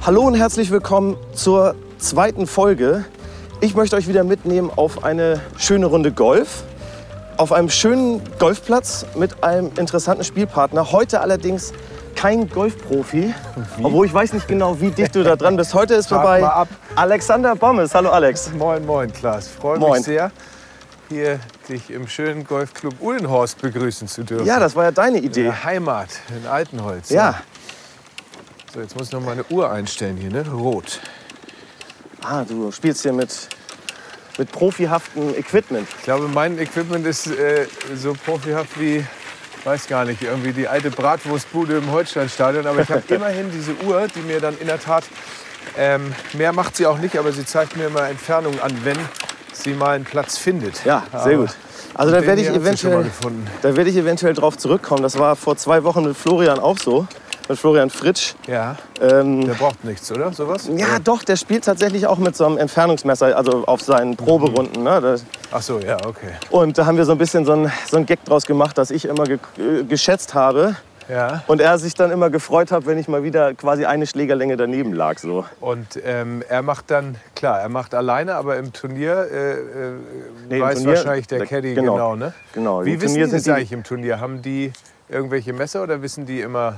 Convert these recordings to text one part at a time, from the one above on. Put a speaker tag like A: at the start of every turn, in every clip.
A: Hallo und herzlich willkommen zur zweiten Folge. Ich möchte euch wieder mitnehmen auf eine schöne Runde Golf. Auf einem schönen Golfplatz mit einem interessanten Spielpartner. Heute allerdings kein Golfprofi, obwohl ich weiß nicht genau, wie dicht du da dran bist. Heute ist dabei Alexander Bommes. Hallo Alex.
B: Moin, moin Klaas. Freue mich sehr, hier dich im schönen Golfclub Uhlenhorst begrüßen zu dürfen.
A: Ja, das war ja deine Idee.
B: In der Heimat in Altenholz.
A: Ja.
B: So, jetzt muss ich noch mal eine Uhr einstellen hier, ne? Rot.
A: Ah, du spielst hier mit profihaftem Equipment.
B: Ich glaube, mein Equipment ist so profihaft wie, weiß gar nicht, irgendwie die alte Bratwurstbude im Holsteinstadion. Aber ich habe immerhin diese Uhr, die mir dann in der Tat, mehr macht sie auch nicht, aber sie zeigt mir immer Entfernungen an, wenn sie mal einen Platz findet.
A: Ja, sehr gut. Also da werde ich eventuell drauf zurückkommen. Das war vor 2 Wochen mit Florian auch so. Mit Florian Fritsch.
B: Ja, der braucht nichts, oder? Sowas?
A: Ja, doch, der spielt tatsächlich auch mit so einem Entfernungsmesser, also auf seinen Proberunden. Ne?
B: Ach so, ja, okay.
A: Und da haben wir so ein bisschen so einen Gag draus gemacht, dass ich immer geschätzt habe.
B: Ja.
A: Und er sich dann immer gefreut hat, wenn ich mal wieder quasi eine Schlägerlänge daneben lag. So.
B: Und er macht dann, klar, er macht alleine, aber im Turnier weiß
A: Turnier,
B: wahrscheinlich der Caddy genau, ne?
A: Genau.
B: Wie wissen die das eigentlich im Turnier? Haben die irgendwelche Messer oder wissen die immer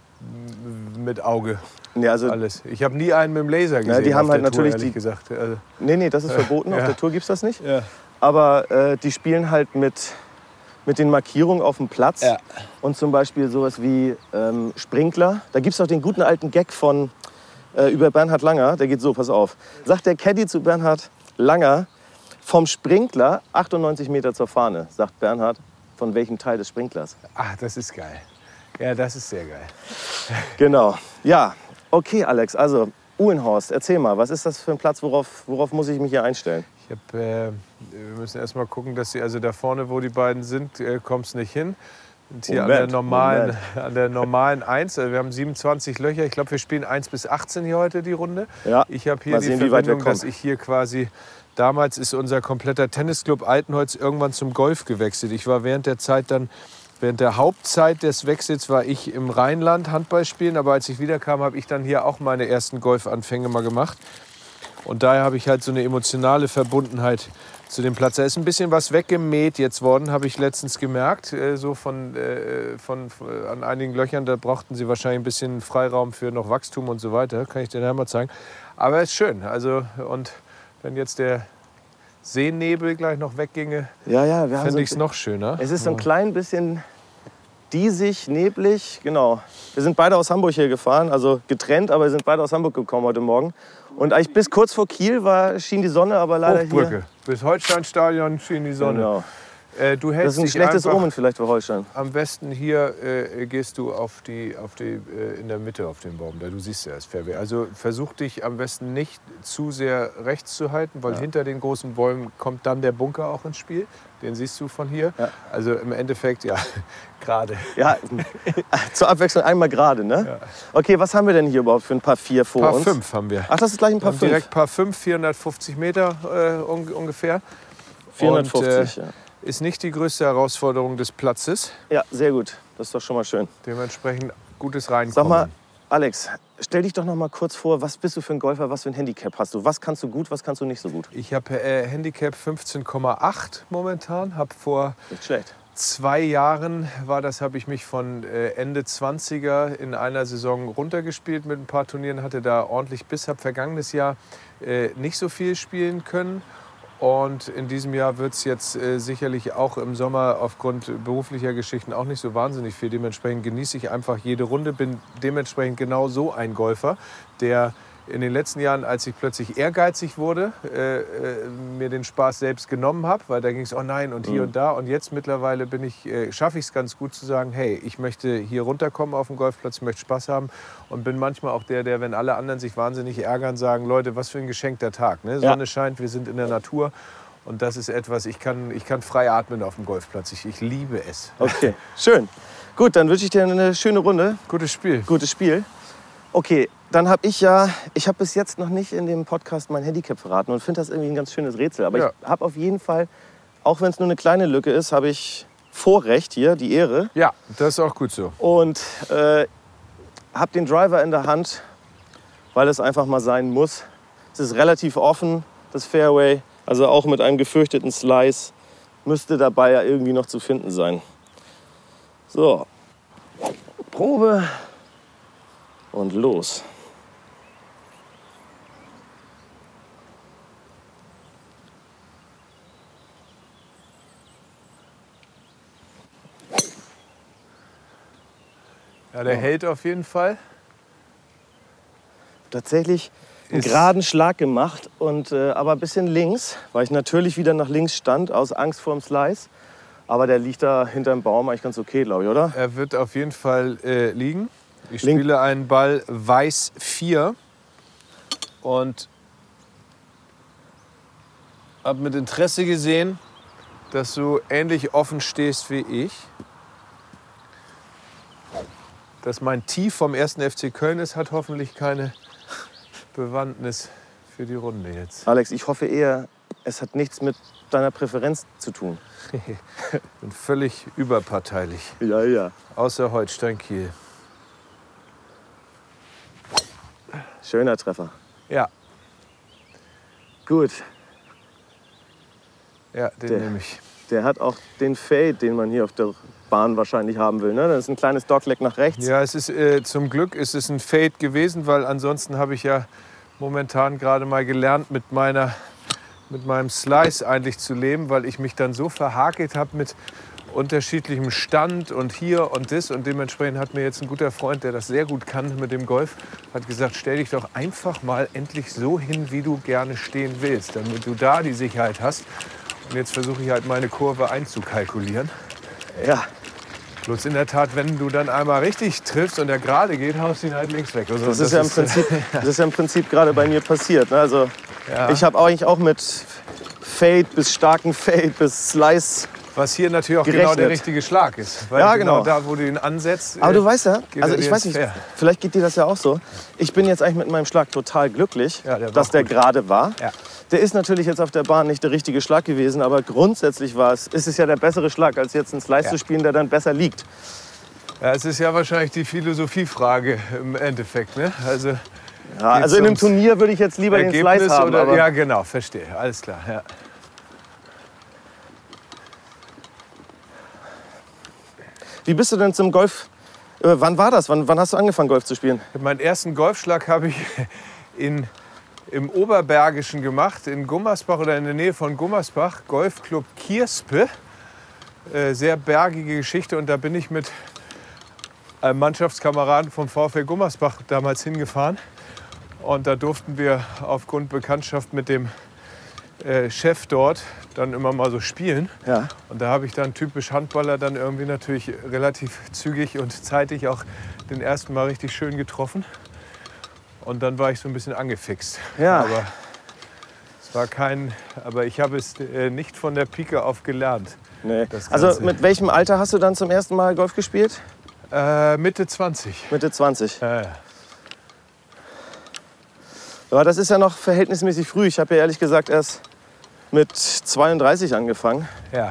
B: mit Auge?
A: Ja, also,
B: alles. Ich habe nie einen mit dem Laser gesehen.
A: Ja, die haben halt
B: Tour,
A: natürlich
B: ehrlich gesagt. Also,
A: nee, das ist verboten.
B: Ja.
A: Auf der Tour gibt's das nicht.
B: Ja.
A: Aber die spielen halt mit den Markierungen auf dem Platz.
B: Ja.
A: Und zum Beispiel sowas wie Sprinkler. Da gibt's auch den guten alten Gag von über Bernhard Langer. Der geht so, pass auf. Sagt der Caddy zu Bernhard Langer, vom Sprinkler 98 Meter zur Fahne. Sagt Bernhard, von welchem Teil des Sprinklers?
B: Ach, das ist geil. Ja, das ist sehr geil.
A: Genau. Ja, okay, Alex. Also, Uhlenhorst, erzähl mal, was ist das für ein Platz, worauf muss ich mich hier einstellen?
B: Wir müssen erst mal gucken, dass sie, also da vorne, wo die beiden sind, kommst nicht hin. Und hier an der normalen 1, also wir haben 27 Löcher. Ich glaube, wir spielen 1 bis 18 hier heute die Runde.
A: Ja.
B: Ich habe hier die Verbindung, dass ich hier quasi, damals ist unser kompletter Tennisclub Altenholz irgendwann zum Golf gewechselt. Ich war während der Hauptzeit des Wechsels war ich im Rheinland Handball spielen, aber als ich wiederkam, habe ich dann hier auch meine ersten Golfanfänge mal gemacht. Und daher habe ich halt so eine emotionale Verbundenheit zu dem Platz. Da ist ein bisschen was weggemäht jetzt worden, habe ich letztens gemerkt. So an einigen Löchern, da brauchten sie wahrscheinlich ein bisschen Freiraum für noch Wachstum und so weiter. Kann ich dir nachher mal zeigen. Aber es ist schön. Also, und wenn jetzt der Seenebel gleich noch wegginge, fände ich es noch schöner.
A: Es ist so ein klein bisschen diesig, neblig, genau. Wir sind beide aus Hamburg hier gefahren, also getrennt, aber wir sind beide aus Hamburg gekommen heute Morgen. Und eigentlich bis kurz vor Kiel schien die Sonne, aber leider
B: Hochbrücke.
A: hier...
B: Bis Holsteinstadion schien die Sonne.
A: Genau.
B: Du hältst
A: das ist ein schlechtes Omen vielleicht für Holstein.
B: Am besten hier gehst du in der Mitte auf den Baum. Da du siehst ja das Fairway. Also versuch dich am besten nicht zu sehr rechts zu halten, weil hinter den großen Bäumen kommt dann der Bunker auch ins Spiel. Den siehst du von hier. Ja. Also im Endeffekt, ja, gerade.
A: Ja, zur Abwechslung einmal gerade, ne? Ja. Okay, was haben wir denn hier überhaupt für ein Paar 4 vor uns?
B: Paar 5 haben wir.
A: Ach, das ist gleich ein Paar 5?
B: Direkt Paar 5, 450 Meter ungefähr.
A: 450, ja.
B: Ist nicht die größte Herausforderung des Platzes.
A: Ja, sehr gut. Das ist doch schon mal schön.
B: Dementsprechend gutes Reinkommen.
A: Sag mal, Alex, stell dich doch noch mal kurz vor, was bist du für ein Golfer, was für ein Handicap hast du? Was kannst du gut, was kannst du nicht so gut?
B: Ich habe Handicap 15,8 momentan. Habe vor
A: nicht schlecht.
B: 2 Jahren habe ich mich von Ende 20er in einer Saison runtergespielt mit ein paar Turnieren, hatte da ordentlich Biss, habe vergangenes Jahr nicht so viel spielen können. Und in diesem Jahr wird es jetzt sicherlich auch im Sommer aufgrund beruflicher Geschichten auch nicht so wahnsinnig viel. Dementsprechend genieße ich einfach jede Runde, bin dementsprechend genau so ein Golfer, der in den letzten Jahren, als ich plötzlich ehrgeizig wurde, mir den Spaß selbst genommen habe, weil da ging es, oh nein, und hier und da. Und jetzt mittlerweile schaffe ich es ganz gut zu sagen, hey, ich möchte hier runterkommen auf dem Golfplatz, ich möchte Spaß haben. Und bin manchmal auch der, wenn alle anderen sich wahnsinnig ärgern, sagen, Leute, was für ein geschenkter Tag. Ne? Sonne scheint, wir sind in der Natur. Und das ist etwas, ich kann frei atmen auf dem Golfplatz. Ich liebe es.
A: Okay, schön. Gut, dann wünsche ich dir eine schöne Runde.
B: Gutes Spiel.
A: Gutes Spiel. Okay, dann habe ich bis jetzt noch nicht in dem Podcast mein Handicap verraten und finde das irgendwie ein ganz schönes Rätsel. Aber ich habe auf jeden Fall, auch wenn es nur eine kleine Lücke ist, habe ich Vorrecht hier, die Ehre.
B: Ja, das ist auch gut so.
A: Und habe den Driver in der Hand weil es einfach mal sein muss. Es ist relativ offen, das Fairway, also auch mit einem gefürchteten Slice müsste dabei ja irgendwie noch zu finden sein. So, Probe und los.
B: Ja, der hält auf jeden Fall.
A: Tatsächlich einen geraden Schlag gemacht, aber ein bisschen links, weil ich natürlich wieder nach links stand, aus Angst vor dem Slice. Aber der liegt da hinterm Baum eigentlich ganz okay, glaube ich, oder?
B: Er wird auf jeden Fall liegen. Ich spiele einen Ball Weiß 4 und habe mit Interesse gesehen, dass du ähnlich offen stehst wie ich. Dass mein Tief vom 1. FC Köln ist, hat hoffentlich keine Bewandtnis für die Runde jetzt.
A: Alex, ich hoffe eher, es hat nichts mit deiner Präferenz zu tun.
B: Bin völlig überparteilich.
A: Ja, ja.
B: Außer Holstein Kiel.
A: Schöner Treffer.
B: Ja.
A: Gut.
B: Ja, den nehme ich.
A: Der hat auch den Fade, den man hier auf der Bahn wahrscheinlich haben will. Ne? Das ist ein kleines Dogleg nach rechts.
B: Ja, es ist, zum Glück ist es ein Fade gewesen, weil ansonsten habe ich ja momentan gerade mal gelernt, mit meinem Slice eigentlich zu leben, weil ich mich dann so verhakelt habe mit unterschiedlichem Stand und hier und das. Und dementsprechend hat mir jetzt ein guter Freund, der das sehr gut kann mit dem Golf, hat gesagt, stell dich doch einfach mal endlich so hin, wie du gerne stehen willst, damit du da die Sicherheit hast. Und jetzt versuche ich halt meine Kurve einzukalkulieren.
A: Ja.
B: Bloß in der Tat, wenn du dann einmal richtig triffst und der gerade geht, haust du ihn halt links weg. Also
A: das ist ja im Prinzip gerade bei mir passiert. Ne? Also
B: ja.
A: Ich habe eigentlich auch mit Fade bis starken Fade bis Slice
B: was hier natürlich auch
A: gerechnet.
B: Genau der richtige Schlag ist. Weil
A: ja, genau.
B: Da, wo du ihn ansetzt.
A: Aber du weißt ja, also ich weiß nicht,
B: fair.
A: vielleicht geht dir das ja auch so. Ich bin jetzt eigentlich mit meinem Schlag total glücklich, dass der gerade war.
B: Ja.
A: Der ist natürlich jetzt auf der Bahn nicht der richtige Schlag gewesen, aber grundsätzlich ist es ja der bessere Schlag, als jetzt einen Slice zu spielen, der dann besser liegt.
B: Ja, es ist ja wahrscheinlich die Philosophiefrage im Endeffekt. Ne? Also
A: in einem Turnier würde ich jetzt lieber den Slice haben.
B: Oder,
A: aber
B: ja, genau, verstehe. Alles klar. Ja.
A: Wie bist du denn zum Golf? Wann war das? Wann hast du angefangen, Golf zu spielen?
B: Meinen ersten Golfschlag habe ich im Oberbergischen gemacht, in Gummersbach oder in der Nähe von Gummersbach, Golfclub Kierspe. Sehr bergige Geschichte und da bin ich mit einem Mannschaftskameraden vom VfL Gummersbach damals hingefahren. Und da durften wir aufgrund Bekanntschaft mit dem Chef dort dann immer mal so spielen.
A: Ja.
B: Und da habe ich dann typisch Handballer dann irgendwie natürlich relativ zügig und zeitig auch den ersten Mal richtig schön getroffen. Und dann war ich so ein bisschen angefixt.
A: Ja.
B: Aber ich habe es nicht von der Pike auf gelernt.
A: Nee. Also mit welchem Alter hast du dann zum ersten Mal Golf gespielt?
B: Mitte 20.
A: Mitte 20.
B: Ja.
A: Ja, das ist ja noch verhältnismäßig früh. Ich habe ja ehrlich gesagt erst mit 32 angefangen.
B: Ja.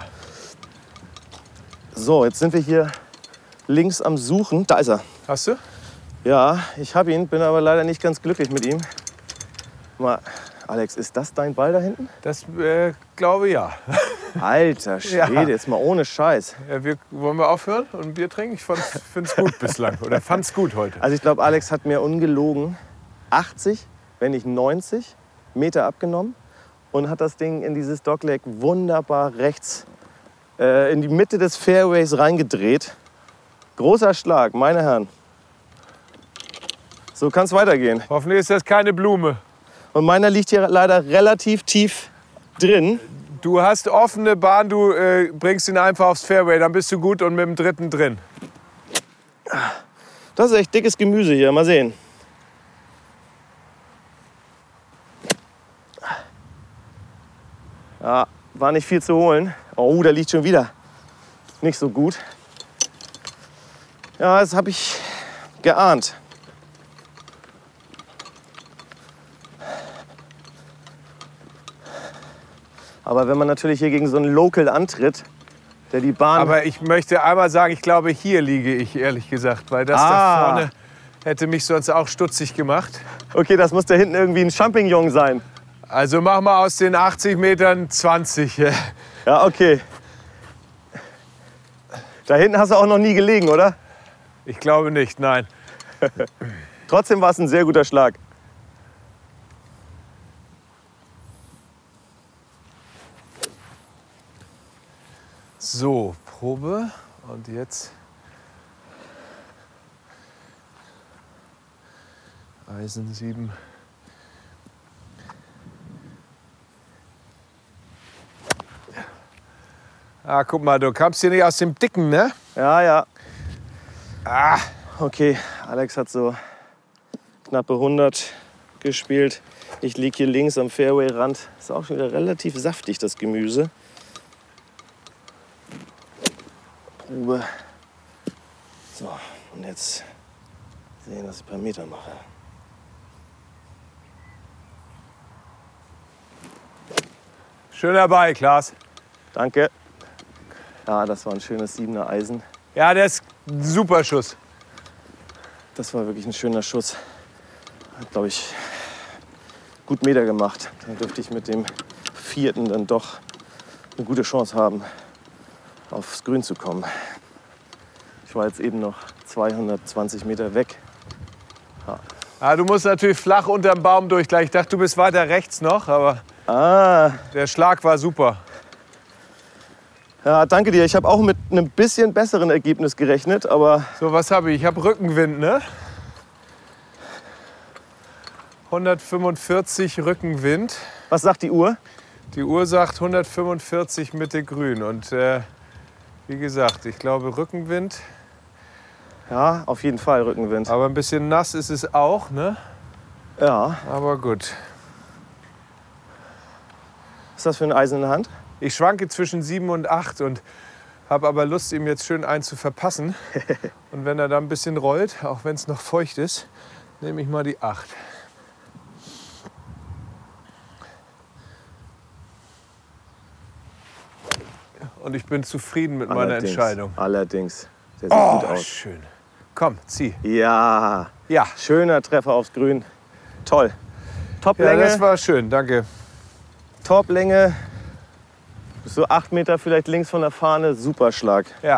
A: So, jetzt sind wir hier links am Suchen. Da ist er.
B: Hast du?
A: Ja, ich habe ihn, bin aber leider nicht ganz glücklich mit ihm. Mal, Alex, ist das dein Ball da hinten?
B: Das glaube ja.
A: Alter Schwede,
B: Ja.
A: jetzt mal ohne Scheiß.
B: Ja, wollen wir aufhören und ein Bier trinken? Ich finde es gut bislang. Oder fand es gut heute.
A: Also ich glaube, Alex hat mir ungelogen 80, wenn nicht 90 Meter abgenommen und hat das Ding in dieses Dogleg wunderbar rechts in die Mitte des Fairways reingedreht. Großer Schlag, meine Herren. So kann es weitergehen.
B: Hoffentlich ist das keine Blume.
A: Und meiner liegt hier leider relativ tief drin.
B: Du hast offene Bahn, du bringst ihn einfach aufs Fairway, dann bist du gut und mit dem dritten drin.
A: Das ist echt dickes Gemüse hier, mal sehen. Ja, war nicht viel zu holen. Oh, der liegt schon wieder. Nicht so gut. Ja, das habe ich geahnt. Aber wenn man natürlich hier gegen so einen Local antritt, der die Bahn...
B: Aber ich möchte einmal sagen, ich glaube, hier liege ich, ehrlich gesagt. Weil das da vorne, Hätte mich sonst auch stutzig gemacht.
A: Okay, das muss da hinten irgendwie ein Champignon sein.
B: Also mach mal aus den 80 Metern 20.
A: Ja, okay. Da hinten hast du auch noch nie gelegen, oder?
B: Ich glaube nicht, nein.
A: Trotzdem war es ein sehr guter Schlag.
B: So, Probe. Und jetzt Eisen 7. Ah, guck mal, du kamst hier nicht aus dem Dicken, ne?
A: Ja, ja.
B: Ah,
A: Okay, Alex hat so knappe 100 gespielt. Ich liege hier links am Fairway-Rand. Ist auch schon wieder relativ saftig, das Gemüse. Probe. So, und jetzt sehen, dass ich ein paar Meter mache.
B: schön dabei, Klaas.
A: Danke. Ja, das war ein schönes 7er Eisen.
B: Ja, der ist ein super Schuss.
A: Das war wirklich ein schöner Schuss. Hat, glaube ich, gut Meter gemacht. Dann dürfte ich mit dem 4. dann doch eine gute Chance haben, aufs Grün zu kommen. Ich war jetzt eben noch 220 Meter weg.
B: Ja, du musst natürlich flach unterm Baum durch. Ich dachte, du bist weiter rechts noch, aber der Schlag war super.
A: Ja, danke dir. Ich habe auch mit einem bisschen besseren Ergebnis gerechnet, aber
B: So, was habe ich? Ich habe Rückenwind, ne? 145 Rückenwind.
A: was sagt die Uhr?
B: Die Uhr sagt 145 Mitte grün. Und wie gesagt, ich glaube Rückenwind.
A: Ja, auf jeden Fall Rückenwind.
B: Aber ein bisschen nass ist es auch, ne?
A: Ja,
B: Aber gut.
A: was ist das für ein Eisen in der Hand?
B: Ich schwanke zwischen 7 und 8 und habe aber Lust, ihm jetzt schön einen zu verpassen. Und wenn er da ein bisschen rollt, auch wenn es noch feucht ist, nehme ich mal die 8. Und ich bin zufrieden mit meiner Entscheidung.
A: Allerdings. Der sieht gut
B: Oh,
A: aus.
B: schön. Komm, zieh.
A: Ja,
B: Ja,
A: schöner Treffer aufs Grün. Toll.
B: ja,
A: Top-Länge,
B: das war schön, danke.
A: Top-Länge. So 8 Meter vielleicht links von der Fahne. Super Schlag.
B: Ja.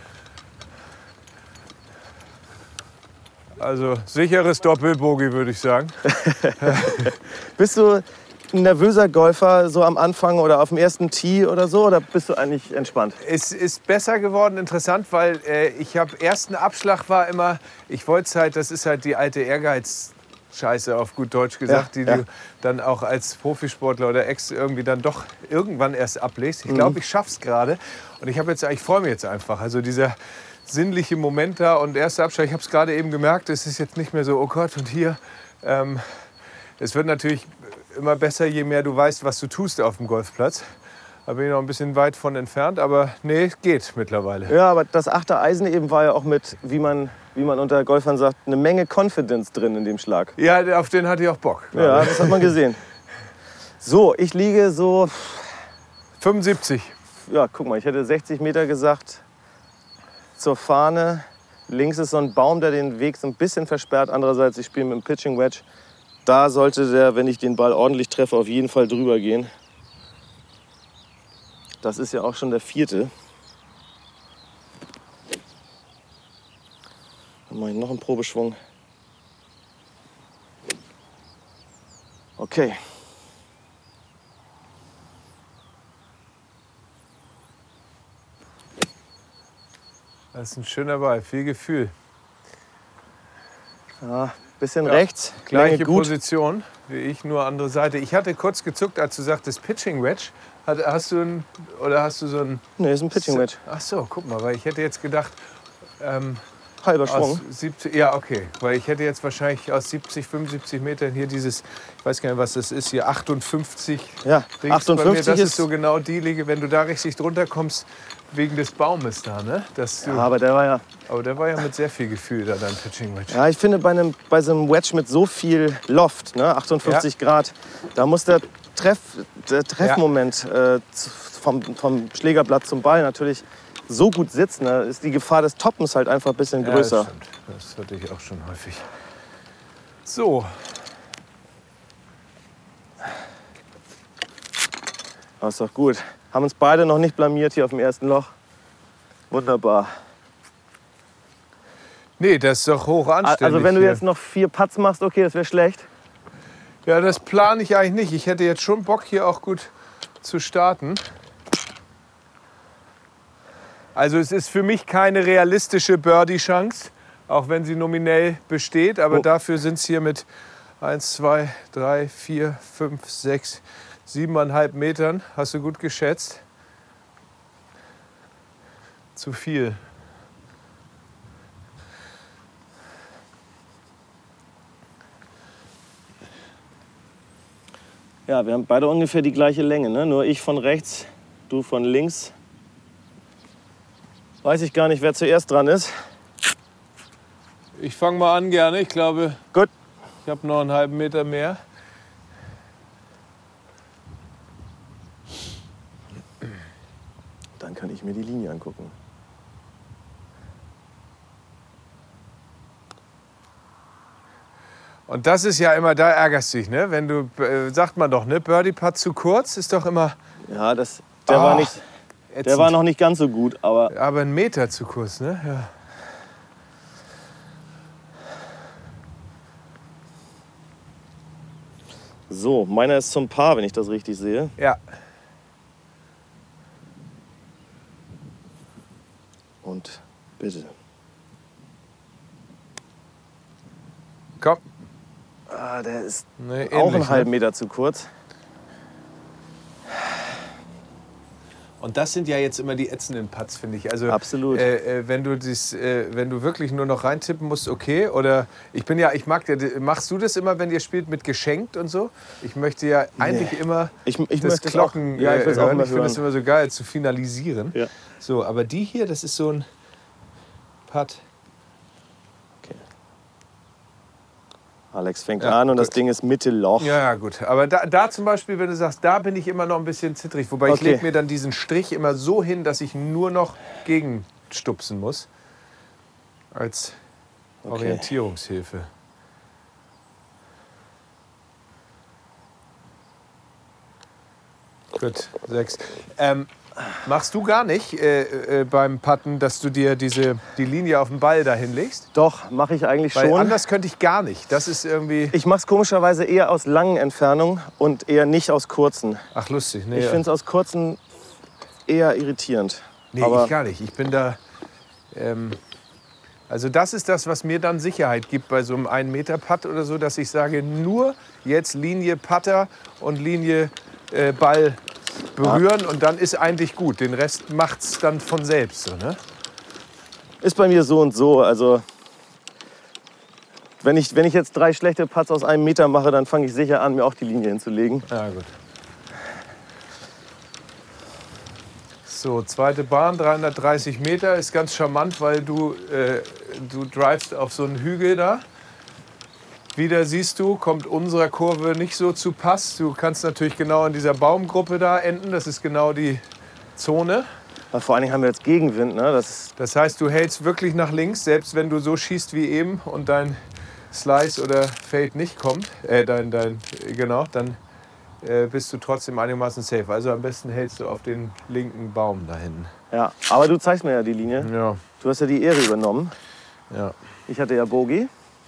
B: Also sicheres Doppelbogie, würde ich sagen.
A: Bist du ein nervöser Golfer so am Anfang oder auf dem ersten Tee oder so? Oder bist du eigentlich entspannt?
B: Es ist besser geworden, interessant, weil ich habe ersten Abschlag war immer, ich wollte es halt, das ist halt die alte Ehrgeiz-Scheiße auf gut Deutsch gesagt,
A: Ja,
B: die
A: ja.
B: du dann auch als Profisportler oder Ex irgendwie dann doch irgendwann erst ablegst. Ich glaube, ich schaff's gerade und ich freue mich jetzt einfach. Also dieser sinnliche Moment da und erster Abschlag, ich habe es gerade eben gemerkt, es ist jetzt nicht mehr so, oh Gott, und hier. Es wird natürlich immer besser, je mehr du weißt, was du tust auf dem Golfplatz. Da bin ich noch ein bisschen weit von entfernt, aber nee, geht mittlerweile.
A: Ja, aber das 8er Eisen eben war ja auch mit, wie man unter Golfern sagt, eine Menge Confidence drin in dem Schlag.
B: Ja, auf den hatte ich auch Bock.
A: Ja, das hat man gesehen. So, ich liege so,
B: 75.
A: ja, guck mal, ich hätte 60 Meter gesagt zur Fahne. Links ist so ein Baum, der den Weg so ein bisschen versperrt. Andererseits, ich spiele mit dem Pitching Wedge. Da sollte der, wenn ich den Ball ordentlich treffe, auf jeden Fall drüber gehen. Das ist ja auch schon der 4. Dann mache ich noch einen Probeschwung. Okay.
B: Das ist ein schöner Ball, viel Gefühl.
A: Ja, bisschen
B: Ja,
A: rechts.
B: Gleiche
A: Länge gut.
B: Position wie ich, nur andere Seite. Ich hatte kurz gezuckt, als du sagtest Pitching Wedge. Hast du so ein...
A: Nee, ist ein Pitching Wedge.
B: Ach so, guck mal, weil ich hätte jetzt gedacht...
A: Halber
B: Aus
A: Schwung.
B: 70, ja, okay. Weil ich hätte jetzt wahrscheinlich aus 70, 75 Metern hier dieses, ich weiß gar nicht, was das ist, hier 58.
A: Ja,
B: links bei mir.
A: 58
B: Das
A: ist
B: ist so genau die Liege, wenn du da richtig drunter kommst, wegen des Baumes da, ne? Dass du,
A: Ja, aber der war ja.
B: aber der war ja mit sehr viel Gefühl da, dein Pitching Wedge.
A: Ja, ich finde bei so einem Wedge mit so viel Loft, ne, 58 Grad, da muss der Treffmoment vom Schlägerblatt zum Ball natürlich so gut sitzen, da ist die Gefahr des Toppens halt einfach ein bisschen größer.
B: Ja, das stimmt. Das hatte ich auch schon häufig. So.
A: Aber ist doch gut. Haben uns beide noch nicht blamiert hier auf dem ersten Loch. Wunderbar.
B: Nee, das ist doch hoch anständig.
A: Also wenn du
B: hier.
A: jetzt noch 4 Putts machst, okay, das wäre schlecht.
B: Ja, das plane ich eigentlich nicht. Ich hätte jetzt schon Bock, hier auch gut zu starten. Also es ist für mich keine realistische Birdie-Chance, auch wenn sie nominell besteht. Aber dafür sind es hier mit 1, 2, 3, 4, 5, 6, 7,5 Metern. Hast du gut geschätzt? Zu viel.
A: Ja, wir haben beide ungefähr die gleiche Länge, ne? Nur ich von rechts, du von links. Weiß ich gar nicht, wer zuerst dran ist.
B: Ich fange mal an gerne. Ich glaube,
A: Gut.
B: ich habe noch einen halben Meter mehr.
A: Dann kann ich mir die Linie angucken.
B: Und das ist ja immer, da ärgerst du dich, ne? Wenn du, sagt man doch, ne? Birdie-Putt zu kurz ist doch immer...
A: Ja, der war noch nicht ganz so gut, aber...
B: Aber 1 Meter zu kurz, ne? Ja.
A: So, meiner ist zum Paar, wenn ich das richtig sehe.
B: Ja.
A: Und bitte.
B: Komm.
A: Ah, der ist
B: Nee,
A: auch
B: ähnlich,
A: einen halben
B: ne?
A: Meter zu kurz.
B: Und das sind ja jetzt immer die ätzenden Putts, finde ich. Also,
A: Absolut.
B: Wenn du wirklich nur noch reintippen musst, okay. Oder machst du das immer, wenn ihr spielt mit geschenkt und so? Ich möchte ja eigentlich immer
A: Ich
B: das
A: möchte
B: Glocken
A: auch, ja, ich will es auch
B: hören.
A: mal
B: Ich finde es
A: hören.
B: immer so geil zu finalisieren.
A: Ja.
B: So, aber die hier, das ist so ein Putt.
A: Okay. Alex fängt
B: Ja,
A: an und das
B: gut.
A: Ding ist Mitte Loch.
B: Ja, ja, gut. Aber da zum Beispiel, wenn du sagst, da bin ich immer noch ein bisschen zittrig. Wobei ich
A: Okay.
B: lege mir dann diesen Strich immer so hin, dass ich nur noch gegenstupsen muss. Als Orientierungshilfe. Gut, 6. Machst du gar nicht beim Putten, dass du dir die Linie auf den Ball dahin legst?
A: Doch, mache ich eigentlich
B: Weil
A: schon.
B: anders könnte ich gar nicht. Das ist irgendwie...
A: Ich mache es komischerweise eher aus langen Entfernungen und eher nicht aus kurzen.
B: Ach, lustig. Nee,
A: Ich finde es aus kurzen eher irritierend.
B: nee
A: aber
B: ich gar nicht. Ich bin da... Also das ist das, was mir dann Sicherheit gibt bei so einem 1-Meter-Putt oder so, dass ich sage, nur jetzt Linie Putter und Linie Ball berühren und dann ist eigentlich gut. Den Rest macht's dann von selbst. So, ne?
A: ist bei mir so und so. Also wenn ich jetzt 3 schlechte Putts aus 1 Meter mache, dann fange ich sicher an, mir auch die Linie hinzulegen.
B: Ja, gut. So, zweite Bahn, 330 Meter, ist ganz charmant, weil du drivest auf so einen Hügel da. Wieder siehst du, kommt unserer Kurve nicht so zu Pass. Du kannst natürlich genau in dieser Baumgruppe da enden, das ist genau die Zone.
A: Aber vor allen Dingen haben wir jetzt Gegenwind. Ne?
B: Das heißt, du hältst wirklich nach links, selbst wenn du so schießt wie eben und dein Slice oder Fade nicht kommt, dann bist du trotzdem einigermaßen safe. Also am besten hältst du auf den linken Baum da hinten.
A: Ja, aber du zeigst mir ja die Linie.
B: Ja,
A: Du hast ja die Ehre übernommen.
B: ja.
A: Ich hatte ja Bogey.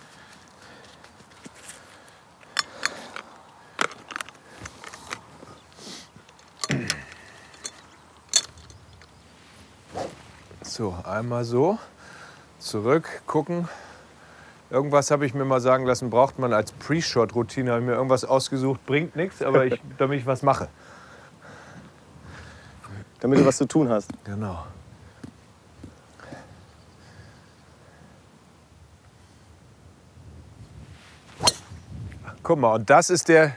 B: So, einmal so, zurück, gucken. Irgendwas habe ich mir mal sagen lassen, braucht man als Pre-Shot-Routine. Habe ich mir irgendwas ausgesucht, bringt nichts, aber damit ich was mache.
A: Damit du was zu tun hast.
B: Genau. Guck mal, und das ist der...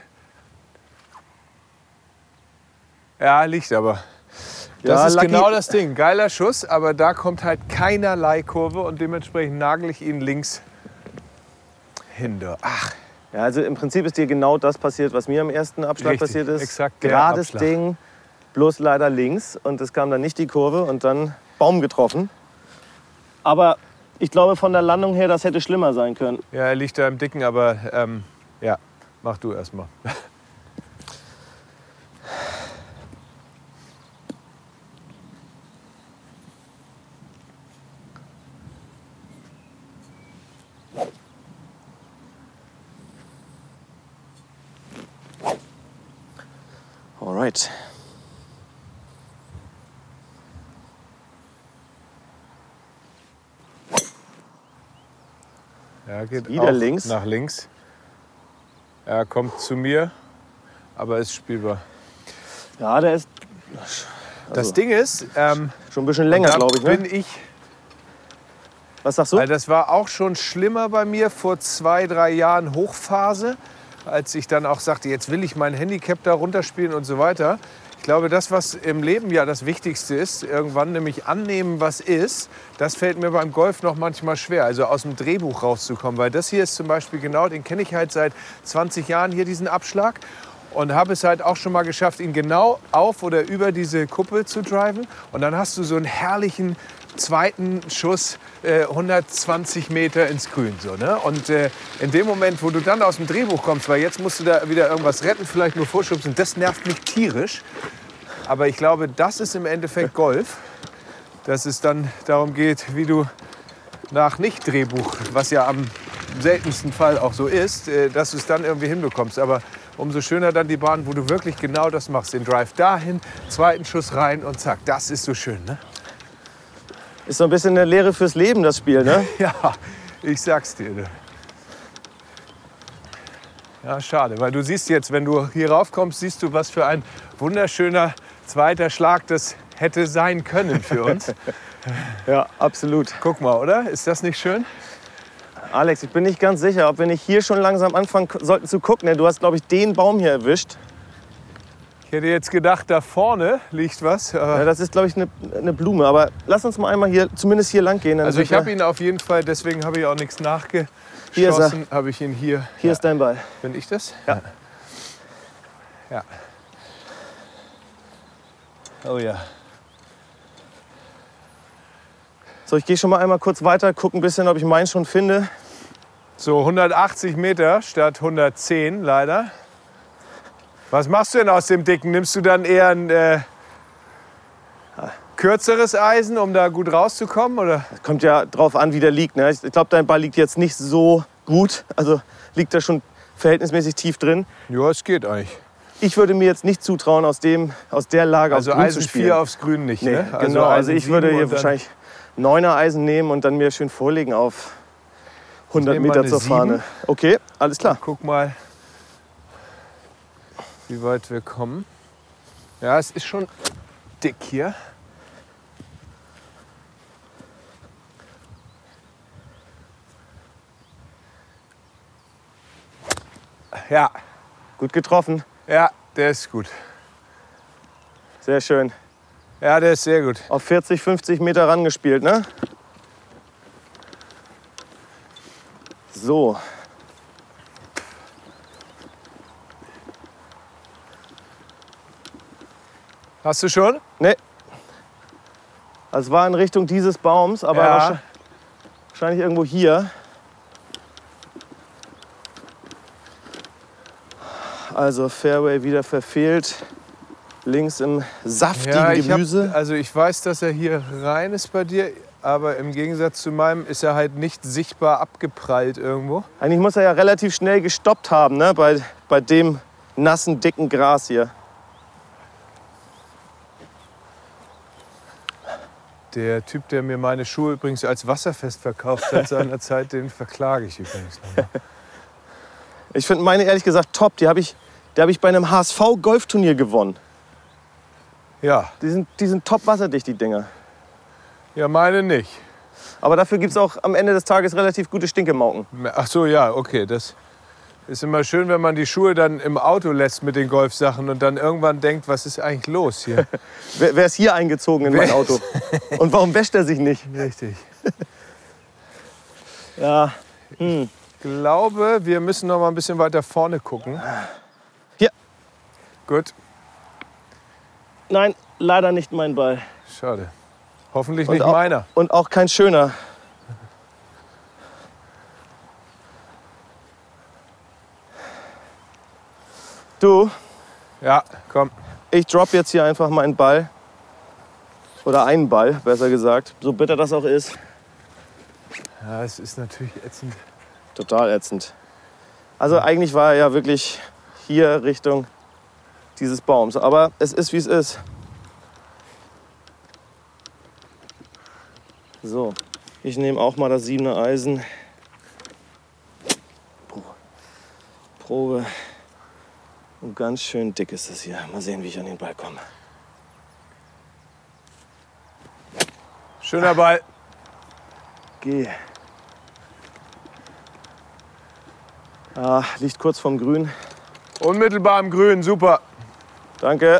B: Ja, liegt aber. Das
A: Ja,
B: ist
A: Lucky.
B: genau das Ding. Geiler Schuss, aber da kommt halt keinerlei Kurve und dementsprechend nagel ich ihn links hin. Ach,
A: Ja, also im Prinzip ist dir genau das passiert, was mir am ersten Abschlag
B: Richtig,
A: passiert ist.
B: exakt der
A: Gerades
B: Abschlag.
A: Ding, bloß leider links. Und es kam dann nicht die Kurve. Und dann Baum getroffen. Aber ich glaube, von der Landung her, das hätte schlimmer sein können.
B: Ja, er liegt da im Dicken, aber ja, mach du erst mal.
A: Alright.
B: Ja, geht
A: wieder
B: auch
A: links.
B: nach links. Er kommt zu mir, aber ist spielbar.
A: Ja, der ist
B: Das Ding ist,
A: schon ein bisschen länger,
B: da
A: glaube ich. Ne?
B: bin ich.
A: Was sagst du?
B: Weil das war auch schon schlimmer bei mir vor 2, 3 Jahren Hochphase, als ich dann auch sagte, jetzt will ich mein Handicap da runterspielen und so weiter. Ich glaube, das, was im Leben ja das Wichtigste ist, irgendwann nämlich annehmen, was ist, das fällt mir beim Golf noch manchmal schwer, also aus dem Drehbuch rauszukommen. Weil das hier ist zum Beispiel genau, den kenne ich halt seit 20 Jahren hier, diesen Abschlag. Und habe es halt auch schon mal geschafft, ihn genau auf oder über diese Kuppel zu driven. Und dann hast du so einen herrlichen zweiten Schuss 120 Meter ins Grün. So, ne? Und in dem Moment, wo du dann aus dem Drehbuch kommst, weil jetzt musst du da wieder irgendwas retten, vielleicht nur vorschubsen, das nervt mich tierisch. Aber ich glaube, das ist im Endeffekt Golf. Dass es dann darum geht, wie du nach Nicht-Drehbuch, was ja am seltensten Fall auch so ist, dass du es dann irgendwie hinbekommst. Aber umso schöner dann die Bahn, wo du wirklich genau das machst. Den Drive dahin, zweiten Schuss rein und zack. Das ist so schön, ne?
A: Ist so ein bisschen eine Lehre fürs Leben, das Spiel, ne?
B: Ja, ich sag's dir. Ja, schade, weil du siehst jetzt, wenn du hier raufkommst, siehst du, was für ein wunderschöner zweiter Schlag das hätte sein können für uns.
A: Ja, absolut.
B: Guck mal, oder? Ist das nicht schön?
A: Alex, ich bin nicht ganz sicher, ob wir nicht hier schon langsam anfangen sollten zu gucken. Du hast, glaube ich, den Baum hier erwischt.
B: Ich hätte jetzt gedacht, da vorne liegt was.
A: Ja, das ist, glaube ich, eine Blume. Aber lass uns mal einmal hier, zumindest hier lang gehen.
B: Also ich habe ihn auf jeden Fall, deswegen habe ich auch nichts nachgeschossen.
A: Hier ist er.
B: Habe ich ihn hier.
A: Hier ist dein Ball.
B: Bin ich das?
A: Ja.
B: Ja. Oh ja.
A: So, ich gehe schon mal einmal kurz weiter, gucke ein bisschen, ob ich meinen schon finde.
B: So 180 Meter statt 110 leider. Was machst du denn aus dem Dicken? Nimmst du dann eher ein kürzeres Eisen, um da gut rauszukommen? Oder?
A: Kommt ja drauf an, wie der liegt. Ne? Ich glaube, dein Ball liegt jetzt nicht so gut. Also liegt da schon verhältnismäßig tief drin.
B: Ja, es geht eigentlich.
A: Ich würde mir jetzt nicht zutrauen, aus der Lage
B: also
A: aufs Grün
B: Eisen
A: zu spielen.
B: 4 aufs Grün nicht,
A: Nee,
B: ne?
A: genau. Also
B: Eisen
A: ich würde
B: 7
A: hier
B: und dann
A: wahrscheinlich 9er Eisen nehmen und dann mir schön vorlegen auf 100
B: nehme mal
A: Meter
B: eine
A: zur
B: 7.
A: Fahne. Okay, alles klar.
B: Guck mal, wie weit wir kommen. Ja, es ist schon dick hier. Ja,
A: Gut getroffen.
B: ja, der ist gut.
A: Sehr schön.
B: Ja, der ist sehr gut.
A: Auf 40, 50 Meter rangespielt, ne? So.
B: Hast du schon?
A: Ne. Also es war in Richtung dieses Baums, aber
B: Ja.
A: wahrscheinlich irgendwo hier. Also Fairway wieder verfehlt. Links im saftigen Gemüse.
B: Ich weiß, dass er hier rein ist bei dir, aber im Gegensatz zu meinem ist er halt nicht sichtbar abgeprallt irgendwo.
A: Eigentlich muss er ja relativ schnell gestoppt haben, ne? Bei dem nassen, dicken Gras hier.
B: Der Typ, der mir meine Schuhe übrigens als wasserfest verkauft hat seinerzeit, den verklage ich übrigens noch.
A: Ich finde meine ehrlich gesagt top. Die hab ich bei einem HSV-Golfturnier gewonnen.
B: Ja,
A: Die sind top wasserdicht, die Dinger.
B: ja, meine nicht.
A: Aber dafür gibt es auch am Ende des Tages relativ gute Stinkemauken.
B: Ach so, ja, okay. Das ist immer schön, wenn man die Schuhe dann im Auto lässt mit den Golfsachen und dann irgendwann denkt, was ist eigentlich los hier?
A: Wer ist hier eingezogen in mein Auto? Und warum wäscht er sich nicht?
B: Richtig.
A: Ja.
B: Ich glaube, wir müssen noch mal ein bisschen weiter vorne gucken.
A: Hier.
B: Gut,
A: Nein, leider nicht mein Ball.
B: schade. Hoffentlich nicht meiner.
A: Und auch kein schöner. Du,
B: Ja, komm.
A: ich drop jetzt hier einfach meinen Ball. Oder einen Ball, besser gesagt. So bitter das auch ist.
B: Ja, es ist natürlich ätzend.
A: Total ätzend. Also eigentlich war er ja wirklich hier Richtung dieses Baums. Aber es ist, wie es ist. So, ich nehme auch mal das 7er Eisen. Probe. Und ganz schön dick ist es hier. Mal sehen, wie ich an den Ball komme.
B: Schöner Ball.
A: Geh. Ah, liegt kurz vorm Grün.
B: Unmittelbar im Grün, super.
A: Danke.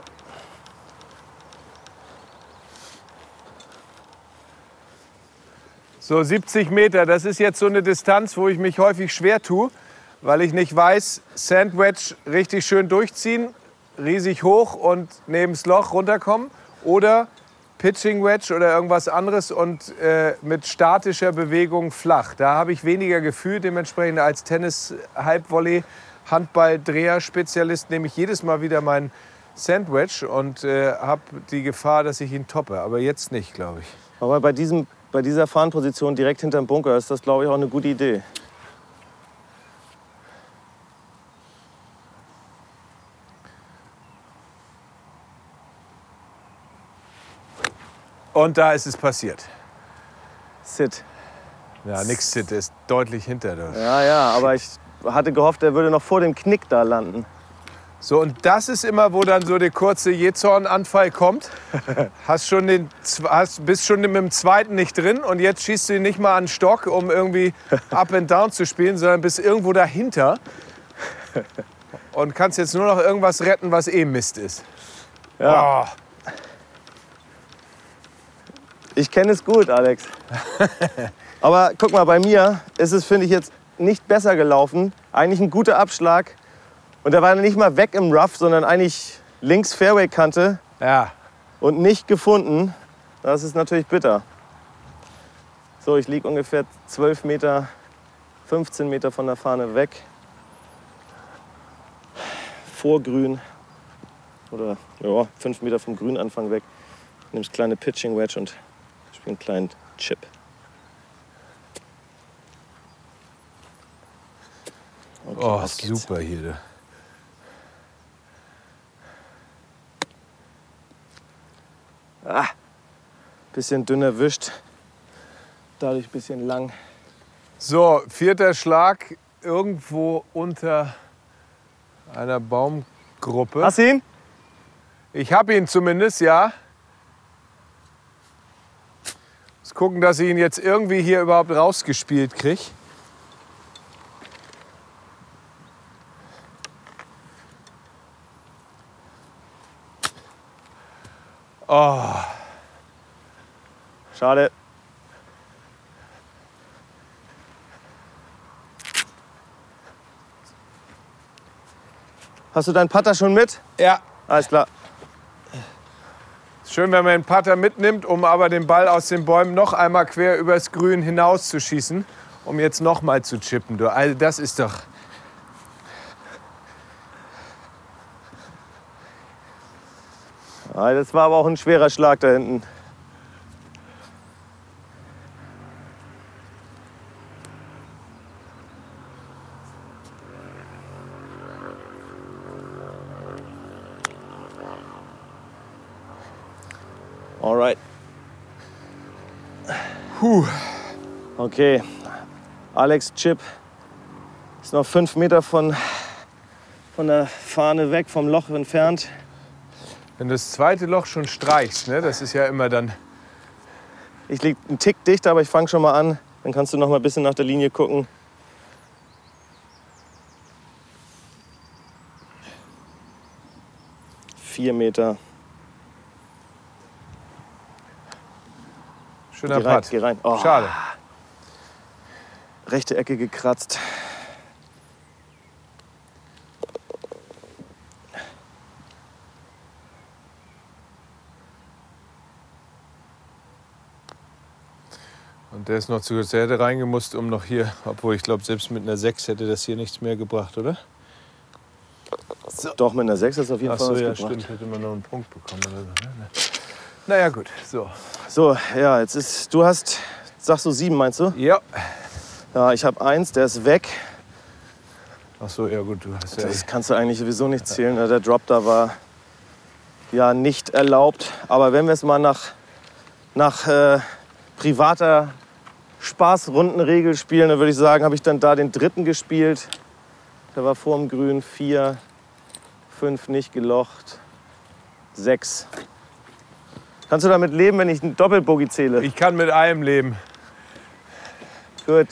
B: So 70 Meter, das ist jetzt so eine Distanz, wo ich mich häufig schwer tue, weil ich nicht weiß, Sandwedge richtig schön durchziehen, riesig hoch und neben das Loch runterkommen oder Pitching Wedge oder irgendwas anderes und mit statischer Bewegung flach. Da habe ich weniger Gefühl, dementsprechend als Tennis-Halbvolley, Handball-Dreher-Spezialist nehme ich jedes Mal wieder meinen Sandwedge und habe die Gefahr, dass ich ihn toppe. Aber jetzt nicht, glaube ich.
A: Aber bei dieser Fahnenposition direkt hinterm Bunker ist das, glaube ich, auch eine gute Idee.
B: Und da ist es passiert.
A: Sit.
B: Ja, nix Sit, ist deutlich hinter das.
A: Ja, aber ich hatte gehofft, er würde noch vor dem Knick da landen.
B: So, und das ist immer, wo dann so der kurze Jähzornanfall kommt. Bist schon mit dem zweiten nicht drin und jetzt schießt du ihn nicht mal an den Stock, um irgendwie Up and Down zu spielen, sondern bist irgendwo dahinter und kannst jetzt nur noch irgendwas retten, was eh Mist ist.
A: Ja.
B: Oh.
A: Ich kenne es gut, Alex. Aber guck mal, bei mir ist es, finde ich, jetzt nicht besser gelaufen. Eigentlich ein guter Abschlag. Und der war nicht mal weg im Rough, sondern eigentlich links Fairway-Kante
B: Ja.
A: und nicht gefunden. Das ist natürlich bitter. So, ich liege ungefähr 12 Meter, 15 Meter von der Fahne weg. Vor Grün. Oder ja, 5 Meter vom Grünanfang weg. Nimm das kleine Pitching Wedge und spiele einen kleinen Chip. Okay,
B: Oh,
A: los geht's.
B: super hier.
A: Bisschen dünn erwischt. Dadurch ein bisschen lang.
B: So, vierter Schlag irgendwo unter einer Baumgruppe.
A: Hast du ihn?
B: Ich habe ihn zumindest, ja. Muss gucken, dass ich ihn jetzt irgendwie hier überhaupt rausgespielt kriege. Oh,
A: Schade. Hast du deinen Putter schon mit?
B: ja.
A: Alles klar.
B: Schön, wenn man den Putter mitnimmt, um aber den Ball aus den Bäumen noch einmal quer übers Grün hinaus zu schießen, um jetzt noch mal zu chippen. Du, also das ist doch...
A: Das war aber auch ein schwerer Schlag da hinten. Alright. Okay. Alex Chip ist noch 5 Meter von der Fahne weg, vom Loch entfernt.
B: Wenn du das zweite Loch schon streichst, ne, das ist ja immer dann...
A: Ich liege einen Tick dichter, aber ich fange schon mal an. Dann kannst du noch mal ein bisschen nach der Linie gucken. Vier Meter.
B: Schöner
A: Geh rein,
B: Putt.
A: geh rein. Oh,
B: Schade.
A: rechte Ecke gekratzt.
B: Und der ist noch zu kurz. Der hätte reingemusst, um noch hier, obwohl ich glaube, selbst mit einer 6 hätte das hier nichts mehr gebracht, oder?
A: So. Doch, mit einer 6 ist auf jeden
B: Ach
A: Fall
B: so,
A: was
B: ja,
A: gebracht.
B: stimmt. Hätte man noch einen Punkt bekommen oder so. Ne? Naja, gut. So.
A: So, ja, jetzt ist, du hast, sagst du 7, meinst du?
B: Ja.
A: Ja, ich habe 1, der ist weg.
B: Ach so, ja gut, du hast ja...
A: Das kannst du eigentlich sowieso nicht zählen. Der Drop da war ja nicht erlaubt. Aber wenn wir es mal nach privater Spaßrundenregel spielen, dann würde ich sagen, habe ich dann da den 3. gespielt. Der war vor dem Grün, 4, 5 nicht gelocht, 6. Kannst du damit leben, wenn ich einen Doppelbogey zähle?
B: Ich kann mit allem leben.
A: Gut.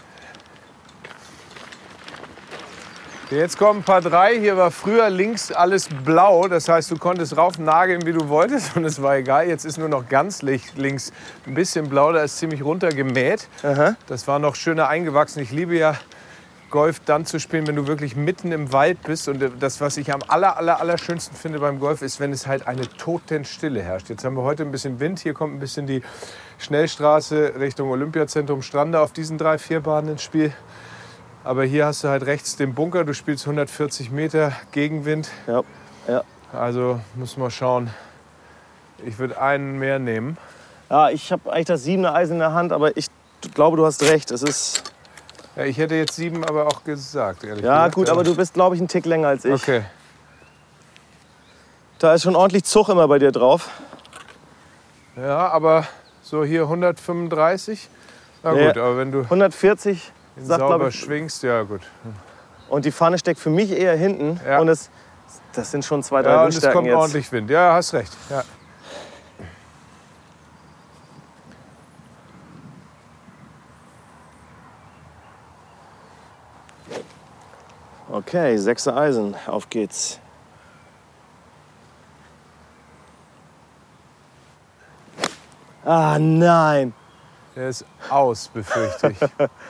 B: Jetzt kommen ein paar 3. Hier war früher links alles blau. Das heißt, du konntest raufnageln, wie du wolltest. Und es war egal. Jetzt ist nur noch ganz links ein bisschen blau. Da ist ziemlich runter gemäht.
A: Aha.
B: Das war noch schöner eingewachsen. Ich liebe ja Golf dann zu spielen, wenn du wirklich mitten im Wald bist. Und das, was ich am allerschönsten finde beim Golf, ist, wenn es halt eine Totenstille herrscht. Jetzt haben wir heute ein bisschen Wind. Hier kommt ein bisschen die Schnellstraße Richtung Olympiazentrum Strande auf diesen 3, 4 Bahnen ins Spiel. Aber hier hast du halt rechts den Bunker. Du spielst 140 Meter Gegenwind.
A: Ja, ja.
B: Also muss man schauen. Ich würde einen mehr nehmen.
A: Ja, ich habe eigentlich das 7er Eisen in der Hand, aber ich glaube, du hast recht. Es ist
B: Ja, ich hätte jetzt 7 aber auch gesagt, ehrlich
A: ja
B: gesagt.
A: gut, aber du bist, glaube ich, einen Tick länger als ich.
B: Okay.
A: Da ist schon ordentlich Zug immer bei dir drauf.
B: Ja, aber so hier 135. Na gut,
A: Ja,
B: aber wenn du
A: 140,
B: ihn
A: sagt,
B: sauber
A: glaube ich.
B: schwingst, ja gut.
A: Und die Pfanne steckt für mich eher hinten.
B: Ja.
A: Und das sind schon 2, 3
B: Ja, und es
A: Windstärken
B: kommt
A: jetzt.
B: ordentlich Wind. Ja, hast recht. Ja.
A: Okay, 6er Eisen, auf geht's. Ah nein.
B: Der ist aus, befürchte ich.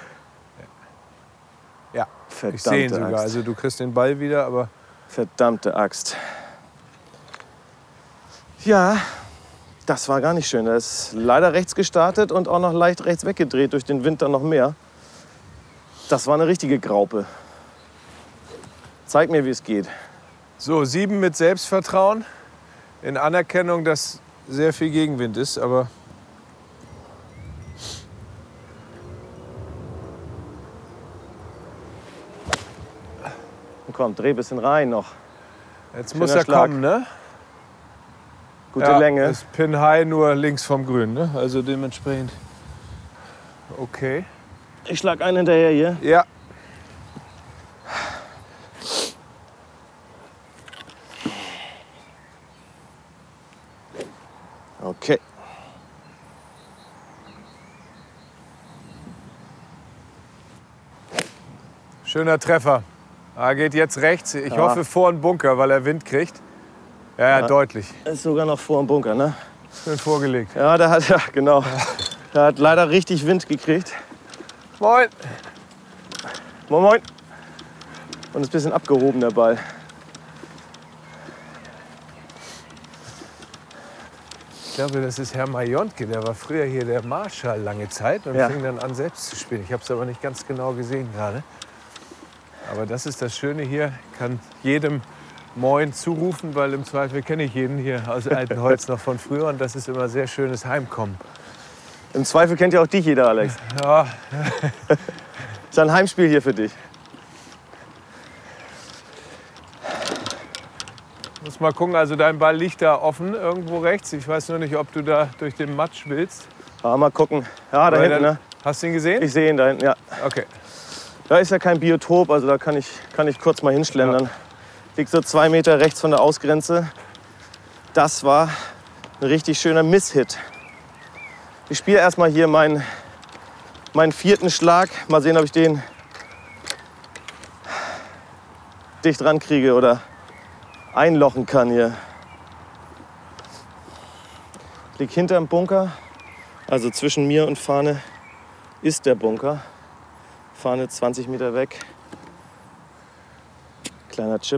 B: Ja, ich sehe ihn
A: Verdammte
B: sogar.
A: Axt.
B: Also du kriegst den Ball wieder, aber
A: Verdammte Axt. Ja, das war gar nicht schön. Er ist leider rechts gestartet und auch noch leicht rechts weggedreht, durch den Wind dann noch mehr. Das war eine richtige Graupe. Zeig mir, wie es geht.
B: so 7 mit Selbstvertrauen. In Anerkennung, dass sehr viel Gegenwind ist, aber
A: Komm, dreh ein bisschen rein noch.
B: jetzt muss
A: Schöner
B: er
A: Schlag.
B: kommen, ne?
A: Gute
B: Ja,
A: Länge.
B: ist Pin High nur links vom Grün, ne? Also dementsprechend. Okay.
A: Ich schlag einen hinterher hier.
B: Ja.
A: Okay.
B: Schöner Treffer. Er geht jetzt rechts. Ich
A: Ja.
B: hoffe vor den Bunker, weil er Wind kriegt. Ja,
A: Ja.
B: deutlich.
A: Ist sogar noch vor dem Bunker, ne?
B: Schön vorgelegt.
A: Ja, ja, genau. Der hat leider richtig Wind gekriegt.
B: Moin.
A: Moin, moin. Und ist ein bisschen abgehoben, der Ball.
B: Ich glaube, das ist Herr Majontke. Der war früher hier der Marschall lange Zeit und
A: Ja.
B: fing dann an, selbst zu spielen. Ich habe es aber nicht ganz genau gesehen gerade. Aber das ist das Schöne hier. Ich kann jedem Moin zurufen, weil im Zweifel kenne ich jeden hier aus Altenholz noch von früher. Und das ist immer sehr schönes Heimkommen.
A: Im Zweifel kennt ja auch dich jeder, Alex.
B: Ja,
A: Ist ein Heimspiel hier für dich.
B: muss mal gucken. Also dein Ball liegt da offen irgendwo rechts. Ich weiß nur nicht, ob du da durch den Matsch willst.
A: Ja, mal gucken. Ja, da
B: Weil
A: hinten, ne?
B: Hast du ihn gesehen?
A: Ich sehe ihn da hinten, ja.
B: Okay.
A: Da ist ja kein Biotop, also da kann ich kurz mal hinschlendern. Liegt so 2 Meter rechts von der Ausgrenze. Das war ein richtig schöner Misshit. Ich spiele erstmal hier meinen 4. Schlag. Mal sehen, ob ich den dicht rankriege oder einlochen kann hier. Ich lieg hinterm Bunker, also zwischen mir und Fahne ist der Bunker. Fahne 20 Meter weg. Kleiner Chip.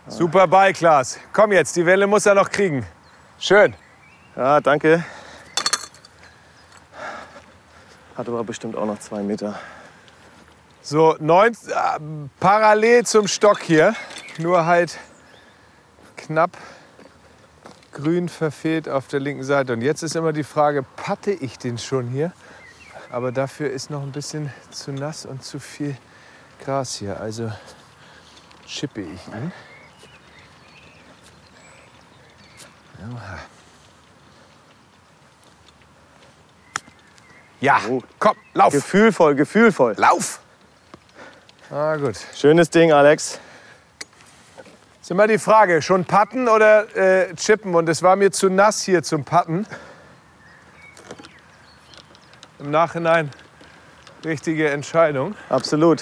B: Super Ball, Klaas. Komm jetzt, die Welle muss er noch kriegen. Schön.
A: Ja, danke. Hat aber bestimmt auch noch 2 Meter.
B: So, parallel zum Stock hier. Nur halt knapp grün verfehlt auf der linken Seite. Und jetzt ist immer die Frage, patte ich den schon hier? Aber dafür ist noch ein bisschen zu nass und zu viel Gras hier. Also chippe ich ihn. Ja, komm, lauf.
A: Gefühlvoll, gefühlvoll.
B: Lauf! Ah, gut.
A: Schönes Ding, Alex.
B: Ist immer die Frage, schon putten oder chippen? Und es war mir zu nass hier zum Putten. Im Nachhinein richtige Entscheidung.
A: Absolut.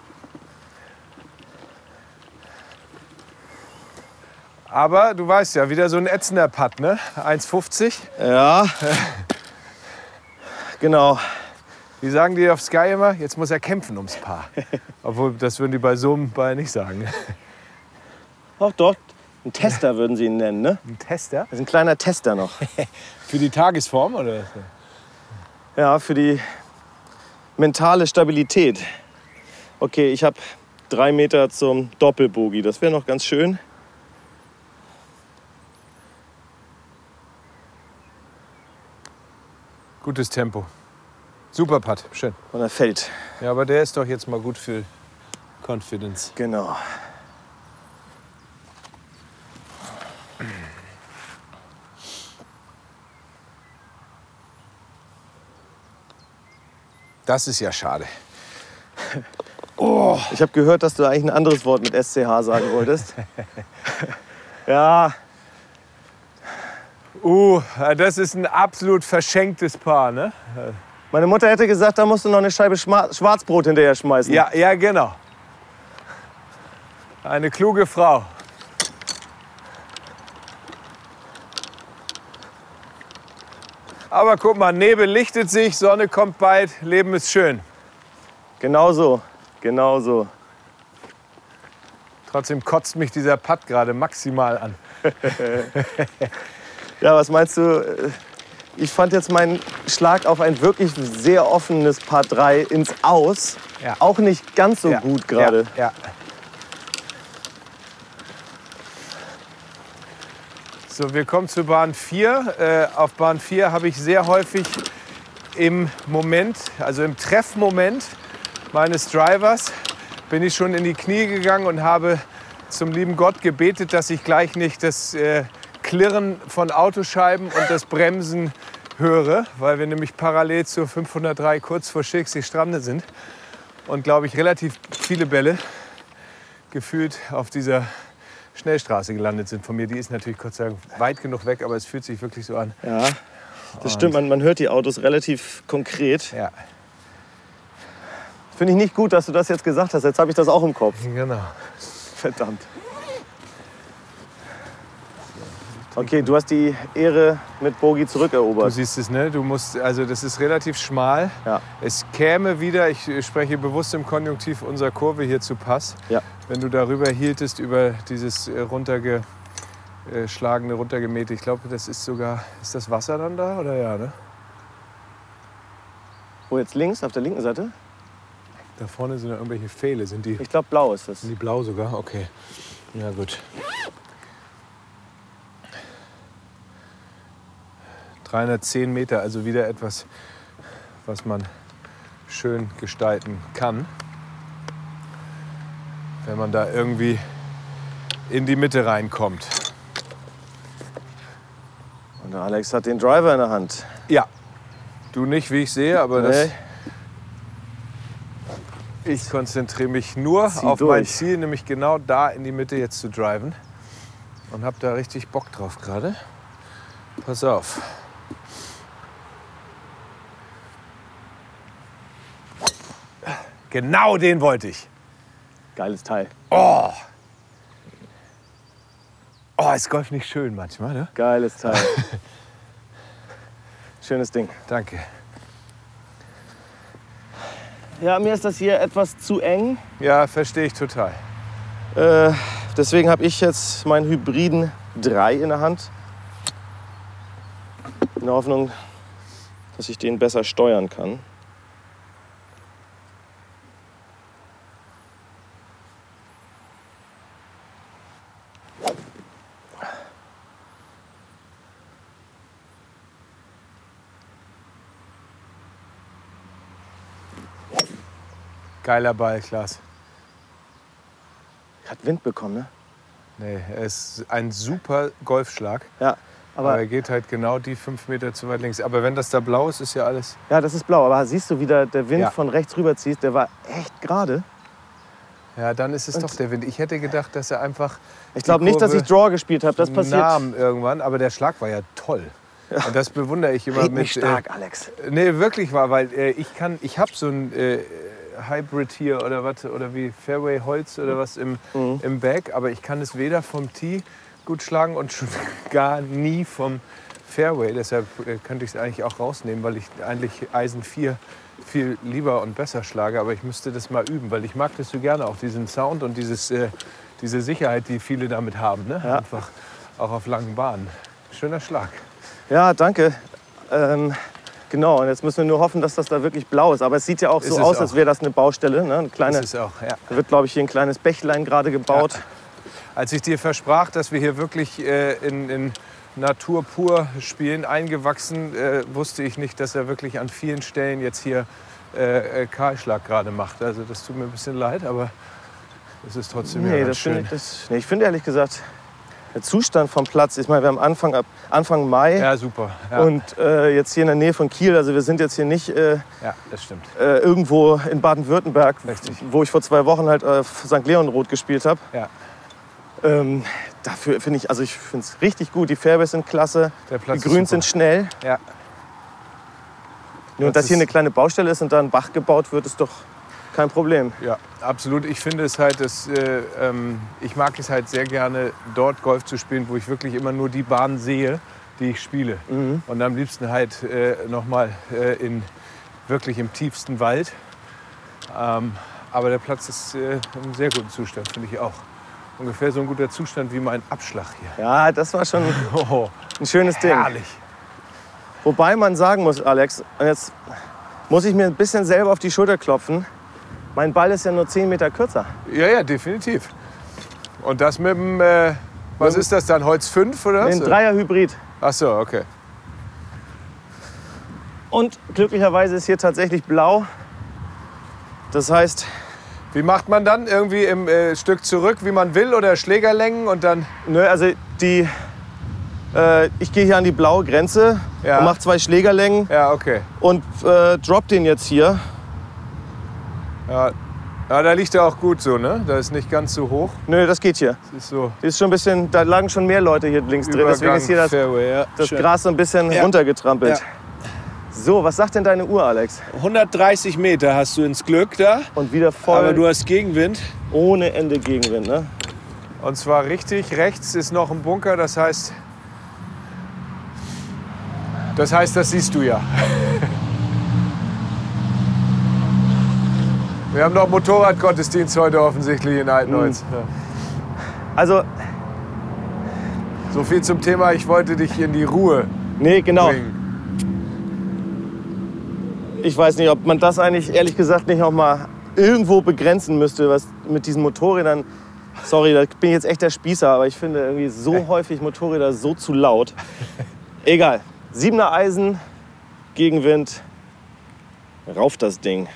B: Aber du weißt ja, wieder so ein ätzender Putt, ne? 1,50.
A: Ja. Genau.
B: Wie sagen die auf Sky immer? Jetzt muss er kämpfen ums Paar. Obwohl, das würden die bei so einem Ball nicht sagen.
A: Doch, doch. Ein Tester würden sie ihn nennen, ne?
B: Ein Tester?
A: Das ist ein kleiner Tester noch.
B: Für die Tagesform, oder?
A: Ja, für die mentale Stabilität. Okay, ich habe 3 Meter zum Doppelbogie. Das wäre noch ganz schön.
B: Gutes Tempo. Super Putt, schön.
A: Und er fällt.
B: Ja, aber der ist doch jetzt mal gut für Confidence.
A: Genau.
B: Das ist ja schade.
A: Oh. Ich habe gehört, dass du eigentlich ein anderes Wort mit SCH sagen wolltest. Ja.
B: Das ist ein absolut verschenktes Paar, ne?
A: Meine Mutter hätte gesagt, da musst du noch eine Scheibe Schwarzbrot hinterher schmeißen.
B: Ja, ja, genau. Eine kluge Frau. Aber guck mal, Nebel lichtet sich, Sonne kommt bald, Leben ist schön.
A: Genau so, genau so.
B: Trotzdem kotzt mich dieser Putt gerade maximal an.
A: Ja, was meinst du? Ich fand jetzt meinen Schlag auf ein wirklich sehr offenes Par 3 ins Aus auch nicht ganz so gut gerade.
B: Ja. So, wir kommen zu Bahn 4. Auf Bahn 4 habe ich sehr häufig im Moment, also im Treffmoment meines Drivers, bin ich schon in die Knie gegangen und habe zum lieben Gott gebetet, dass ich gleich nicht das Klirren von Autoscheiben und das Bremsen höre, weil wir nämlich parallel zur 503 kurz vor Schilksee-Strande sind und, glaube ich, relativ viele Bälle gefühlt auf dieser Schnellstraße gelandet sind von mir. Die ist natürlich Gott sei Dank weit genug weg, aber es fühlt sich wirklich so an.
A: Ja, das stimmt. Man hört die Autos relativ konkret.
B: Ja.
A: Finde ich nicht gut, dass du das jetzt gesagt hast. Jetzt habe ich das auch im Kopf.
B: Genau.
A: Verdammt. Okay, du hast die Ehre mit Bogie
B: Du
A: zurückerobert.
B: siehst es, ne? Du musst, also das ist relativ schmal.
A: Ja.
B: Es käme wieder, ich spreche bewusst im Konjunktiv unserer Kurve hier zu Pass,
A: Ja.
B: wenn du darüber hieltest, über dieses runtergeschlagene, runtergemähte. Ich glaube, das ist sogar, ist das Wasser dann da oder ja, ne?
A: Wo jetzt links, auf der linken Seite?
B: Da vorne sind ja irgendwelche Pfähle. Sind die
A: Ich glaube, blau ist das.
B: blau sogar? Okay. Ja, gut. 310 Meter, also wieder etwas, was man schön gestalten kann. Wenn man da irgendwie in die Mitte reinkommt.
A: Und der Alex hat den Driver in der Hand.
B: Ja, du nicht, wie ich sehe, aber das,
A: Nee.
B: ich konzentriere mich nur
A: Zieh
B: auf mein
A: durch.
B: Ziel, nämlich genau da in die Mitte jetzt zu driven. Und habe da richtig Bock drauf gerade. Pass auf. Genau den wollte ich.
A: Geiles Teil.
B: Oh, ist Golf nicht schön manchmal, ne?
A: Geiles Teil. Schönes Ding.
B: Danke.
A: Ja, mir ist das hier etwas zu eng.
B: Ja, verstehe ich total.
A: Deswegen habe ich jetzt meinen Hybriden 3 in der Hand. In der Hoffnung, dass ich den besser steuern kann.
B: Geiler Ball, Klaas.
A: Hat Wind bekommen, ne?
B: Nee, er ist ein super Golfschlag.
A: Ja,
B: Aber er geht halt genau die 5 Meter zu weit links. Aber wenn das da blau ist, ist ja alles...
A: Ja, das ist blau. Aber siehst du, wie der Wind
B: Ja.
A: von rechts rüber zieht? Der war echt gerade.
B: Ja, dann ist es doch der Wind. Ich hätte gedacht, dass er einfach...
A: Ich glaube nicht, dass ich Draw gespielt habe. Das passiert.
B: Nahm irgendwann, aber der Schlag war ja toll. Ja. Und das bewundere ich immer
A: Red
B: mit...
A: mich stark, Alex.
B: Nee, wirklich wahr, weil ich habe so ein Hybrid hier oder was, oder wie Fairway Holz oder was im Bag, aber ich kann es weder vom Tee gut schlagen und schon gar nie vom Fairway. Deshalb könnte ich es eigentlich auch rausnehmen, weil ich eigentlich Eisen 4 viel lieber und besser schlage. Aber ich müsste das mal üben, weil ich mag das so gerne, auch diesen Sound und diese Sicherheit, die viele damit haben. Ne?
A: Ja.
B: Einfach auch auf langen Bahnen. Schöner Schlag.
A: Ja, danke. Genau, und jetzt müssen wir nur hoffen, dass das da wirklich blau ist. Aber es sieht ja auch
B: Ist
A: so
B: es
A: aus,
B: auch.
A: als wäre das eine Baustelle. Ne? Eine kleine,
B: Das ist auch, ja.
A: da wird, glaube ich, hier ein kleines Bächlein gerade gebaut.
B: Ja. Als ich dir versprach, dass wir hier wirklich in Natur pur spielen, eingewachsen, wusste ich nicht, dass er wirklich an vielen Stellen jetzt hier Kahlschlag gerade macht. Also das tut mir ein bisschen leid, aber es ist trotzdem ja
A: Nee,
B: ganz
A: das
B: schön.
A: finde ich, ich finde ehrlich gesagt, der Zustand vom Platz, ich meine, wir haben Anfang Mai
B: Ja, super. Ja.
A: und jetzt hier in der Nähe von Kiel, also wir sind jetzt hier nicht
B: Ja, das stimmt.
A: irgendwo in Baden-Württemberg,
B: Richtig.
A: wo ich vor 2 Wochen halt auf St. Leonrod gespielt habe.
B: Ja.
A: Dafür finde ich, also ich finde es richtig gut. Die Fairways sind klasse,
B: Der Platz
A: die
B: ist
A: Grüns
B: super.
A: sind schnell.
B: Ja.
A: Nur,
B: Das
A: dass hier
B: ist-
A: eine kleine Baustelle ist und da ein Bach gebaut wird, ist doch kein Problem.
B: Ja, absolut. Ich finde es halt, ich mag es halt sehr gerne, dort Golf zu spielen, wo ich wirklich immer nur die Bahn sehe, die ich spiele. Und am liebsten halt nochmal wirklich im tiefsten Wald. Aber der Platz ist in einem sehr guten Zustand, finde ich auch. Ungefähr so ein guter Zustand wie mein Abschlag hier.
A: Ja, das war schon
B: Oh,
A: ein schönes Ding.
B: herrlich.
A: Wobei man sagen muss, Alex, und jetzt muss ich mir ein bisschen selber auf die Schulter klopfen, mein Ball ist ja nur 10 Meter kürzer.
B: Ja, ja, definitiv. Und das mit dem, was ist das dann, Holz 5 oder was?
A: Ein Dreier-Hybrid.
B: Ach so, okay.
A: Und glücklicherweise ist hier tatsächlich blau. Das heißt,
B: Wie macht man dann? Irgendwie im Stück zurück, wie man will, oder Schlägerlängen und dann...
A: also ich gehe hier an die blaue Grenze
B: Ja.
A: und mache 2 Schlägerlängen
B: Ja, okay.
A: und drop den jetzt hier.
B: Ja, da liegt er auch gut so, ne? Da ist nicht ganz so hoch.
A: Nö, das geht hier.
B: Das ist so
A: Ist schon ein bisschen, da lagen schon mehr Leute hier links drin. Deswegen ist hier
B: Fairway, ja.
A: das
B: Schön.
A: Gras so ein bisschen
B: Ja.
A: runtergetrampelt.
B: Ja.
A: So, was sagt denn deine Uhr, Alex?
B: 130 Meter hast du ins Glück da,
A: Und wieder voll
B: aber du hast Gegenwind.
A: ohne Ende Gegenwind, ne?
B: Und zwar richtig, rechts ist noch ein Bunker, das heißt, das siehst du ja. Wir haben noch Motorradgottesdienst heute offensichtlich in Altenholz. Ja.
A: Also,
B: So viel zum Thema, ich wollte dich in die Ruhe
A: nee, genau.
B: bringen.
A: Ich weiß nicht, ob man das eigentlich ehrlich gesagt nicht noch mal irgendwo begrenzen müsste, was mit diesen Motorrädern. Sorry, da bin ich jetzt echt der Spießer, aber ich finde irgendwie so häufig Motorräder so zu laut. Egal. 7er Eisen, Gegenwind, rauf das Ding.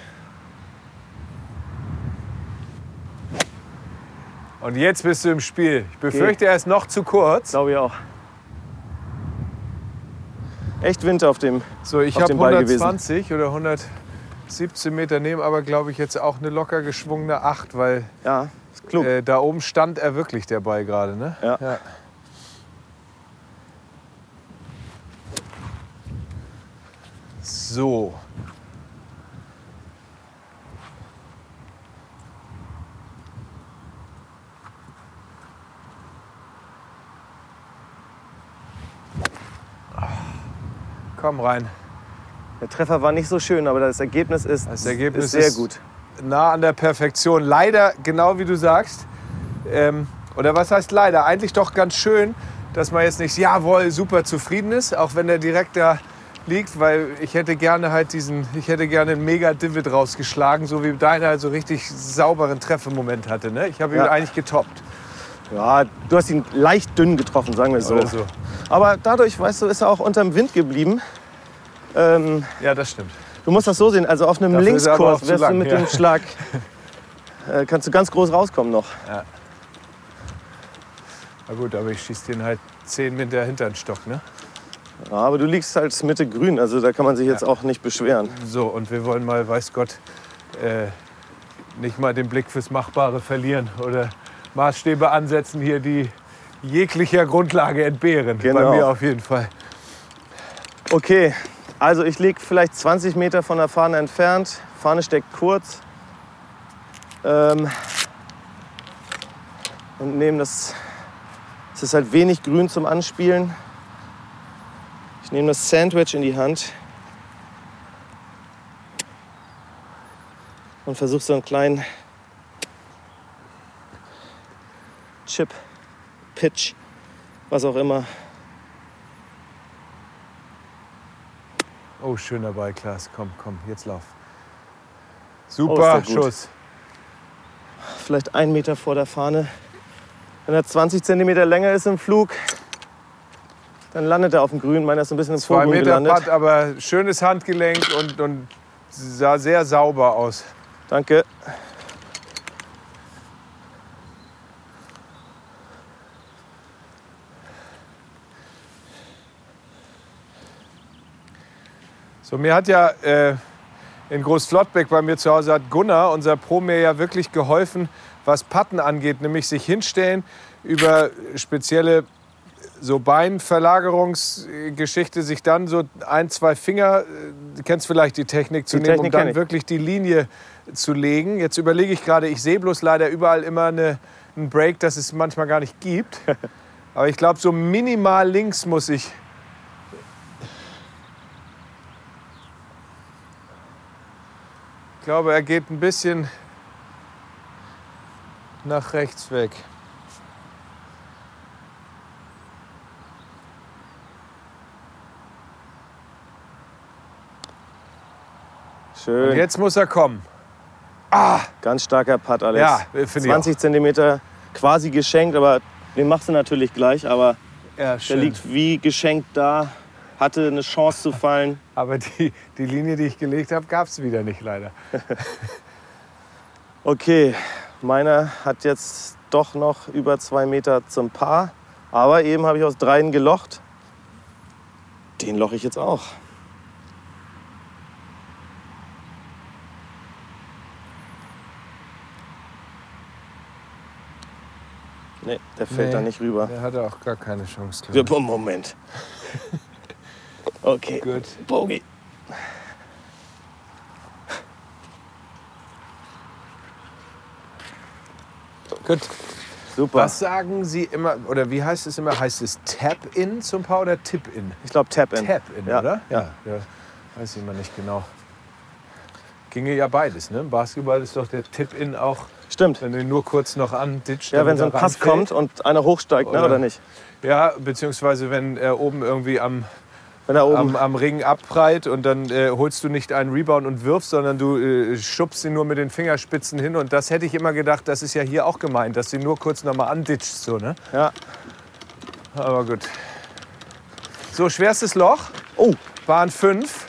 B: Und jetzt bist du im Spiel. Ich befürchte, er ist noch zu kurz.
A: Glaube ich auch. Echt Wind auf dem.
B: So, ich
A: auf
B: habe
A: dem Ball gewesen.
B: 120 oder 117 Meter, nehme aber, glaube ich, jetzt auch eine locker geschwungene 8, weil
A: Ja, ist klug.
B: da oben stand er wirklich, der Ball gerade. Ne?
A: Ja.
B: So. Komm rein.
A: Der Treffer war nicht so schön, aber das Ergebnis ist,
B: Das Ergebnis
A: ist sehr
B: ist
A: gut.
B: nah an der Perfektion. Leider, genau wie du sagst, oder was heißt leider, eigentlich doch ganz schön, dass man jetzt nicht, jawohl, super zufrieden ist, auch wenn der direkt da liegt, weil ich hätte gerne einen Mega-Divid rausgeschlagen, so wie deiner so richtig sauberen Treffermoment hatte. Ne? Ich habe ihn eigentlich getoppt.
A: Ja, du hast ihn leicht dünn getroffen, sagen wir so.
B: Oder so.
A: Aber dadurch, weißt du, ist er auch unterm Wind geblieben.
B: Ja, das stimmt.
A: Du musst das so sehen, also auf einem
B: Dafür ist er aber
A: Linkskurs
B: auch zu
A: wirst du
B: lang,
A: mit
B: ja.
A: dem Schlag, kannst du ganz groß rauskommen noch.
B: Ja. Na gut, aber ich schieße den halt 10 Meter hinter den Stock, ne?
A: Ja, aber du liegst halt Mitte grün, also da kann man sich jetzt auch nicht beschweren.
B: So, und wir wollen mal, weiß Gott, nicht mal den Blick fürs Machbare verlieren oder Maßstäbe ansetzen hier, die jeglicher Grundlage entbehren.
A: Genau.
B: Bei mir auf jeden Fall.
A: Okay, also ich liege vielleicht 20 Meter von der Fahne entfernt. Fahne steckt kurz. Und nehme das, es ist halt wenig grün zum Anspielen. Ich nehme das Sandwich in die Hand und versuche so einen kleinen Chip, Pitch, was auch immer.
B: Oh, schöner Ball, Klaas. Komm, jetzt lauf.
A: Oh,
B: Super
A: ist der gut.
B: Schuss.
A: Vielleicht 1 Meter vor der Fahne. Wenn er 20 Zentimeter länger ist im Flug, dann landet er auf dem Grün. Meiner ist ein bisschen im
B: 2
A: Vorgrund
B: Meter
A: gelandet.
B: Putt, aber schönes Handgelenk und sah sehr sauber aus.
A: Danke.
B: So, mir hat ja in Großflottbeck bei mir zu Hause hat Gunnar, unser Pro, mir ja wirklich geholfen, was Putten angeht, nämlich sich hinstellen, über spezielle so Beinverlagerungsgeschichte, sich dann so 1, 2 Finger, du kennst vielleicht die Technik, zu
A: Die
B: nehmen, um
A: Technik kenn
B: dann
A: ich.
B: wirklich die Linie zu legen. Jetzt überlege ich gerade, ich sehe bloß leider überall immer einen Break, das es manchmal gar nicht gibt. Aber ich glaube, so minimal links muss ich. Ich glaube, er geht ein bisschen nach rechts weg.
A: Schön.
B: Und jetzt muss er kommen.
A: Ganz starker Putt, Alex.
B: Ja, finde ich
A: 20 Zentimeter quasi geschenkt, aber den machst du natürlich gleich. Aber
B: Ja,
A: der
B: schön.
A: liegt wie geschenkt da, hatte eine Chance zu fallen.
B: Aber die Linie, die ich gelegt habe, gab es wieder nicht, leider.
A: Okay, meiner hat jetzt doch noch über 2 Meter zum Paar. Aber eben habe ich aus 3 gelocht. Den loche ich jetzt auch. Nee, der fällt da nicht rüber.
B: Der hatte auch gar keine Chance, glaube ich.
A: Moment. Okay,
B: Gut.
A: Bogey.
B: Gut.
A: Super.
B: Was sagen Sie immer, oder wie heißt es immer? Heißt es Tap-In zum Paar oder Tip-In?
A: Ich glaube Tap-In.
B: Tap-In,
A: Ja,
B: oder?
A: ja.
B: Weiß ich immer nicht genau. Ginge ja beides, ne? Im Basketball ist doch der Tip-In auch,
A: Stimmt.
B: wenn du ihn nur kurz noch anditscht.
A: Ja, wenn so ein
B: damit er
A: Pass
B: reinfällt.
A: kommt und einer hochsteigt, ne, oder nicht?
B: Ja, beziehungsweise wenn er oben irgendwie am
A: Wenn er oben.
B: Ring abprallt und dann holst du nicht einen Rebound und wirfst, sondern du schubst ihn nur mit den Fingerspitzen hin. Und das hätte ich immer gedacht, das ist ja hier auch gemeint, dass du ihn nur kurz noch mal anditschst. So, ne?
A: Ja.
B: Aber gut. So, schwerstes Loch.
A: Oh,
B: Bahn 5.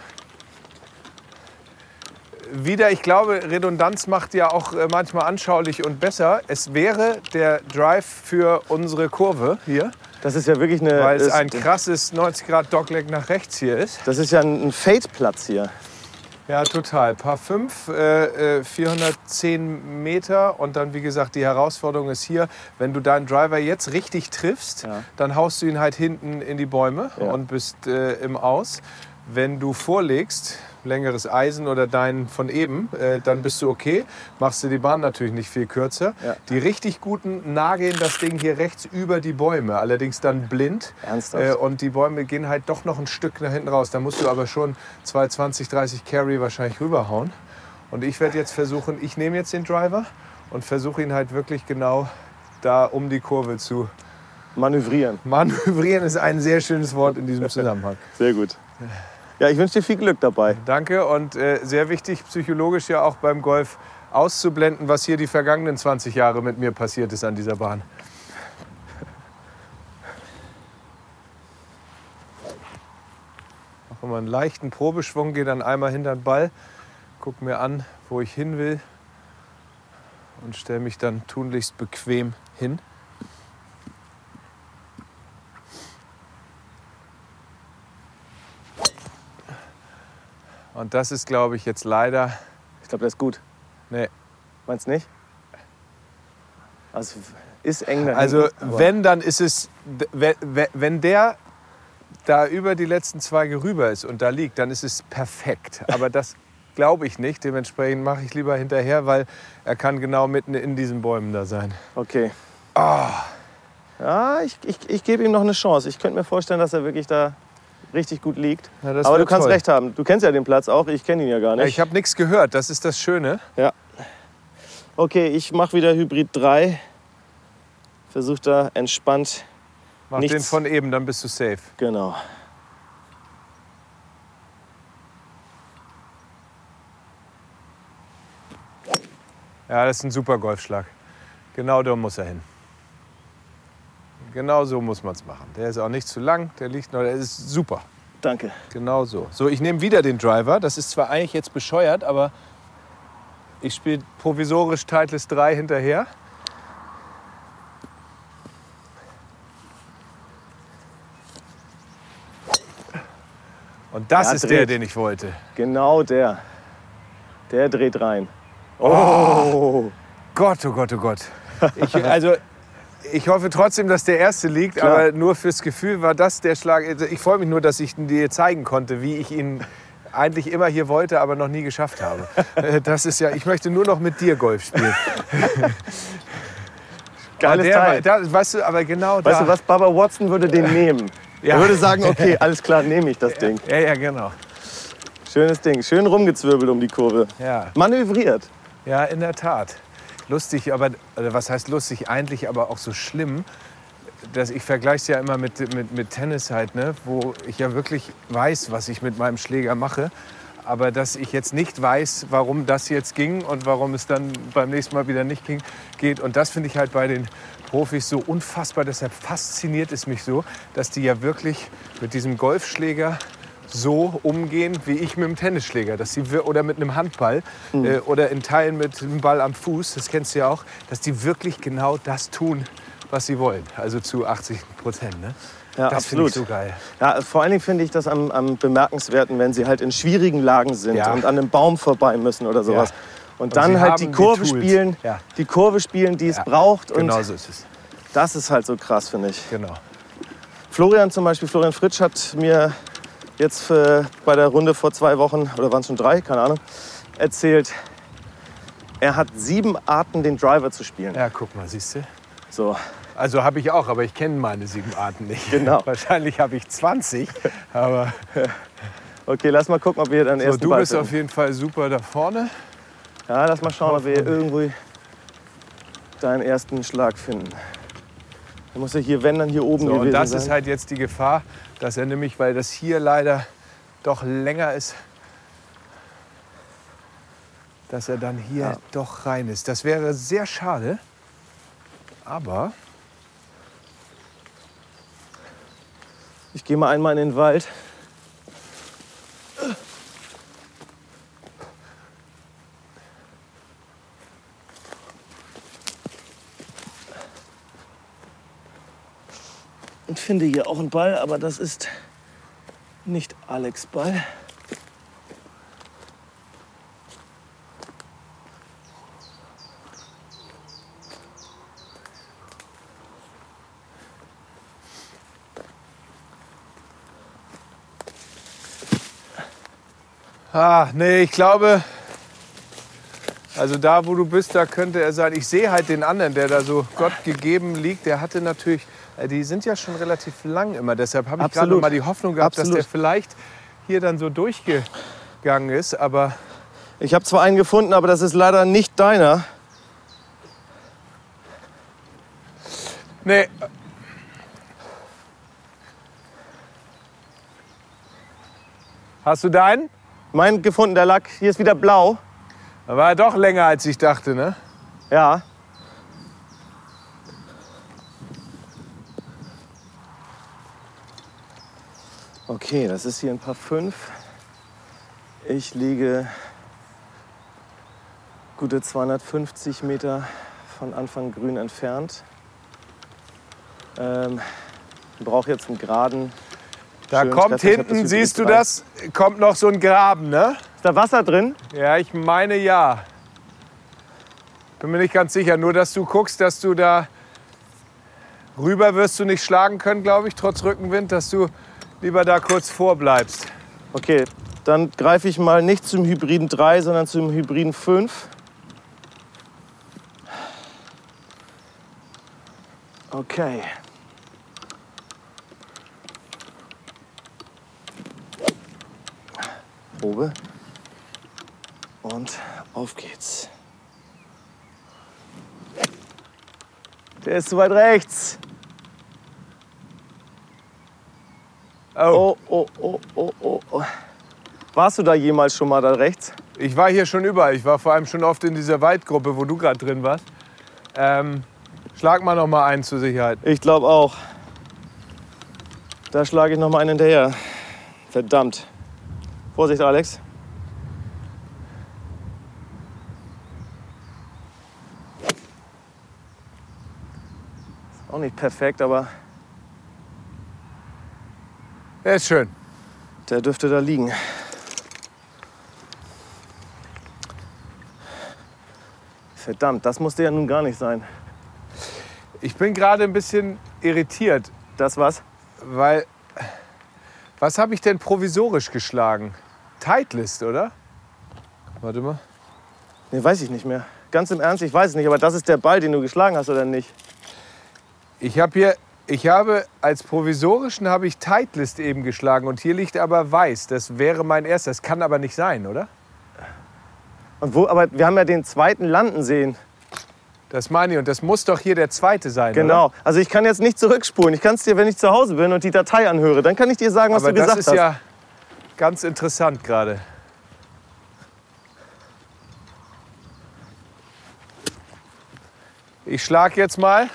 B: Wieder, ich glaube, Redundanz macht ja auch manchmal anschaulich und besser. Es wäre der Drive für unsere Kurve hier,
A: das ist ja wirklich eine.
B: weil es
A: ist,
B: ein krasses 90 Grad Dogleg nach rechts hier ist.
A: das ist ja ein Fade-Platz hier.
B: Ja, total. Paar 5, 410 Meter. Und dann, wie gesagt, die Herausforderung ist hier, wenn du deinen Driver jetzt richtig triffst,
A: Ja.
B: dann haust du ihn halt hinten in die Bäume
A: Ja.
B: und bist im Aus. Wenn du vorlegst, längeres Eisen oder deinen von eben, dann bist du okay. Machst du die Bahn natürlich nicht viel kürzer.
A: Ja.
B: Die richtig guten nageln das Ding hier rechts über die Bäume, allerdings dann blind.
A: Ernsthaft?
B: Und die Bäume gehen halt doch noch ein Stück nach hinten raus. Da musst du aber schon 220, 30 Carry wahrscheinlich rüberhauen. Und ich werde jetzt versuchen, ich nehme jetzt den Driver und versuche ihn halt wirklich genau da um die Kurve zu
A: manövrieren.
B: Manövrieren ist ein sehr schönes Wort in diesem Zusammenhang.
A: Sehr gut. Ja, ich wünsche dir viel Glück dabei.
B: Danke und sehr wichtig, psychologisch ja auch beim Golf auszublenden, was hier die vergangenen 20 Jahre mit mir passiert ist an dieser Bahn. Mache mal einen leichten Probeschwung, gehe dann einmal hinter den Ball, gucke mir an, wo ich hin will und stelle mich dann tunlichst bequem hin. Und das ist, glaube ich, jetzt leider...
A: Ich glaube, das ist gut.
B: Nee.
A: Meinst du nicht? Also ist eng dahinten,
B: Also wenn, dann ist es... Wenn der da über die letzten Zweige rüber ist und da liegt, dann ist es perfekt. Aber das glaube ich nicht. Dementsprechend mache ich lieber hinterher, weil er kann genau mitten in diesen Bäumen da sein.
A: Okay.
B: Oh.
A: Ja, ich gebe ihm noch eine Chance. Ich könnte mir vorstellen, dass er wirklich da richtig gut liegt.
B: Ja, das
A: aber
B: wär
A: du kannst
B: toll.
A: recht haben. Du kennst ja den Platz auch. Ich kenne ihn ja gar
B: Ja,
A: nicht.
B: ich habe nichts gehört. Das ist das Schöne.
A: Ja. Okay, ich mache wieder Hybrid 3. Versuch da entspannt.
B: Mach
A: Nichts.
B: den von eben, dann bist du safe.
A: Genau.
B: Ja, das ist ein super Golfschlag. Genau da muss er hin. Genau so muss man es machen. Der ist auch nicht zu lang, der liegt noch, der ist super.
A: Danke.
B: Genau so. So, ich nehme wieder den Driver. Das ist zwar eigentlich jetzt bescheuert, aber ich spiele provisorisch Titleist 3 hinterher. Und das
A: Ja,
B: ist
A: dreht.
B: der, den ich wollte.
A: Genau der. Der dreht rein. Oh.
B: Gott, oh Gott, oh Gott. Ich hoffe trotzdem, dass der erste liegt,
A: Klar.
B: aber nur fürs Gefühl war das der Schlag. Ich freue mich nur, dass ich dir zeigen konnte, wie ich ihn eigentlich immer hier wollte, aber noch nie geschafft habe. Das ist ja, ich möchte nur noch mit dir Golf spielen.
A: Geiles
B: Aber
A: Teil.
B: weißt du, aber genau da.
A: Weißt du was, Bubba Watson würde den nehmen.
B: Ja.
A: Er würde sagen, okay, alles klar, nehme ich das Ding.
B: Ja, genau.
A: Schönes Ding, schön rumgezwirbelt um die Kurve.
B: Ja.
A: Manövriert.
B: Ja, in der Tat. Lustig, aber was heißt lustig? Eigentlich aber auch so schlimm. Ich vergleiche es ja immer mit Tennis halt, ne? Wo ich ja wirklich weiß, was ich mit meinem Schläger mache. Aber dass ich jetzt nicht weiß, warum das jetzt ging und warum es dann beim nächsten Mal wieder nicht geht. Und das finde ich halt bei den Profis so unfassbar. Deshalb fasziniert es mich so, dass die ja wirklich mit diesem Golfschläger so umgehen wie ich mit dem Tennisschläger, oder mit einem Handball oder in Teilen mit einem Ball am Fuß, das kennst du ja auch, dass die wirklich genau das tun, was sie wollen, also zu 80%. Ne?
A: Ja,
B: das finde
A: absolut.
B: ich so geil.
A: Ja, vor allen Dingen finde ich das am bemerkenswerten, wenn sie halt in schwierigen Lagen sind
B: Ja.
A: und an einem Baum vorbei müssen oder sowas.
B: Ja.
A: Und
B: Und
A: dann
B: sie
A: halt
B: haben
A: die
B: die
A: Kurve
B: Tools.
A: spielen,
B: Ja.
A: die Kurve spielen, die es
B: Ja.
A: braucht. Und
B: Genau so ist es.
A: das ist halt so krass, finde ich.
B: Genau.
A: Florian Fritsch hat mir jetzt bei der Runde vor 2 Wochen, oder waren es schon 3, keine Ahnung, erzählt, er hat 7 Arten, den Driver zu spielen.
B: Ja, guck mal, siehst du?
A: So.
B: Also habe ich auch, aber ich kenne meine 7 Arten nicht.
A: Genau.
B: Wahrscheinlich habe ich 20, aber
A: Okay, lass mal gucken, ob wir dann
B: so,
A: ersten
B: du
A: Ball
B: bist
A: finden.
B: auf jeden Fall super da vorne.
A: Ja, lass mal schauen, ob wir irgendwie deinen ersten Schlag finden. Da muss er hier, wenn, dann hier oben
B: So,
A: gewesen
B: und das
A: sein.
B: ist halt jetzt die Gefahr, dass er nämlich, weil das hier leider doch länger ist, dass er dann hier doch rein ist. Das wäre sehr schade, aber
A: Ich gehe mal einmal in den Wald. Und finde hier auch einen Ball, aber das ist nicht Alex' Ball.
B: nee, ich glaube, also da, wo du bist, da könnte er sein. Ich sehe halt den anderen, der da so Gott gegeben liegt. Der hatte natürlich, die sind ja schon relativ lang immer. Deshalb habe ich gerade
A: Absolut.
B: noch mal die Hoffnung gehabt, dass
A: Absolut.
B: der vielleicht hier dann so durchgegangen ist. Aber
A: Ich habe zwar einen gefunden, aber das ist leider nicht deiner.
B: Nee. Hast du deinen?
A: Mein gefunden, der Lack. Hier ist wieder blau.
B: Da war er doch länger, als ich dachte, ne?
A: Ja. Okay, das ist hier ein Paar 5. Ich liege gute 250 Meter von Anfang Grün entfernt. Brauche jetzt einen geraden.
B: Da kommt hinten, siehst du das? Kommt noch so ein Graben, ne?
A: Ist da Wasser drin?
B: Ja, ich meine ja. Bin mir nicht ganz sicher. Nur, dass du guckst, dass du da rüber wirst du nicht schlagen können, glaube ich, trotz Rückenwind, dass du lieber da kurz vorbleibst.
A: Okay, dann greife ich mal nicht zum Hybriden 3, sondern zum Hybriden 5. Okay. Probe. Und auf geht's. Der ist zu weit rechts.
B: Oh.
A: Oh. Warst du da jemals schon mal da rechts?
B: Ich war hier schon überall. Ich war vor allem schon oft in dieser Waldgruppe, wo du gerade drin warst. Schlag mal noch mal einen zur Sicherheit.
A: Ich glaube auch. Da schlage ich noch mal einen hinterher. Verdammt. Vorsicht, Alex. Ist auch nicht perfekt, aber
B: Der ist schön.
A: der dürfte da liegen. Verdammt, das musste ja nun gar nicht sein.
B: Ich bin gerade ein bisschen irritiert,
A: Das was?
B: weil was habe ich denn provisorisch geschlagen? Titleist, oder? Warte mal.
A: Nee, weiß ich nicht mehr. Ganz im Ernst, ich weiß es nicht, aber das ist der Ball, den du geschlagen hast, oder nicht?
B: Ich habe als provisorischen habe ich Titleist eben geschlagen und hier liegt aber weiß. Das wäre mein erster. Das kann aber nicht sein, oder?
A: Und wo, aber wir haben ja den zweiten landen sehen.
B: Das meine ich. Und das muss doch hier der zweite sein,
A: Genau.
B: oder?
A: Also ich kann jetzt nicht zurückspulen. Ich kann es dir, wenn ich zu Hause bin und die Datei anhöre, dann kann ich dir sagen, was
B: Aber
A: du gesagt
B: das
A: hast.
B: ist ja ganz interessant gerade. Ich schlage jetzt mal.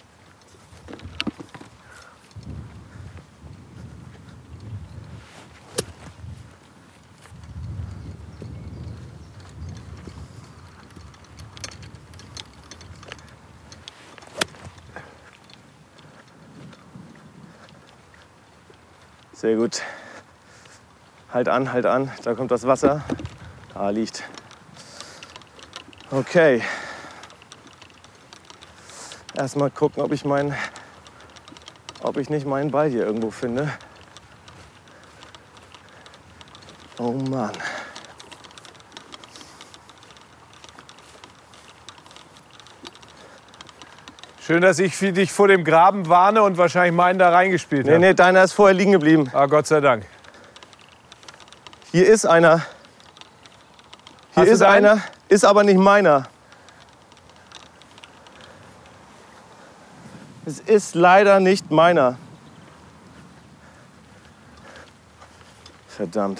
A: Sehr gut. Halt an. Da kommt das Wasser. Da liegt. Okay. Erstmal gucken, ob ich nicht meinen Ball hier irgendwo finde. Oh Mann.
B: Schön, dass ich dich vor dem Graben warne und wahrscheinlich meinen da reingespielt habe.
A: Nee, deiner ist vorher liegen geblieben.
B: Ah, Gott sei Dank.
A: Hier ist einer. Hier
B: Hast du
A: ist
B: deinen?
A: einer, ist aber nicht meiner. Es ist leider nicht meiner. Verdammt.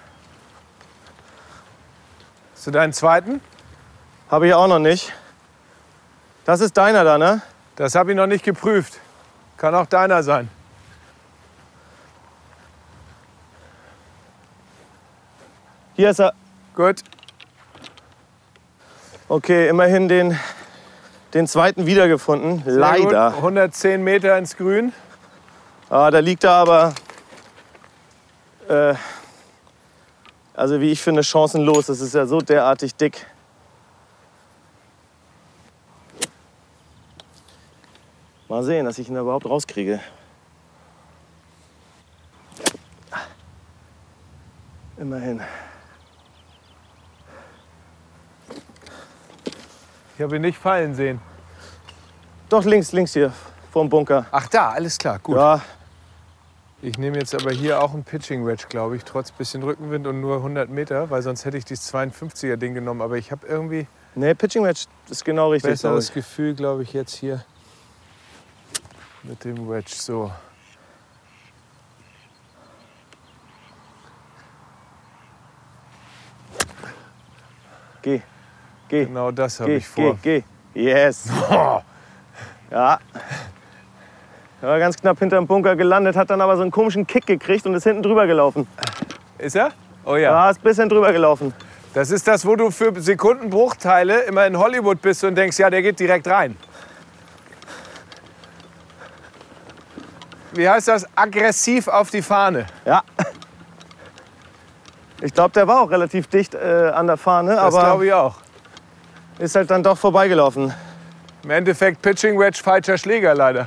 B: Hast du deinen zweiten?
A: Habe ich auch noch nicht. Das ist deiner da, ne?
B: Das habe ich noch nicht geprüft. Kann auch deiner sein.
A: Hier ist er.
B: Gut.
A: Okay, immerhin den zweiten wiedergefunden.
B: Sehr
A: Leider.
B: Gut. 110 Meter ins Grün.
A: Ah, da liegt er aber, also wie ich finde, chancenlos. Das ist ja so derartig dick. Mal sehen, dass ich ihn da überhaupt rauskriege. Immerhin.
B: Ich habe ihn nicht fallen sehen.
A: Doch links hier, vorm Bunker.
B: Ach da, alles klar, gut.
A: Ja,
B: Ich nehme jetzt aber hier auch einen Pitching Wedge, glaube ich, trotz bisschen Rückenwind und nur 100 Meter, weil sonst hätte ich dieses 52er Ding genommen. Aber ich habe irgendwie
A: nee, Pitching Match ist genau richtig.
B: besseres Gefühl, glaube ich, jetzt hier. Mit dem Wedge, so.
A: Geh.
B: Genau das habe ich vor.
A: Geh. Yes. Ja. Er war ganz knapp hinterm Bunker gelandet, hat dann aber so einen komischen Kick gekriegt und ist hinten drüber gelaufen.
B: Ist er? Oh ja.
A: Ja, ist ein bisschen drüber gelaufen.
B: Das ist das, wo du für Sekundenbruchteile immer in Hollywood bist und denkst, ja, der geht direkt rein. Wie heißt das? Aggressiv auf die Fahne.
A: Ja. Ich glaube, der war auch relativ dicht an der Fahne,
B: Das
A: aber
B: glaube ich auch.
A: ist halt dann doch vorbeigelaufen.
B: Im Endeffekt Pitching Wedge, falscher Schläger leider.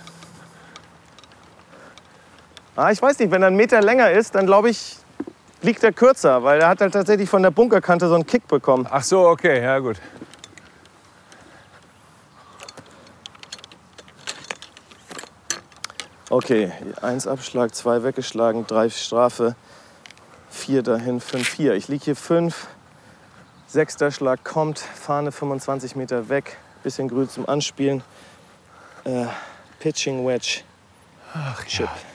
A: Ah, ich weiß nicht, wenn er einen Meter länger ist, dann glaube ich, liegt er kürzer, weil er hat halt tatsächlich von der Bunkerkante so einen Kick bekommen.
B: Ach so, okay, ja gut.
A: Okay, 1 Abschlag, 2 weggeschlagen, 3 Strafe, 4 dahin, 5 hier. Ich liege hier 5. 6. Schlag kommt, Fahne 25 Meter weg, bisschen grün zum Anspielen. Pitching Wedge, Chip.
B: Ja.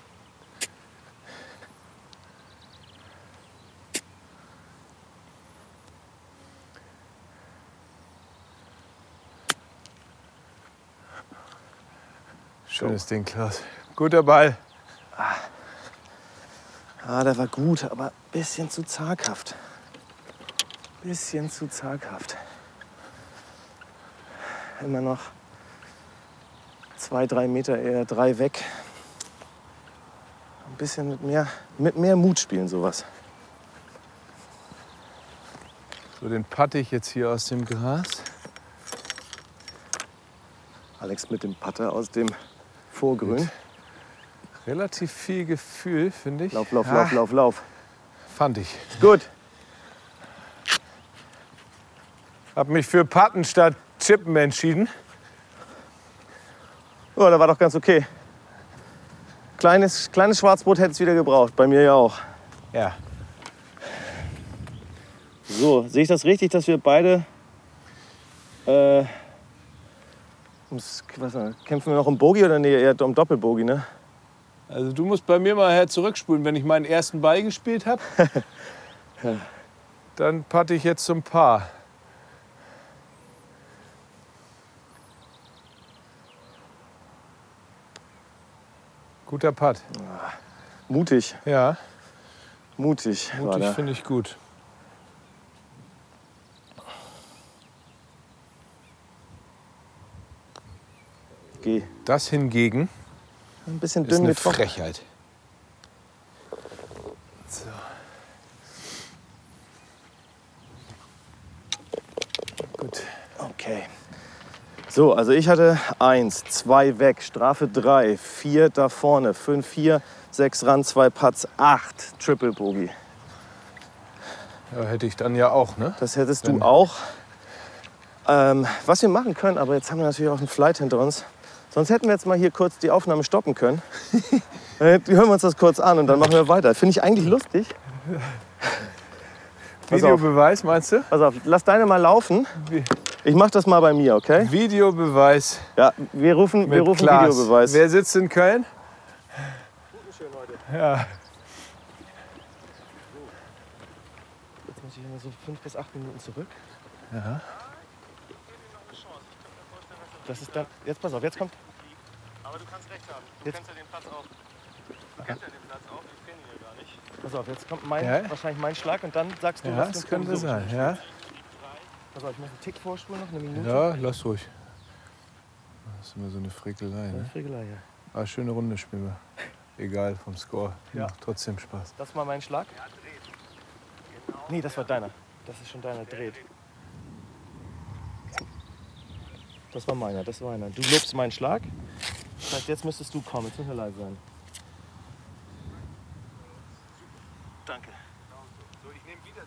B: Schönes Ding, Klaus. Guter Ball.
A: Ah, der war gut, aber ein bisschen zu zaghaft. Bisschen zu zaghaft. Immer noch 2, 3 Meter, eher 3 weg. Ein bisschen mit mehr Mut spielen sowas.
B: So, den patte ich jetzt hier aus dem Gras.
A: Alex mit dem Putter aus dem Vorgrün.
B: Relativ viel Gefühl, finde ich.
A: Lauf.
B: Fand ich.
A: Gut.
B: Hab mich für Putten statt Chippen entschieden.
A: Oh, der war doch ganz okay. Kleines Schwarzbrot hätte es wieder gebraucht. Bei mir ja auch.
B: Ja.
A: So, sehe ich das richtig, dass wir beide kämpfen wir noch um Bogey oder nee, eher um Doppelbogey, ne?
B: Also du musst bei mir mal zurückspulen. Wenn ich meinen ersten Ball gespielt habe, dann patte ich jetzt zum Paar. Guter Putt.
A: Mutig.
B: Ja,
A: Mutig war
B: mutig
A: der.
B: finde ich gut.
A: Geh.
B: Das hingegen
A: Ein bisschen
B: ist
A: dünn
B: eine
A: getroffen.
B: Frechheit. So. Gut.
A: Okay. So, also ich hatte 1, 2 weg, Strafe 3, 4 da vorne, 5 hier, 6 ran, 2 Putts, 8 Triple Bogey.
B: Ja, hätte ich dann ja auch, ne?
A: Das hättest du auch. Was wir machen können, aber jetzt haben wir natürlich auch einen Flight hinter uns. Sonst hätten wir jetzt mal hier kurz die Aufnahme stoppen können. Hören wir uns das kurz an und dann machen wir weiter. Finde ich eigentlich lustig.
B: Videobeweis, meinst du?
A: Pass auf, lass deine mal laufen.
B: Wie-
A: Ich mach das mal bei mir, okay?
B: Videobeweis
A: Ja, wir rufen
B: mit Klaas.
A: Videobeweis.
B: Wer sitzt in Köln? Ja.
A: Jetzt muss ich immer so 5 bis 8 Minuten zurück.
B: Ja.
A: Das ist dann. Jetzt pass auf, jetzt kommt.
C: Aber du kannst recht haben. Du
A: Jetzt-
C: kennst ja den Platz auch. Du kennst ja den Platz auch. Ich kenne ihn ja gar nicht.
A: Pass auf, jetzt kommt
B: Ja.
A: wahrscheinlich mein Schlag und dann sagst du,
B: Ja,
A: was
B: das
A: für ein
B: könnte
A: Provisorium
B: sein.
A: du
B: Ja.
A: spielst. Pass auf, ich muss einen Tick vorspulen, noch eine Minute.
B: Ja, lass ruhig. Das ist immer so eine Frickelei, ne?
A: Friegelei, ja.
B: Aber schöne Runde spielen wir. Egal vom Score.
A: Ja.
B: Macht trotzdem Spaß.
A: Das war mein Schlag? Nee, das war deiner. Das ist schon deiner. Dreht. Das war meiner, das war meiner. Du lobst meinen Schlag. Das heißt, jetzt müsstest du kommen. Jetzt müssen wir leise sein. Danke.
C: So, ich nehme wieder den.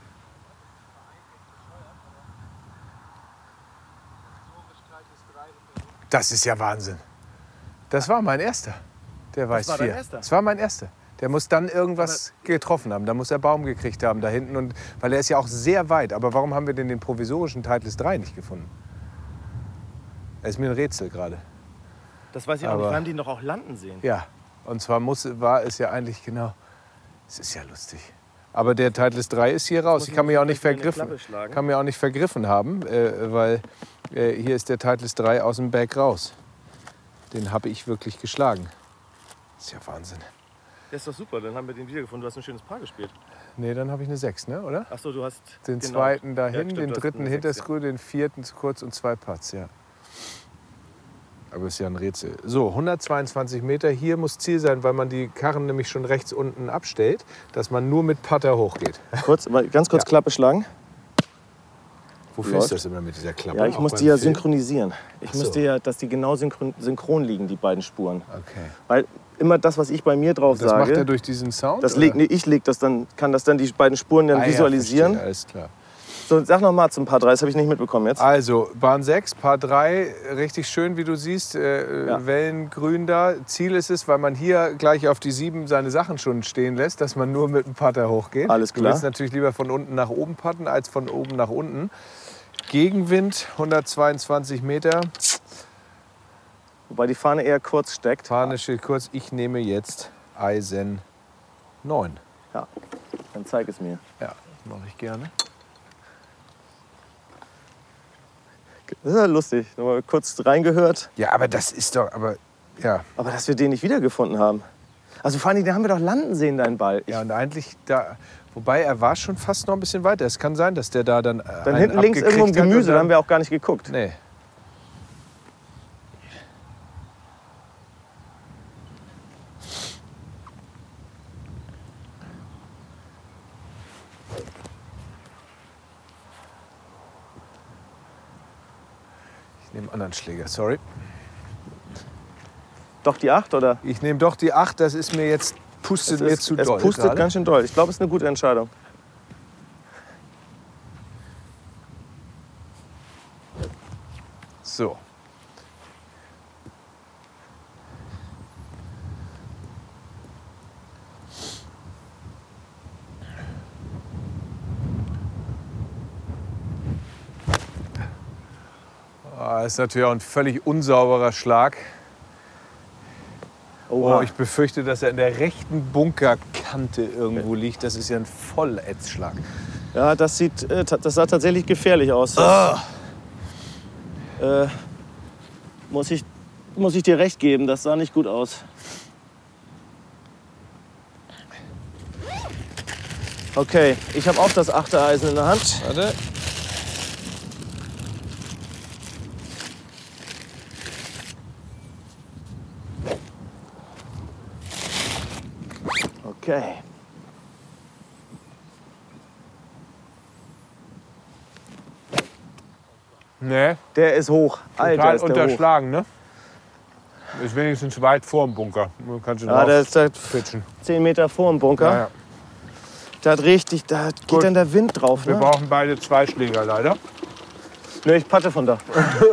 B: Das ist ja Wahnsinn. Das war mein erster. Der weiß
A: war dein
B: 4.
A: erster?
B: Das war mein erster. Der muss dann irgendwas getroffen haben. Da muss er Baum gekriegt haben da hinten. Und, weil er ist ja auch sehr weit. Aber warum haben wir denn den provisorischen Titleist 3 nicht gefunden? Er ist mir ein Rätsel gerade.
A: Das weiß ich auch
B: Aber-
A: nicht. Wir haben den doch auch landen sehen.
B: Ja, und zwar war es ja eigentlich genau. Es ist ja lustig. Aber der Titleist 3 ist hier raus. Ich kann mich auch nicht vergriffen haben, weil hier ist der Titleist 3 aus dem Bag raus. Den habe ich wirklich geschlagen. Das ist ja Wahnsinn.
A: Das ist doch super, dann haben wir den wiedergefunden. Du hast ein schönes Paar gespielt.
B: Nee, dann habe ich eine 6, ne, oder?
A: Achso, du hast
B: Den
A: genau.
B: zweiten dahin,
A: Ja, stimmt,
B: den
A: du hast
B: dritten
A: eine
B: hinter
A: 6,
B: Screw, den vierten zu kurz und 2 Putts, ja. Aber ist ja ein Rätsel. So, 122 Meter. Hier muss Ziel sein, weil man die Karren nämlich schon rechts unten abstellt, dass man nur mit Putter hochgeht.
A: Ganz kurz
B: Ja.
A: Klappe schlagen.
B: Wofür
A: Läuft.
B: ist das immer mit dieser Klappe?
A: Ja, ich
B: Auch
A: muss
B: beim
A: die ja
B: Film?
A: synchronisieren. Ich
B: Ach so.
A: müsste ja, dass die genau synchron liegen, die beiden Spuren.
B: Okay.
A: Weil immer das, was ich bei mir drauf
B: Das macht er
A: sage,
B: durch diesen Sound?
A: das
B: oder?
A: ich leg das dann, kann das dann die beiden Spuren dann
B: Ah, ja,
A: visualisieren.
B: verstehe, alles klar.
A: So, sag noch mal zum Paar 3, das habe ich nicht mitbekommen jetzt.
B: Also, Bahn 6, Paar 3, richtig schön, wie du siehst, Wellengrün da. Ziel ist es, weil man hier gleich auf die 7 seine Sachen schon stehen lässt, dass man nur mit dem Putter hochgeht.
A: Alles
B: Du
A: klar.
B: willst natürlich lieber von unten nach oben putten, als von oben nach unten. Gegenwind, 122 Meter.
A: Wobei die Fahne eher kurz steckt.
B: Fahne steht kurz, ich nehme jetzt Eisen 9.
A: Ja, dann zeig es mir.
B: Ja, mache ich gerne.
A: Das ist ja lustig. Nochmal kurz reingehört.
B: Ja, aber das ist doch, ja.
A: Aber dass wir den nicht wiedergefunden haben. Also vor allem, den haben wir doch landen sehen, deinen Ball.
B: Ja, und eigentlich da, wobei er war schon fast noch ein bisschen weiter. Es kann sein, dass der da dann
A: Dann hinten links irgendwo im Gemüse, da haben wir auch gar nicht geguckt.
B: Nee. Ich nehme einen anderen Schläger, sorry.
A: Doch die 8, oder?
B: Ich nehme doch die 8, das ist mir jetzt, pustet mir zu doll.
A: Es pustet
B: gerade.
A: ganz schön doll. Ich glaube, es ist eine gute Entscheidung.
B: So. Das ist natürlich auch ein völlig unsauberer Schlag. Oh, ich befürchte, dass er in der rechten Bunkerkante irgendwo liegt. Das ist ja ein Vollätzschlag.
A: Ja, das sah tatsächlich gefährlich aus. Muss ich dir recht geben, das sah nicht gut aus. Okay, ich habe auch das 8. Eisen in der Hand.
B: Warte.
A: Okay.
B: Nee,
A: Der ist hoch. Alter,
B: total
A: ist der hoch.
B: unterschlagen, ne? Ist wenigstens weit vorm Bunker. Man kann schon
A: Ja, der ist da
B: pitchen.
A: 10 Meter vor dem Bunker.
B: Ja, ja.
A: Da geht
B: Gut.
A: dann der Wind drauf.
B: Wir
A: Ne?
B: brauchen beide 2 Schläger leider.
A: Nö, ich patte von da.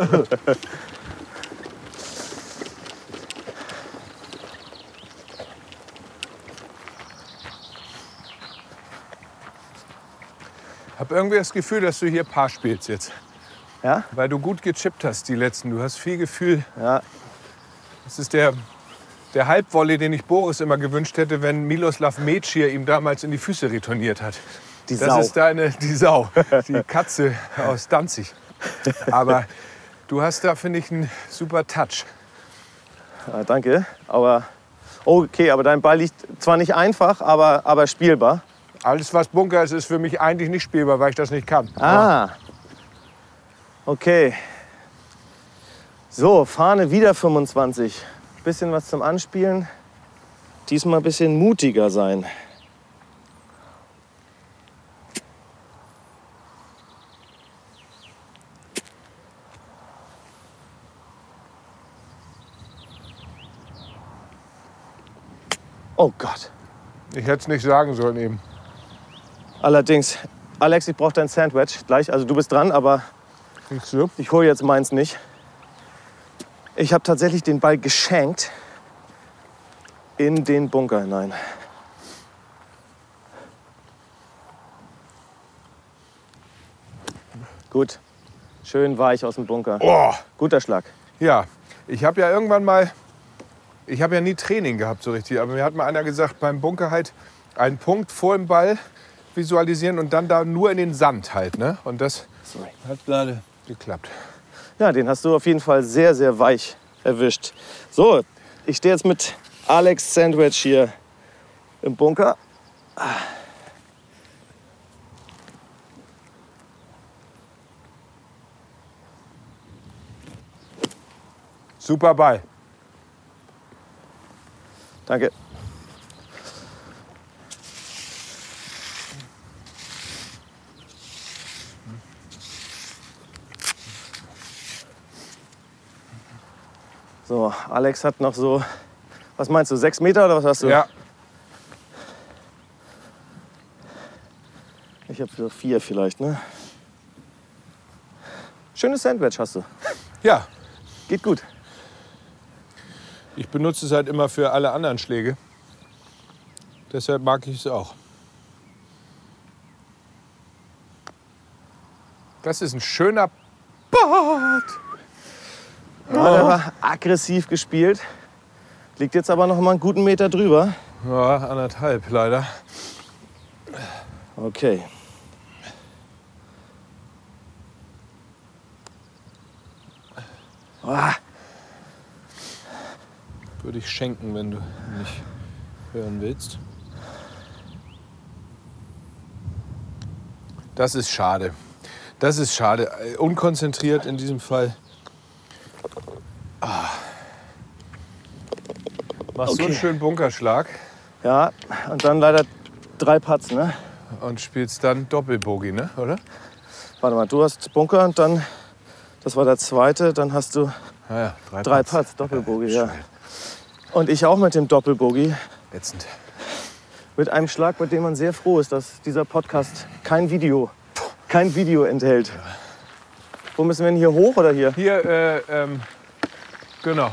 B: Ich habe irgendwie das Gefühl, dass du hier Paar spielst jetzt.
A: Ja?
B: Weil du gut gechippt hast, die letzten. Du hast viel Gefühl.
A: Ja.
B: Das ist der Halbvolley, den ich Boris immer gewünscht hätte, wenn Miloslav Mecir ihm damals in die Füße retourniert hat.
A: Die
B: Das
A: Sau.
B: ist die Sau, die Katze aus Danzig. Aber du hast da, finde ich, einen super Touch.
A: Ja, danke. Aber okay, aber dein Ball liegt zwar nicht einfach, aber spielbar.
B: Alles, was Bunker ist, ist für mich eigentlich nicht spielbar, weil ich das nicht kann.
A: Ah. Okay. So, Fahne wieder 25. Bisschen was zum Anspielen. Diesmal ein bisschen mutiger sein. Oh Gott.
B: Ich hätte es nicht sagen sollen eben.
A: Allerdings, Alex, ich brauche dein Sandwich gleich. Also du bist dran, aber
B: Kriegst du?
A: ich hole jetzt meins nicht. Ich habe tatsächlich den Ball geschenkt in den Bunker hinein. Gut. Schön weich aus dem Bunker.
B: Oh,
A: Guter Schlag.
B: ja. Ich habe ja irgendwann mal, ich habe ja nie Training gehabt so richtig, aber mir hat mal einer gesagt, beim Bunker halt einen Punkt vor dem Ball visualisieren und dann da nur in den Sand halt. Ne? Und das hat gerade geklappt.
A: Ja, den hast du auf jeden Fall sehr, sehr weich erwischt. So, ich stehe jetzt mit Alex Sandwich hier im Bunker.
B: Super Ball.
A: Danke. So, Alex hat noch so, was meinst du, 6 Meter oder was hast du?
B: Ja.
A: Ich habe so 4 vielleicht, ne? Schönes Sandwich hast du.
B: Ja,
A: Geht gut.
B: ich benutze es halt immer für alle anderen Schläge. Deshalb mag ich es auch. Das ist ein schöner Bart.
A: Ja, der war aggressiv gespielt. Liegt jetzt aber noch mal einen guten Meter drüber.
B: Ja, 1,5 leider.
A: Okay. Ah,
B: Würde ich schenken, wenn du nicht hören willst. Das ist schade. Das ist schade. Unkonzentriert in diesem Fall. Machst so einen
A: Okay.
B: schönen Bunkerschlag
A: ja, und dann leider 3 Putts, ne?
B: und spielst dann Doppelbogey, ne? Oder?
A: Warte mal, du hast Bunker und dann, das war der zweite, dann hast du
B: Ja,
A: 3 Putts, Doppelbogey, ja. Und ich auch mit dem Doppelbogey.
B: Ätzend.
A: Mit einem Schlag, bei dem man sehr froh ist, dass dieser Podcast kein Video enthält. Wo müssen wir denn hier hoch oder hier?
B: Hier, genau.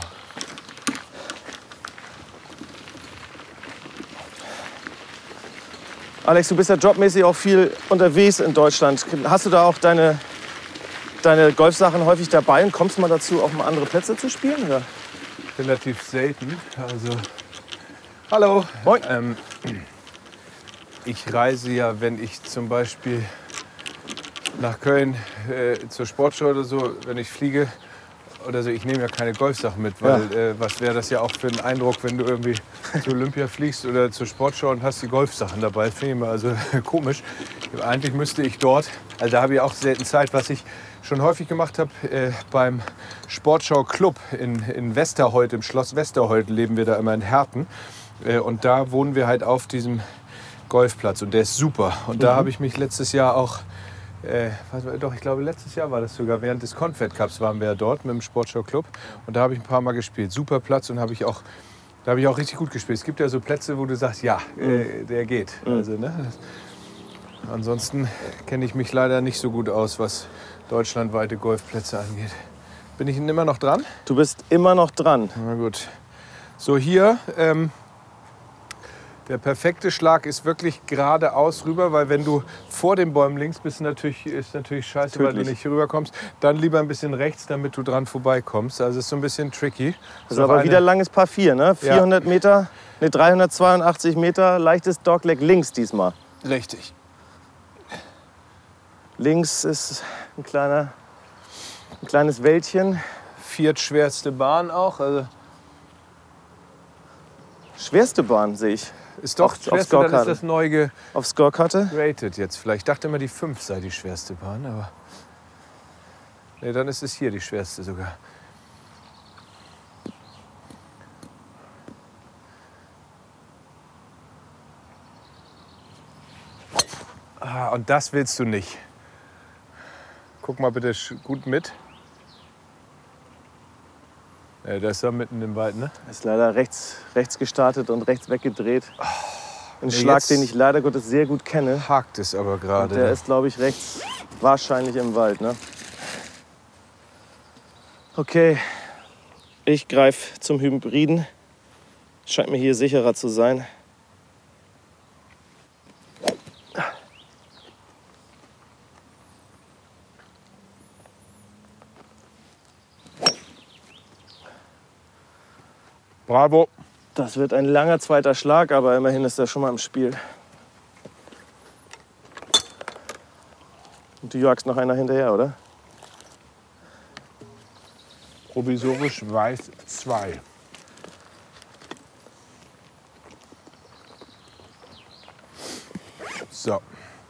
A: Alex, du bist ja jobmäßig auch viel unterwegs in Deutschland. Hast du da auch deine Golfsachen häufig dabei und kommst du mal dazu, auch mal andere Plätze zu spielen? Oder?
B: Relativ selten. Also, hallo.
A: Moin.
B: Ich reise ja, wenn ich zum Beispiel nach Köln zur Sportschau oder so, wenn ich fliege oder so, ich nehme ja keine Golfsachen mit, weil was wäre das ja auch für ein Eindruck, wenn du irgendwie zur Olympia fliegst oder zur Sportschau und hast die Golfsachen dabei. Das finde ich immer also komisch. Eigentlich müsste ich dort, also da habe ich auch selten Zeit, was ich schon häufig gemacht habe, beim Sportschau Club in Westerholt, im Schloss Westerholt leben wir da immer in Herten. Und da wohnen wir halt auf diesem Golfplatz und der ist super. Und da habe ich mich letztes Jahr auch, ich glaube letztes Jahr war das sogar, während des Confed Cups waren wir ja dort mit dem Sportschau Club und da habe ich ein paar Mal gespielt. Super Platz und da habe ich auch richtig gut gespielt. Es gibt ja so Plätze, wo du sagst, ja, der geht. Also, ne? Ansonsten kenne ich mich leider nicht so gut aus, was deutschlandweite Golfplätze angeht. Bin ich immer noch dran?
A: Du bist immer noch dran.
B: Na gut. So hier, der perfekte Schlag ist wirklich geradeaus rüber, weil wenn du vor den Bäumen links bist, ist natürlich scheiße, weil du
A: Tödlich.
B: nicht rüberkommst. Dann lieber ein bisschen rechts, damit du dran vorbeikommst. Also ist so ein bisschen tricky.
A: Das ist aber wieder langes Par 4, ne? 400
B: Ja.
A: Meter, ne 382 Meter, leichtes Dogleg links diesmal.
B: Richtig.
A: Links ist ein kleines Wäldchen.
B: Viertschwerste Bahn auch. Also
A: Schwerste Bahn sehe ich.
B: ist doch
A: Auf
B: schwerste, dann ist
A: Scorekarte.
B: das neu
A: Auf Scorekarte.
B: geratet jetzt vielleicht. Ich dachte immer, die 5 sei die schwerste Bahn, aber nee, dann ist es hier die schwerste sogar. Und das willst du nicht. Guck mal bitte gut mit. Ja, der ist da mitten im Wald, ne?
A: Ist leider rechts gestartet und rechts weggedreht. Ein
B: nee,
A: Schlag,
B: jetzt-
A: den ich leider Gottes sehr gut kenne.
B: Hakt es aber gerade.
A: Der ist, glaube ich, rechts wahrscheinlich im Wald. Ne? Okay, ich greife zum Hybriden. Scheint mir hier sicherer zu sein.
B: Bravo.
A: Das wird ein langer zweiter Schlag, aber immerhin ist er schon mal im Spiel. Und du jagst noch einer hinterher, oder?
B: Provisorisch weiß 2. So.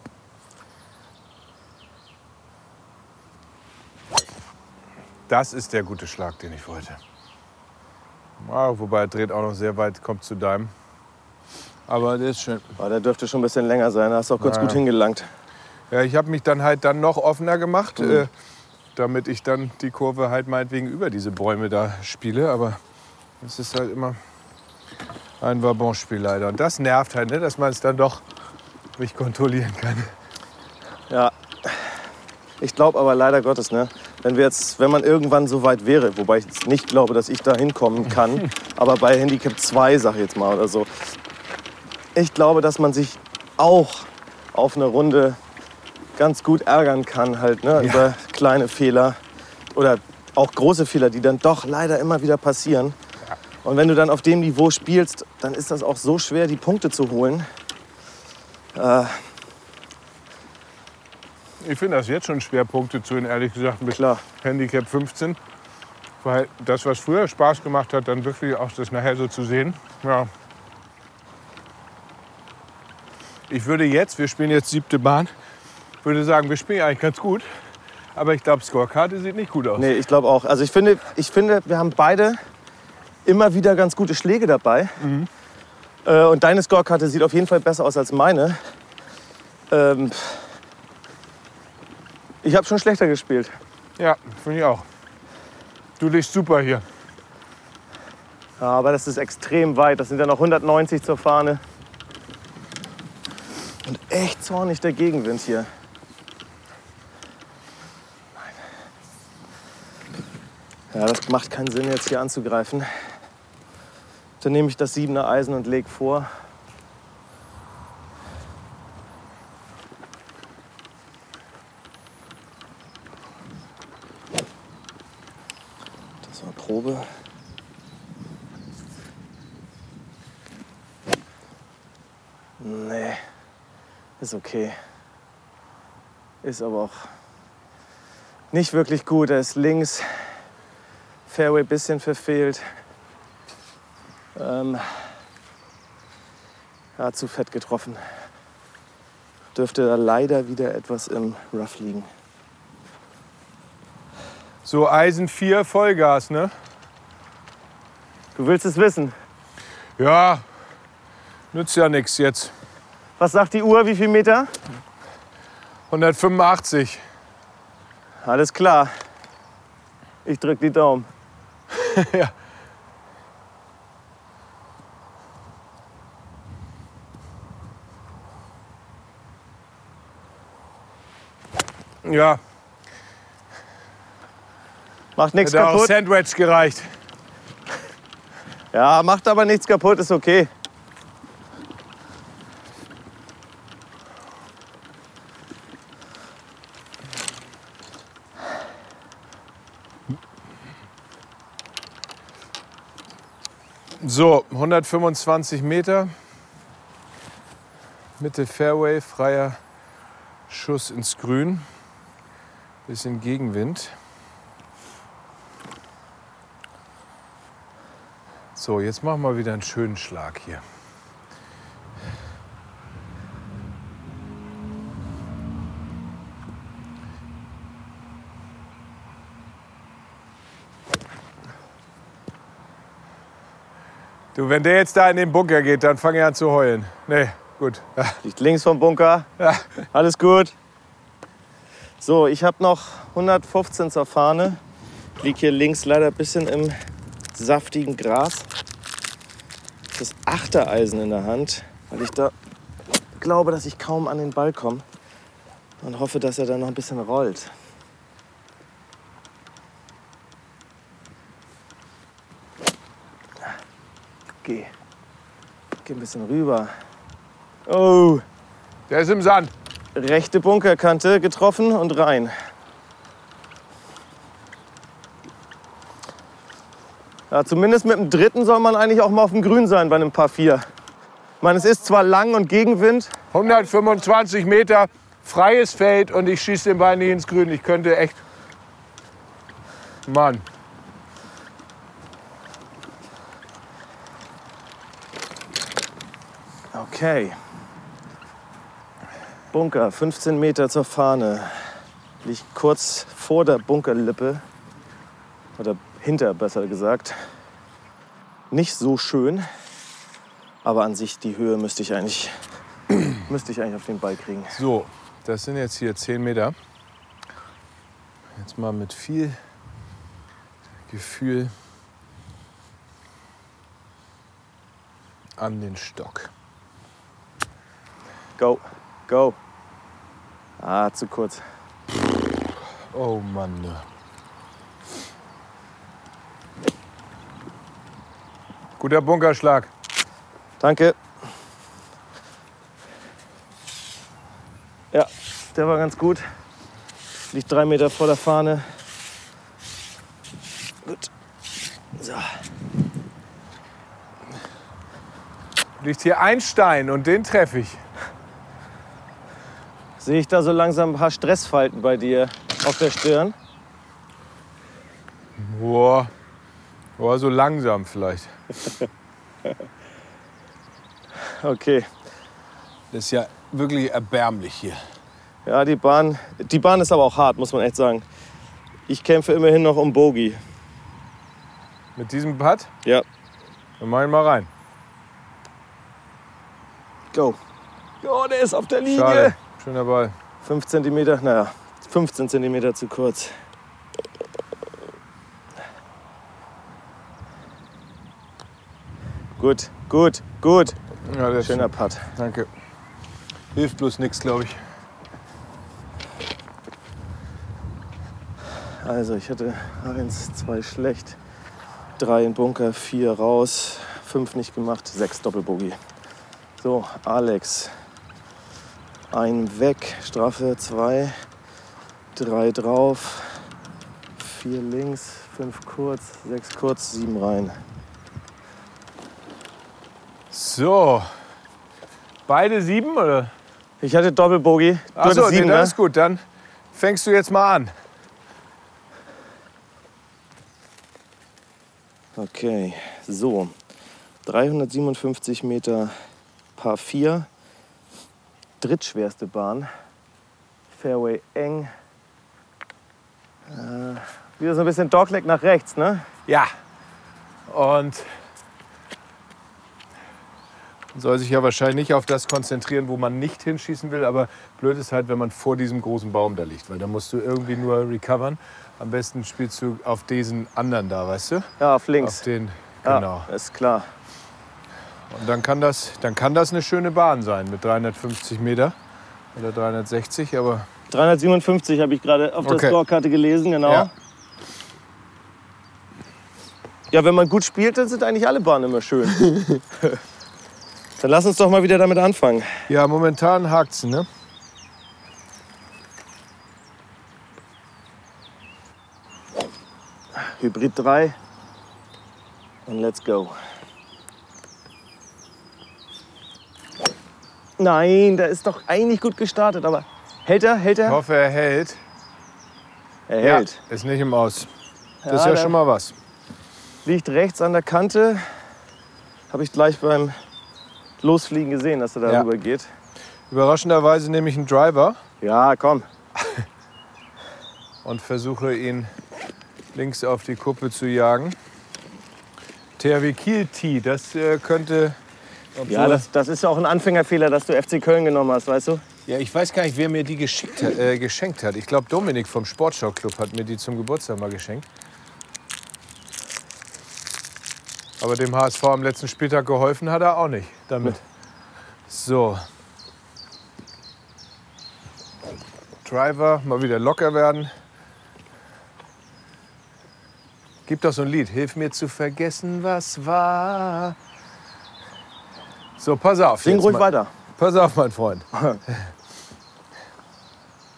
B: Das ist der gute Schlag, den ich wollte. Wobei er dreht auch noch sehr weit, kommt zu deinem. Aber der ist schön.
A: Oh, der dürfte schon ein bisschen länger sein. Da hast du auch ganz gut hingelangt.
B: Ja, ich habe mich dann halt noch offener gemacht, damit ich dann die Kurve halt meinetwegen über diese Bäume da spiele. Aber es ist halt immer ein Wabonspiel leider. Und das nervt halt, ne, dass man es dann doch nicht kontrollieren kann.
A: Ja, ich glaube aber leider Gottes, ne, wenn man irgendwann so weit wäre, wobei ich jetzt nicht glaube, dass ich da hinkommen kann, aber bei Handicap 2, sag ich jetzt mal, oder so. Ich glaube, dass man sich auch auf eine Runde ganz gut ärgern kann, halt, ne, über kleine Fehler oder auch große Fehler, die dann doch leider immer wieder passieren. Ja. Und wenn du dann auf dem Niveau spielst, dann ist das auch so schwer, die Punkte zu holen.
B: Ich finde das jetzt schon schwer, Punkte zu holen, ehrlich gesagt, mit
A: Klar.
B: Handicap 15. Weil das, was früher Spaß gemacht hat, dann wirklich auch das nachher so zu sehen. Ja. Ich würde jetzt, wir spielen jetzt 7. Bahn, würde sagen, wir spielen eigentlich ganz gut. Aber ich glaube, Scorekarte sieht nicht gut aus.
A: Nee, ich glaube auch. Also ich finde, wir haben beide immer wieder ganz gute Schläge dabei.
B: Mhm.
A: Und deine Scorekarte sieht auf jeden Fall besser aus als meine. Ich habe schon schlechter gespielt.
B: Ja, finde ich auch. Du liegst super hier.
A: Ja, aber das ist extrem weit. Das sind ja noch 190 zur Fahne. Und echt zornig der Gegenwind hier. Ja, das macht keinen Sinn, jetzt hier anzugreifen. Dann nehme ich das 7er Eisen und lege vor. Das war Probe. Nee, ist okay. Ist aber auch nicht wirklich gut. Er ist links, Fairway ein bisschen verfehlt. Ja, zu fett getroffen. Dürfte da leider wieder etwas im Rough liegen.
B: So Eisen 4, Vollgas, ne?
A: Du willst es wissen.
B: Ja, nützt ja nichts jetzt.
A: Was sagt die Uhr? Wie viel Meter?
B: 185.
A: Alles klar. Ich drück die Daumen.
B: Ja. Ja,
A: Macht nichts
B: hätte auch
A: kaputt.
B: Sandwich gereicht.
A: Ja, macht aber nichts kaputt, ist okay.
B: So, 125 Meter. Mitte Fairway, freier Schuss ins Grün. Bisschen Gegenwind. So, jetzt machen wir wieder einen schönen Schlag hier. Du, wenn der jetzt da in den Bunker geht, dann fange ich an zu heulen. Nee, gut. Ja.
A: Liegt links vom Bunker.
B: Ja.
A: Alles gut. So, ich habe noch 115 zur Fahne. Lieg hier links leider ein bisschen im saftigen Gras. Das 8er Eisen in der Hand, weil ich da glaube, dass ich kaum an den Ball komme. Und hoffe, dass er dann noch ein bisschen rollt. Geh ein bisschen rüber. Oh,
B: Der ist im Sand.
A: rechte Bunkerkante getroffen und rein. Ja, zumindest mit dem dritten soll man eigentlich auch mal auf dem Grün sein bei einem Paar 4. Ich meine, es ist zwar lang und Gegenwind.
B: 125 Meter, freies Feld und ich schieße den Ball nicht ins Grün. Ich könnte echt... Mann.
A: Okay. Bunker, 15 Meter zur Fahne. Liegt kurz vor der Bunkerlippe. Oder hinter, besser gesagt. Nicht so schön. Aber an sich, die Höhe müsste ich eigentlich auf den Ball kriegen.
B: So, das sind jetzt hier 10 Meter. Jetzt mal mit viel Gefühl an den Stock.
A: Go, go. Ah, zu kurz.
B: Oh Mann. Ne. Guter Bunkerschlag.
A: Danke. Ja, der war ganz gut. Liegt 3 Meter vor der Fahne. Gut. So.
B: Liegt hier ein Stein und den treffe ich.
A: Sehe ich da so langsam ein paar Stressfalten bei dir auf der Stirn?
B: Boah, so langsam vielleicht.
A: Okay.
B: Das ist ja wirklich erbärmlich hier.
A: Ja, die Bahn ist aber auch hart, muss man echt sagen. Ich kämpfe immerhin noch um Bogey.
B: Mit diesem Putt?
A: Ja.
B: Dann mach ich mal rein.
A: Go. Oh, der ist auf der Linie.
B: Schade. Schöner Ball.
A: 5 cm, naja, 15 cm zu kurz. Gut, gut, gut.
B: Ja, der ist
A: Schöner
B: schön.
A: Putt.
B: Danke. Hilft bloß nichts, glaube ich.
A: Also ich hatte 1, 2 schlecht, 3 in Bunker, 4 raus, 5 nicht gemacht, 6 Doppelbogey. So, Alex. Ein weg, Strafe 2, 3 drauf, 4 links, 5 kurz, 6 kurz, 7 rein.
B: So. Beide 7, oder?
A: Ich hatte Doppelbogey. Du
B: Achso,
A: hattest 7,
B: das
A: ne?
B: ist gut. Dann fängst du jetzt mal an.
A: Okay, so. 357 Meter Par 4. Drittschwerste Bahn. Fairway eng. Wieder so ein bisschen Dogleg nach rechts, ne?
B: Ja. Und man soll sich ja wahrscheinlich nicht auf das konzentrieren, wo man nicht hinschießen will. Aber blöd ist halt, wenn man vor diesem großen Baum da liegt. Weil da musst du irgendwie nur recovern. Am besten spielst du auf diesen anderen da, weißt du?
A: Ja, auf links.
B: Auf den, genau.
A: Ja, ist klar.
B: Und dann kann das eine schöne Bahn sein mit 350 Meter oder 360. Aber
A: 357 habe ich gerade auf der
B: Okay.
A: Scorekarte gelesen, genau.
B: Ja.
A: Ja, wenn man gut spielt, dann sind eigentlich alle Bahnen immer schön. Dann lass uns doch mal wieder damit anfangen.
B: ja, momentan hakt's, ne?
A: Hybrid 3 und let's go. Nein, der ist doch eigentlich gut gestartet, aber hält er?
B: Ich hoffe, er hält.
A: Er
B: Ja,
A: hält.
B: ist nicht im Aus. Das ist
A: Ja,
B: ja
A: da-
B: schon mal was.
A: Liegt rechts an der Kante. Habe ich gleich beim Losfliegen gesehen, dass er
B: Ja.
A: darüber geht.
B: Überraschenderweise nehme ich einen Driver
A: Ja, komm.
B: und versuche ihn links auf die Kuppe zu jagen. THW Kiel Tee, das könnte...
A: Ja, das ist ja auch ein Anfängerfehler, dass du FC Köln genommen hast, weißt du?
B: Ja, ich weiß gar nicht, wer mir die geschenkt hat. Ich glaube, Dominik vom Sportschau-Club hat mir die zum Geburtstag mal geschenkt. Aber dem HSV am letzten Spieltag geholfen hat er auch nicht damit. So. Driver, mal wieder locker werden. Gibt doch so ein Lied. Hilf mir zu vergessen, was war. So, pass auf.
A: Sing
B: jetzt
A: ruhig
B: mal.
A: weiter.
B: Pass auf, mein Freund.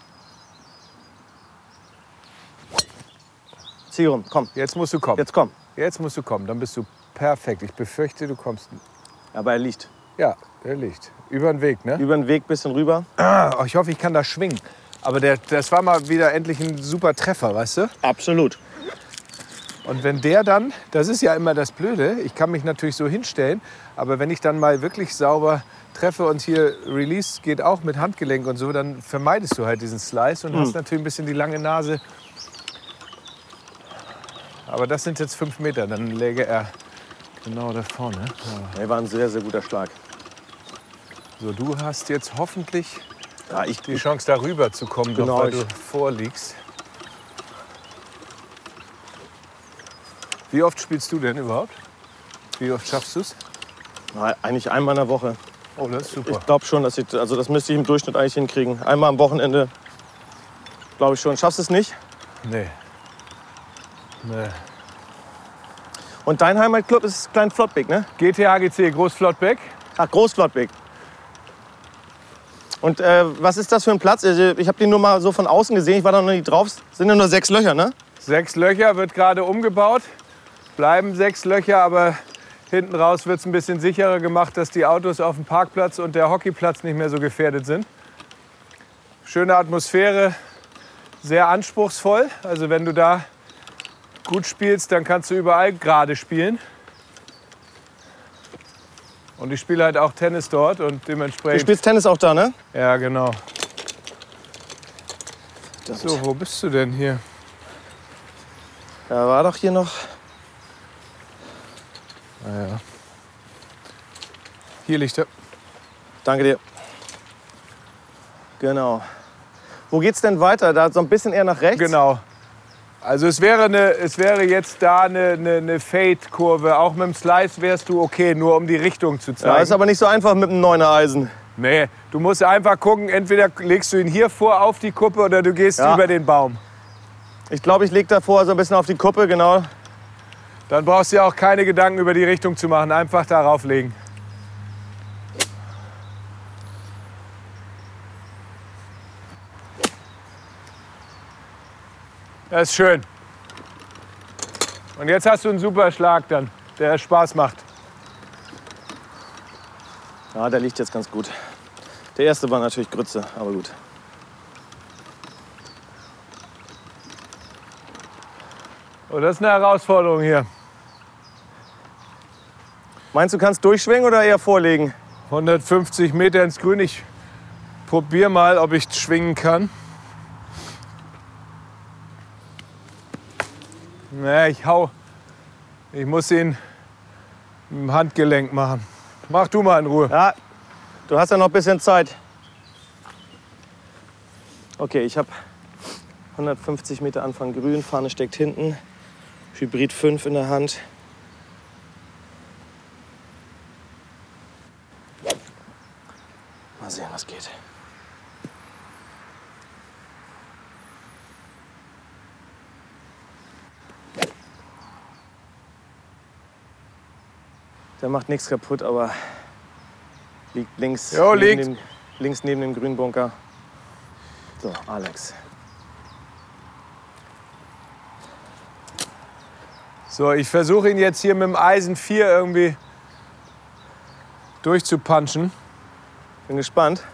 A: Zieh rum, komm.
B: Jetzt musst du kommen.
A: Jetzt komm.
B: Jetzt musst du kommen, dann bist du perfekt. Ich befürchte, du kommst.
A: Aber er liegt.
B: Ja, der liegt. Über den Weg, ne?
A: Über den Weg, bisschen rüber.
B: Oh, ich hoffe, ich kann da schwingen. Aber das war mal wieder endlich ein super Treffer, weißt du?
A: Absolut.
B: Und wenn der dann, das ist ja immer das Blöde, ich kann mich natürlich so hinstellen, aber wenn ich dann mal wirklich sauber treffe und hier Release geht auch mit Handgelenk und so, dann vermeidest du halt diesen Slice und hast natürlich ein bisschen die lange Nase. Aber das sind jetzt 5 Meter, dann läge er genau da vorne. Ja.
A: Er war ein sehr, sehr guter Schlag.
B: So, du hast jetzt hoffentlich
A: Ja,
B: die Chance, darüber zu kommen,
A: Genau,
B: weil du vorliegst. Wie oft spielst du denn überhaupt? Wie oft schaffst du es?
A: Eigentlich einmal in der Woche.
B: Oh, das ist super.
A: Ich glaube schon, dass das müsste ich im Durchschnitt eigentlich hinkriegen. Einmal am Wochenende, glaube ich schon. Schaffst du es nicht?
B: Nee.
A: Und dein Heimatclub ist Klein Flottbek, ne?
B: GTHGC Großflottbeck.
A: Ach, Großflottbek. Und was ist das für ein Platz? Also, ich habe den nur mal so von außen gesehen. Ich war da noch nicht drauf. Sind ja nur 6 Löcher, ne?
B: 6 Löcher, wird gerade umgebaut. Bleiben 6 Löcher, aber hinten raus wird es ein bisschen sicherer gemacht, dass die Autos auf dem Parkplatz und der Hockeyplatz nicht mehr so gefährdet sind. Schöne Atmosphäre, sehr anspruchsvoll. Also wenn du da gut spielst, dann kannst du überall gerade spielen. Und ich spiele halt auch Tennis dort und
A: Du
B: dementsprechend...
A: spielst Tennis auch da, ne?
B: Ja, genau. So, wo bist du denn hier?
A: Da war doch hier noch.
B: Ja. Hier liegt er.
A: Danke dir. Genau. Wo geht's denn weiter? Da so ein bisschen eher nach rechts?
B: Genau. Also es wäre jetzt da eine Fade-Kurve. Auch mit dem Slice wärst du okay, nur um die Richtung zu zeigen.
A: Ja, ist aber nicht so einfach mit einem 9er Eisen.
B: Nee, du musst einfach gucken, entweder legst du ihn hier vor auf die Kuppe oder du gehst über den Baum.
A: Ich glaube, ich lege davor so ein bisschen auf die Kuppe, genau.
B: Dann brauchst du ja auch keine Gedanken über die Richtung zu machen. Einfach darauf legen. Das ist schön. Und jetzt hast du einen super Schlag dann, der Spaß macht.
A: Ja, der liegt jetzt ganz gut. Der erste war natürlich Grütze, aber gut.
B: Oh, das ist eine Herausforderung hier.
A: Meinst du, kannst durchschwingen oder eher vorlegen?
B: 150 Meter ins Grün. Ich probiere mal, ob ich schwingen kann. Nee, ich muss ihn mit dem Handgelenk machen. Mach du mal in Ruhe.
A: Ja, du hast ja noch ein bisschen Zeit. Okay, ich habe 150 Meter Anfang grün, Fahne steckt hinten. Hybrid 5 in der Hand. Mal sehen, was geht. Der macht nichts kaputt, aber liegt links,
B: Jo,
A: links neben dem Grünbunker. So, Alex.
B: So, ich versuche ihn jetzt hier mit dem Eisen 4 irgendwie durchzupunchen.
A: Bin gespannt.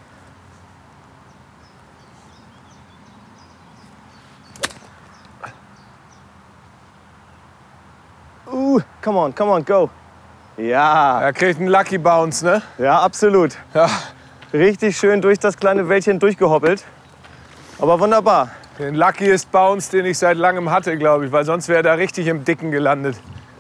A: Come on, go. Ja,
B: Er kriegt einen Lucky Bounce, ne?
A: ja, absolut.
B: Ja,
A: Richtig schön durch das kleine Wäldchen durchgehoppelt. Aber wunderbar.
B: den luckiest Bounce, den ich seit langem hatte, glaube ich, weil sonst wäre er da richtig im Dicken gelandet.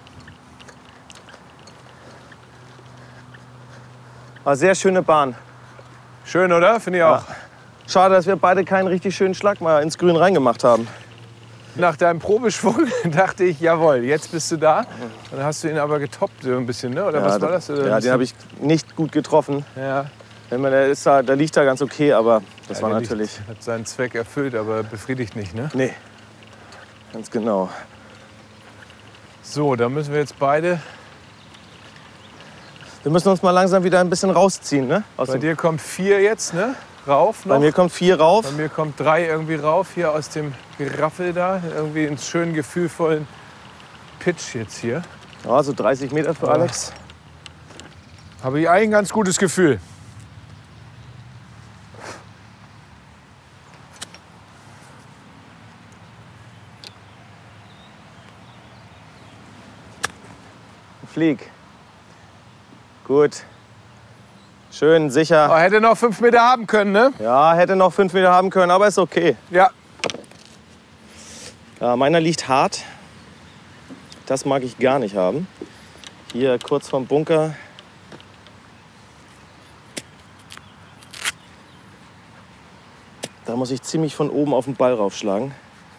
A: War sehr schöne Bahn.
B: Schön, oder? Finde ich auch.
A: Schade, dass wir beide keinen richtig schönen Schlag mal ins Grün reingemacht haben.
B: Nach deinem Probeschwung dachte ich, jawohl, jetzt bist du da. Dann hast du ihn aber getoppt so ein bisschen, ne? Oder was war das? Oder
A: Ja, den habe ich nicht gut getroffen.
B: Ja,
A: Wenn man, der liegt da ganz okay, aber das war
B: der
A: natürlich...
B: hat seinen Zweck erfüllt, aber befriedigt nicht, ne?
A: Nee, ganz genau.
B: So, da müssen wir jetzt beide.
A: Wir müssen uns mal langsam wieder ein bisschen rausziehen, ne?
B: Bei dir kommt 4 jetzt, ne? Rauf noch.
A: Bei mir kommt 4 rauf.
B: Bei mir kommt 3 irgendwie rauf, hier aus dem Geraffel da. Irgendwie ins schönen, gefühlvollen Pitch jetzt hier.
A: Ja, so 30 Meter für Alex.
B: Habe ich eigentlich ein ganz gutes Gefühl.
A: Flieg. Gut. Schön, sicher.
B: Oh, hätte noch 5 Meter haben können, ne?
A: Ja, hätte noch 5 Meter haben können, aber ist okay.
B: Ja.
A: Ja, meiner liegt hart. Das mag ich gar nicht haben. Hier kurz vorm Bunker. Da muss ich ziemlich von oben auf den Ball raufschlagen.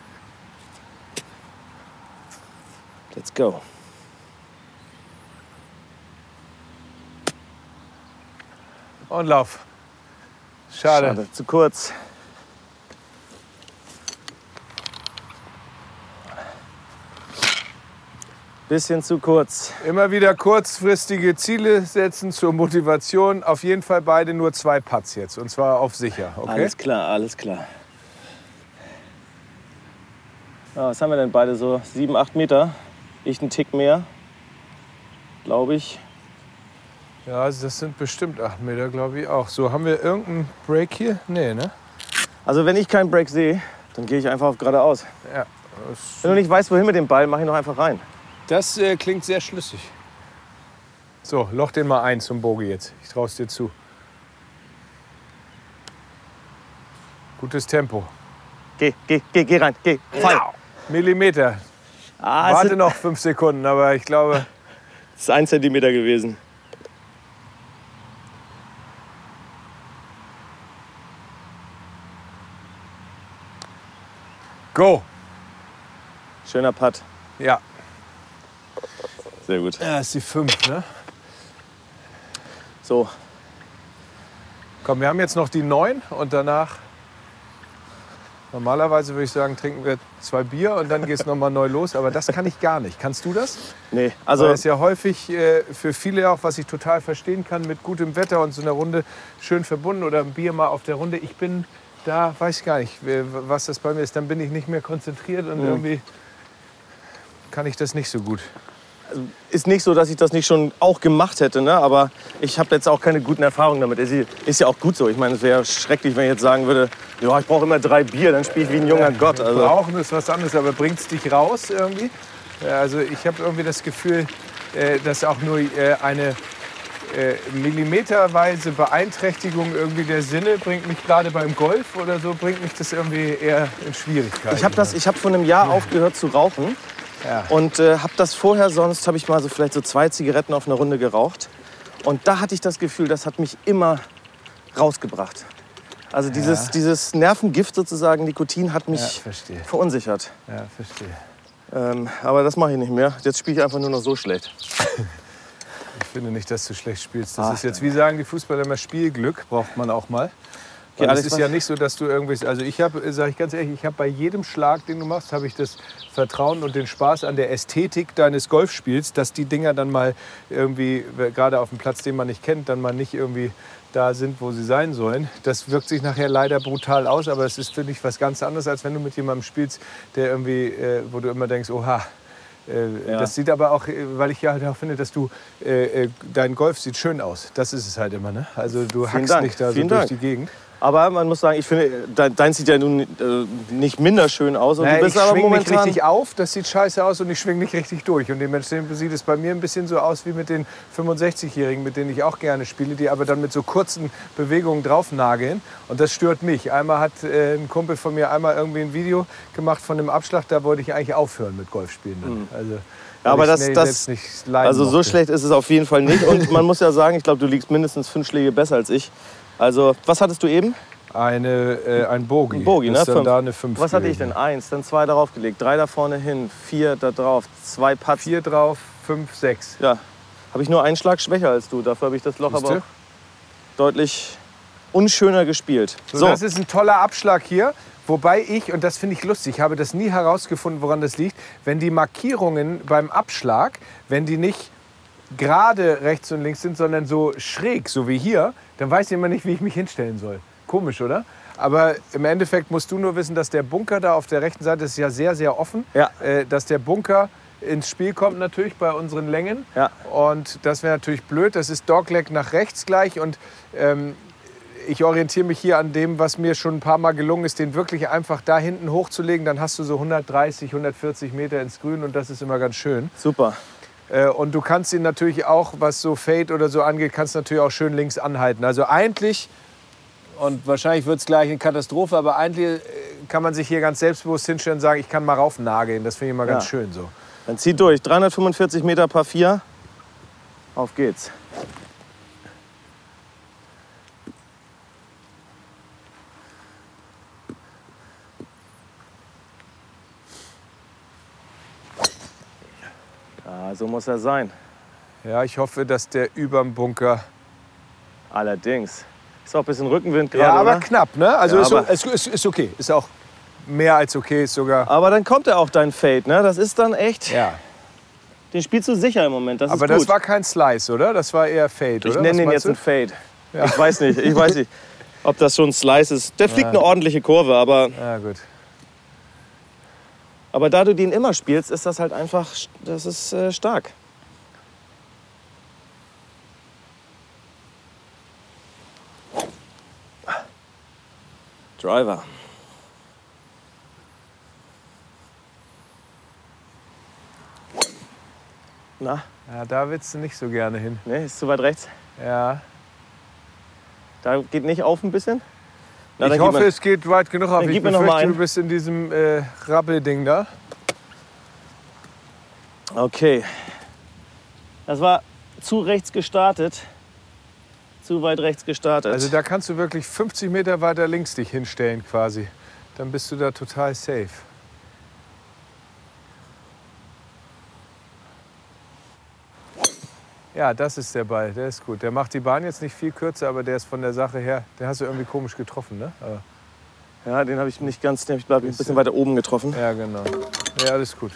A: Let's go.
B: Und Lauf. Schade.
A: Zu kurz. Bisschen zu kurz.
B: Immer wieder kurzfristige Ziele setzen zur Motivation. Auf jeden Fall beide nur 2 Putts jetzt. Und zwar auf sicher. Okay?
A: Alles klar, alles klar. Ja, was haben wir denn beide so? 7, 8 Meter. Ich einen Tick mehr, glaube ich.
B: Ja, also das sind bestimmt 8 Meter, glaube ich auch. So, haben wir irgendeinen Break hier? Nee, ne?
A: Also wenn ich keinen Break sehe, dann gehe ich einfach auf geradeaus.
B: Ja.
A: Wenn du nicht weißt, wohin mit dem Ball, mach ihn doch einfach rein.
B: Das klingt sehr schlüssig. So, loch den mal ein zum Bogey jetzt. Ich traue es dir zu. Gutes Tempo.
A: Geh rein, geh. Fall.
B: Millimeter. Warte noch 5 Sekunden, aber ich glaube...
A: Das ist 1 Zentimeter gewesen.
B: Go!
A: Schöner Putt.
B: Ja.
A: Sehr gut.
B: Ja, ist die 5, ne?
A: So,
B: Komm, wir haben jetzt noch die 9 und danach... Normalerweise würde ich sagen, trinken wir 2 Bier und dann geht es nochmal neu los. Aber das kann ich gar nicht. Kannst du das?
A: nee,
B: Also
A: also
B: ist ja häufig für viele auch, was ich total verstehen kann, mit gutem Wetter und so einer Runde schön verbunden oder ein Bier mal auf der Runde. Ich bin da, weiß ich gar nicht, was das bei mir ist. Dann bin ich nicht mehr konzentriert und irgendwie kann ich das nicht so gut.
A: ist nicht so, dass ich das nicht schon auch gemacht hätte, ne? Aber ich habe jetzt auch keine guten Erfahrungen damit. Ist ja auch gut so. Ich meine, es wäre schrecklich, wenn ich jetzt sagen würde, ja, ich brauche immer 3 Bier, dann spiele ich wie ein junger Gott. Also,
B: Brauchen ist was anderes, aber bringt es dich raus irgendwie? Ja, also ich habe irgendwie das Gefühl, dass auch nur eine millimeterweise Beeinträchtigung irgendwie der Sinne bringt mich gerade beim Golf oder so, bringt mich das irgendwie eher in Schwierigkeiten.
A: ich habe vor einem Jahr aufgehört zu rauchen.
B: Ja.
A: Und habe das vorher, sonst habe ich mal so vielleicht so 2 Zigaretten auf einer Runde geraucht. Und da hatte ich das Gefühl, das hat mich immer rausgebracht. Also dieses Nervengift sozusagen, Nikotin, hat mich verunsichert.
B: Ja, verstehe.
A: Aber das mache ich nicht mehr. Jetzt spiele ich einfach nur noch so schlecht.
B: Ich finde nicht, dass du schlecht spielst. Das ist jetzt, wie sagen die Fußballer immer, Spielglück braucht man auch mal.
A: Okay,
B: es ist ja nicht so, dass du irgendwie... Also ich habe, sage ich ganz ehrlich, ich habe bei jedem Schlag, den du machst, habe ich das Vertrauen und den Spaß an der Ästhetik deines Golfspiels, dass die Dinger dann mal irgendwie, gerade auf dem Platz, den man nicht kennt, dann mal nicht irgendwie da sind, wo sie sein sollen. Das wirkt sich nachher leider brutal aus, aber es ist, finde ich, was ganz anderes, als wenn du mit jemandem spielst, der irgendwie, wo du immer denkst, oha. Das sieht aber auch, weil ich ja halt auch finde, dass du, dein Golf sieht schön aus. Das ist es halt immer, ne? Also du hackst nicht da so durch die Gegend.
A: Aber man muss sagen, ich finde, dein sieht ja nun nicht minder schön aus. Und du bist
B: ich
A: aber
B: schwing
A: momentan
B: nicht richtig auf, das sieht scheiße aus und ich schwing nicht richtig durch. Und dementsprechend sieht es bei mir ein bisschen so aus wie mit den 65-Jährigen, mit denen ich auch gerne spiele, die aber dann mit so kurzen Bewegungen draufnageln. Und das stört mich. Einmal hat ein Kumpel von mir irgendwie ein Video gemacht von einem Abschlag, da wollte ich eigentlich aufhören mit Golfspielen. Also,
A: ja, aber also so
B: mochte.
A: schlecht ist es auf jeden Fall nicht. Und man muss ja sagen, ich glaube, du liegst mindestens 5 Schläge besser als ich. Also, was hattest du eben?
B: Ein Bogey.
A: Ein Bogey,
B: das
A: ne?
B: ist dann da eine 5
A: Was hatte ich
B: gewesen.
A: denn? 1, dann 2 darauf gelegt, 3 da vorne hin, 4 da drauf, 2 Putts.
B: 4 drauf, 5, 6.
A: Ja, habe ich nur einen Schlag schwächer als du. Dafür habe ich das Loch
B: Siehste?
A: aber auch deutlich unschöner gespielt.
B: So, das ist ein toller Abschlag hier. Wobei ich, und das finde ich lustig, ich habe das nie herausgefunden, woran das liegt, wenn die Markierungen beim Abschlag, wenn die nicht gerade rechts und links sind, sondern so schräg, so wie hier, dann weiß ich immer nicht, wie ich mich hinstellen soll. Komisch, oder? Aber im Endeffekt musst du nur wissen, dass der Bunker da auf der rechten Seite ist ja sehr, sehr offen,
A: Ja.
B: dass der Bunker ins Spiel kommt natürlich bei unseren Längen.
A: Ja.
B: Und das wäre natürlich blöd. Das ist Dogleg nach rechts gleich. Und ich orientiere mich hier an dem, was mir schon ein paar Mal gelungen ist, den wirklich einfach da hinten hochzulegen. Dann hast du so 130, 140 Meter ins Grün und das ist immer ganz schön.
A: Super.
B: Und du kannst ihn natürlich auch, was so Fade oder so angeht, kannst natürlich auch schön links anhalten. Also eigentlich, und wahrscheinlich wird es gleich eine Katastrophe, aber eigentlich kann man sich hier ganz selbstbewusst hinstellen und sagen, ich kann mal raufnageln. Das finde ich immer ganz schön so.
A: Dann zieh durch. 345 Meter Par 4. Auf geht's. Ja, so muss er sein.
B: Ja, ich hoffe, dass der überm Bunker...
A: Allerdings. Ist auch ein bisschen Rückenwind gerade,
B: Ja, aber
A: oder?
B: knapp, ne? Also
A: Ja,
B: ist,
A: aber-
B: ist okay. Ist auch mehr als okay, ist sogar...
A: Aber dann kommt ja auch dein Fade, ne? Das ist dann echt...
B: Ja.
A: Den spielst du sicher im Moment, das
B: Aber
A: ist gut.
B: das war kein Slice, oder? Das war eher Fade, oder?
A: Ich nenne
B: Was
A: den
B: meinst
A: jetzt
B: du?
A: einen Fade. Ich weiß nicht, ob das schon ein Slice ist. Der fliegt eine ordentliche Kurve,
B: Ja, gut.
A: aber da du den immer spielst, ist das halt einfach, das ist stark. Driver. Na,
B: Ja, da willst du nicht so gerne hin.
A: ne, ist zu weit rechts.
B: Ja.
A: Da geht nicht auf ein bisschen. Na,
B: Ich
A: dann
B: hoffe,
A: gib mir-
B: es geht weit genug auf.
A: Dann
B: Ich
A: gib mir noch mal
B: befürchte,
A: einen.
B: du bist in diesem Rappelding da.
A: Okay. Das war zu rechts gestartet. Zu weit rechts gestartet.
B: Also da kannst du wirklich 50 Meter weiter links dich hinstellen quasi. Dann bist du da total safe. Ja, das ist der Ball, der ist gut. Der macht die Bahn jetzt nicht viel kürzer, aber der ist von der Sache her, den hast du irgendwie komisch getroffen, ne? Aber,
A: ja, den habe ich nicht ganz, den habe ich glaube ich ein bisschen weiter oben getroffen.
B: ja, genau. Ja, alles gut.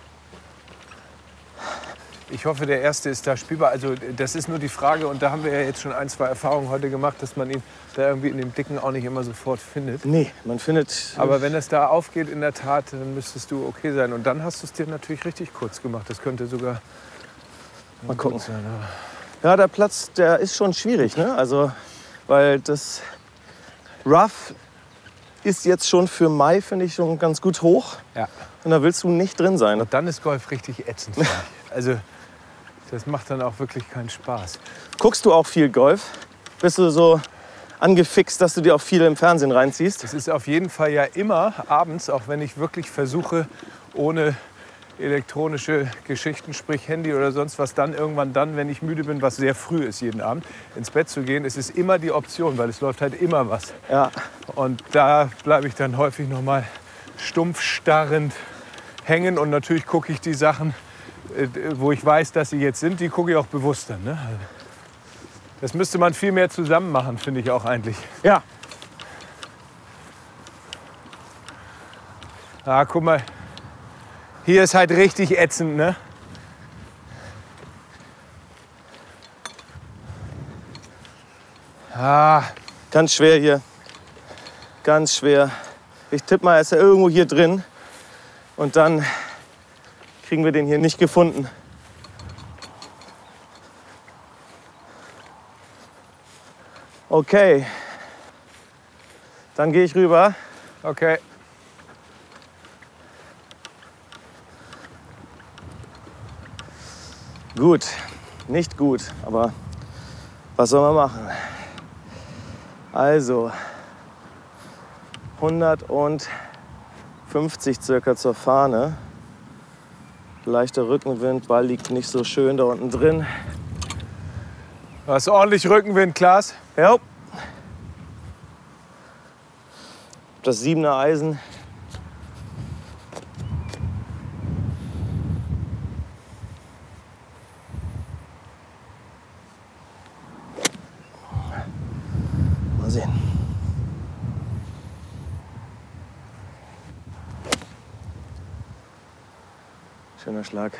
B: Ich hoffe, der erste ist da spielbar. Also das ist nur die Frage, und da haben wir ja jetzt schon ein, zwei Erfahrungen heute gemacht, dass man ihn da irgendwie in dem Dicken auch nicht immer sofort findet.
A: Nee, man findet.
B: Aber wenn es da aufgeht, in der Tat, dann müsstest du okay sein. Und dann hast du es dir natürlich richtig kurz gemacht. Das könnte sogar
A: Mal gucken.
B: gut sein. Aber
A: Ja, der Platz, der ist schon schwierig, ne? Also, weil das Rough ist jetzt schon für Mai, finde ich, schon ganz gut hoch.
B: ja.
A: Und da willst du nicht drin sein.
B: Und dann ist Golf richtig ätzend. finde ich. Also das macht dann auch wirklich keinen Spaß.
A: Guckst du auch viel Golf? Bist du so angefixt, dass du dir auch viel im Fernsehen reinziehst?
B: Das ist auf jeden Fall ja immer abends, auch wenn ich wirklich versuche, ohne elektronische Geschichten, sprich Handy oder sonst was, dann irgendwann dann, wenn ich müde bin, was sehr früh ist jeden Abend, ins Bett zu gehen. Es ist immer die Option, weil es läuft halt immer was.
A: Ja.
B: Und da bleibe ich dann häufig noch mal stumpf starrend hängen. Und natürlich gucke ich die Sachen, wo ich weiß, dass sie jetzt sind, die gucke ich auch bewusst dann. Ne? Das müsste man viel mehr zusammen machen, finde ich auch eigentlich.
A: Ja.
B: Ah, guck mal, hier ist halt richtig ätzend, ne? Ah,
A: Ganz schwer hier. Ganz schwer. Ich tippe mal, er ist ja irgendwo hier drin. Und dann kriegen wir den hier nicht gefunden. Okay. Dann gehe ich rüber.
B: okay.
A: Gut. Nicht gut, aber was soll man machen? Also 150 circa zur Fahne. Leichter Rückenwind, Ball liegt nicht so schön da unten drin.
B: Du hast ordentlich Rückenwind, Klaas.
A: Ja. Das 7er Eisen. Mal sehen. Schöner Schlag.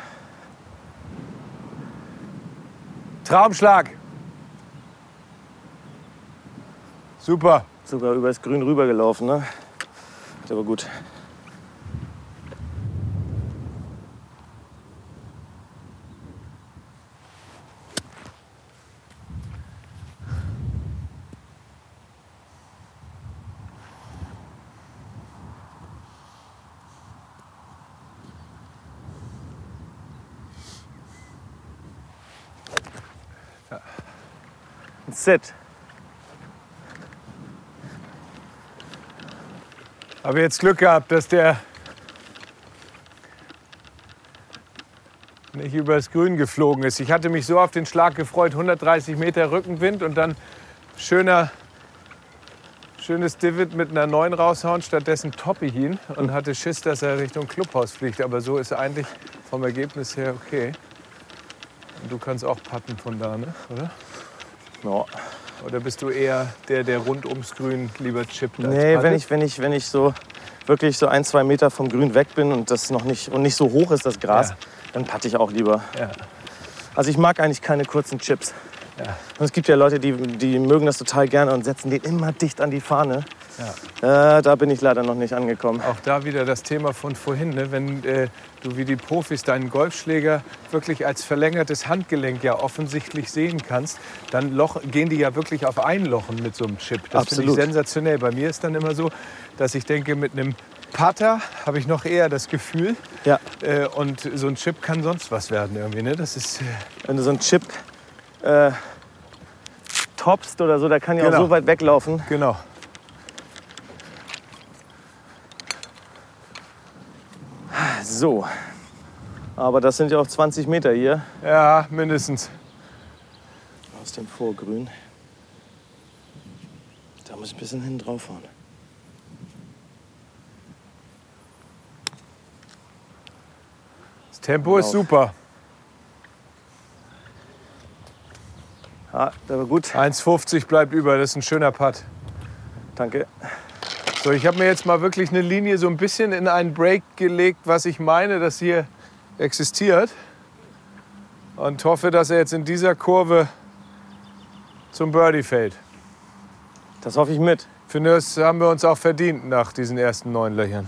B: Traumschlag. Super.
A: Sogar übers Grün rübergelaufen, ne? Der war gut. Ein Sit.
B: Habe jetzt Glück gehabt, dass der nicht übers Grün geflogen ist. Ich hatte mich so auf den Schlag gefreut, 130 Meter Rückenwind und dann schönes Divot mit einer 9 raushauen. Stattdessen toppe ich ihn und hatte Schiss, dass er Richtung Clubhaus fliegt. Aber so ist er eigentlich vom Ergebnis her okay. Und du kannst auch putten von da, ne? Oder?
A: Ja.
B: Oder bist du eher der rund ums Grün lieber chippt?
A: Nee, wenn ich so wirklich so 1-2 Meter vom Grün weg bin und das noch nicht so hoch ist, das Gras,
B: Ja.
A: dann patte ich auch lieber.
B: Ja.
A: Also ich mag eigentlich keine kurzen Chips.
B: Ja.
A: Und es gibt ja Leute, die mögen das total gerne und setzen den immer dicht an die Fahne.
B: Ja.
A: Da bin ich leider noch nicht angekommen.
B: Auch da wieder das Thema von vorhin, ne? Wenn du wie die Profis deinen Golfschläger wirklich als verlängertes Handgelenk ja offensichtlich sehen kannst, dann gehen die ja wirklich auf Einlochen mit so einem Chip. Das finde ich
A: Absolut.
B: sensationell. Bei mir ist dann immer so, dass ich denke, mit einem Putter habe ich noch eher das Gefühl.
A: Ja.
B: Und so ein Chip kann sonst was werden irgendwie. Ne? Das ist,
A: Wenn du so einen Chip topst oder so, der kann ja
B: Genau.
A: auch so weit weglaufen.
B: genau.
A: So. Aber das sind ja auch 20 Meter hier
B: Ja, mindestens.
A: aus dem Vorgrün. Da muss ich ein bisschen hinten draufhauen.
B: Das Tempo ist super.
A: Ah, der war gut.
B: 1,50 bleibt über. Das ist ein schöner Putt.
A: Danke.
B: So, ich habe mir jetzt mal wirklich eine Linie so ein bisschen in einen Break gelegt, was ich meine, dass hier existiert. Und hoffe, dass er jetzt in dieser Kurve zum Birdie fällt.
A: Das hoffe ich mit.
B: Ich finde, das haben wir uns auch verdient nach diesen ersten 9 Löchern.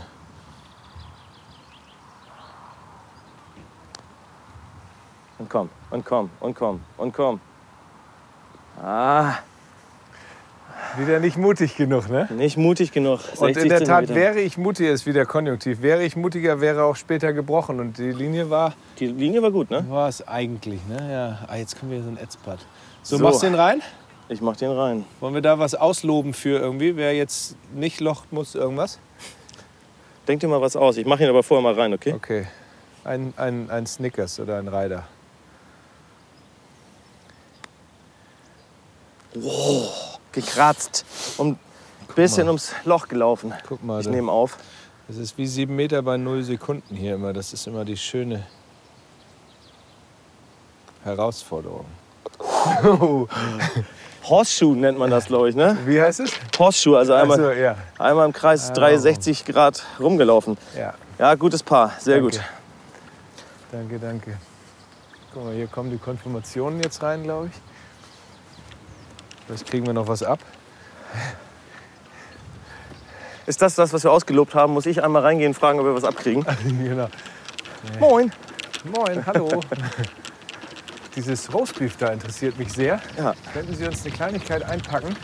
A: Und komm, und komm, und komm, und komm. Ah,
B: Wieder nicht mutig genug, ne?
A: nicht mutig genug.
B: Und in
A: 60
B: der Tat,
A: Zentimeter.
B: wäre ich mutiger, ist wieder konjunktiv. Wäre ich mutiger, wäre auch später gebrochen. Und die Linie war
A: Die Linie war gut, ne?
B: es eigentlich, ne? Ja. Ah, jetzt kommen wir so ein Ätzpad. So,
A: So.
B: machst du den rein?
A: Ich mach den rein.
B: Wollen wir da was ausloben für irgendwie? Wer jetzt nicht locht, muss irgendwas?
A: Denk dir mal was aus. Ich mache ihn aber vorher mal rein, okay?
B: Okay. Ein Snickers oder ein Ryder.
A: Gekratzt. Und ein bisschen ums Loch gelaufen.
B: Guck mal,
A: Ich
B: da.
A: nehme auf.
B: Das ist wie 7 Meter bei 0 Sekunden hier immer. Das ist immer die schöne Herausforderung.
A: Horseshoe nennt man das, glaube ich, ne?
B: Wie heißt es?
A: Horseshoe, also einmal,
B: Also, ja.
A: einmal im Kreis 360 Grad rumgelaufen.
B: Ja.
A: Ja, gutes Paar. Sehr
B: Danke.
A: gut.
B: Danke, danke. Guck mal, hier kommen die Konfirmationen jetzt rein, glaube ich. Vielleicht kriegen wir noch was ab.
A: Ist das, was wir ausgelobt haben? Muss ich einmal reingehen und fragen, ob wir was abkriegen?
B: Genau.
A: Moin.
B: Moin, hallo. Dieses Roastbeef da interessiert mich sehr.
A: Ja.
B: Könnten Sie uns eine Kleinigkeit einpacken?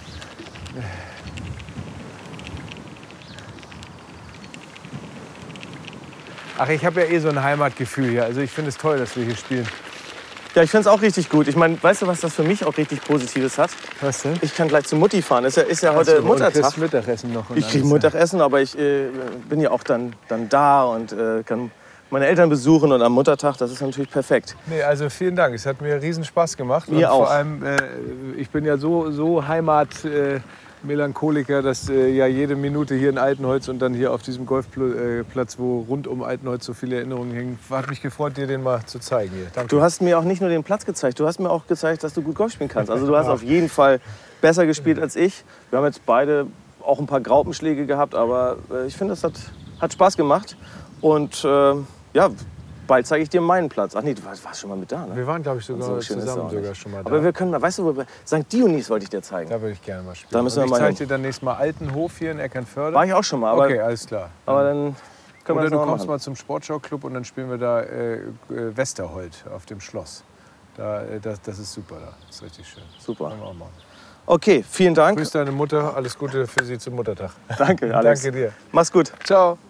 B: Ach, ich habe ja eh so ein Heimatgefühl hier. Also ich finde es toll, dass wir hier spielen.
A: Ja, ich finde es auch richtig gut. Ich meine, weißt du, was das für mich auch richtig Positives hat?
B: Was denn?
A: Ich kann gleich zu Mutti fahren. Ist ja heute Muttertag.
B: Mittagessen noch.
A: Ich kriege Mittagessen, aber ich bin ja auch dann da und kann meine Eltern besuchen und am Muttertag, das ist natürlich perfekt.
B: Nee, also vielen Dank. Es hat mir riesen Spaß gemacht.
A: Mir
B: und vor
A: auch.
B: allem, ich bin ja so Heimat-Melancholiker, dass ja jede Minute hier in Altenholz und dann hier auf diesem Golfplatz, wo rund um Altenholz so viele Erinnerungen hängen, hat mich gefreut, dir den mal zu zeigen hier. Danke.
A: Du hast mir auch nicht nur den Platz gezeigt, du hast mir auch gezeigt, dass du gut Golf spielen kannst. Also du hast auf jeden Fall besser gespielt als ich. Wir haben jetzt beide auch ein paar Graupenschläge gehabt, aber ich finde, es hat Spaß gemacht. Und ja, bald zeige ich dir meinen Platz. Ach nee, du warst schon mal mit da, ne?
B: Wir waren, glaube ich, sogar
A: So schön ist es
B: zusammen
A: auch nicht.
B: sogar schon mal da.
A: Aber wir können mal, weißt du, St. Dionys wollte ich dir zeigen.
B: Da würde ich gerne mal spielen.
A: Da müssen wir
B: Und ich
A: mal
B: zeige
A: hin.
B: dir dann nächstes Mal Altenhof hier in Eckernförde.
A: War ich auch schon mal, aber,
B: Okay, alles klar.
A: aber dann können wir
B: Oder
A: das
B: du
A: noch mal
B: kommst
A: machen.
B: mal zum Sportschauclub und dann spielen wir da Westerhold auf dem Schloss. Das ist super da. Das ist richtig schön.
A: Super.
B: Können wir auch machen.
A: Okay, vielen Dank.
B: Grüß deine Mutter. Alles Gute für sie zum Muttertag.
A: Danke, Alex.
B: Danke dir.
A: Mach's gut.
B: Ciao.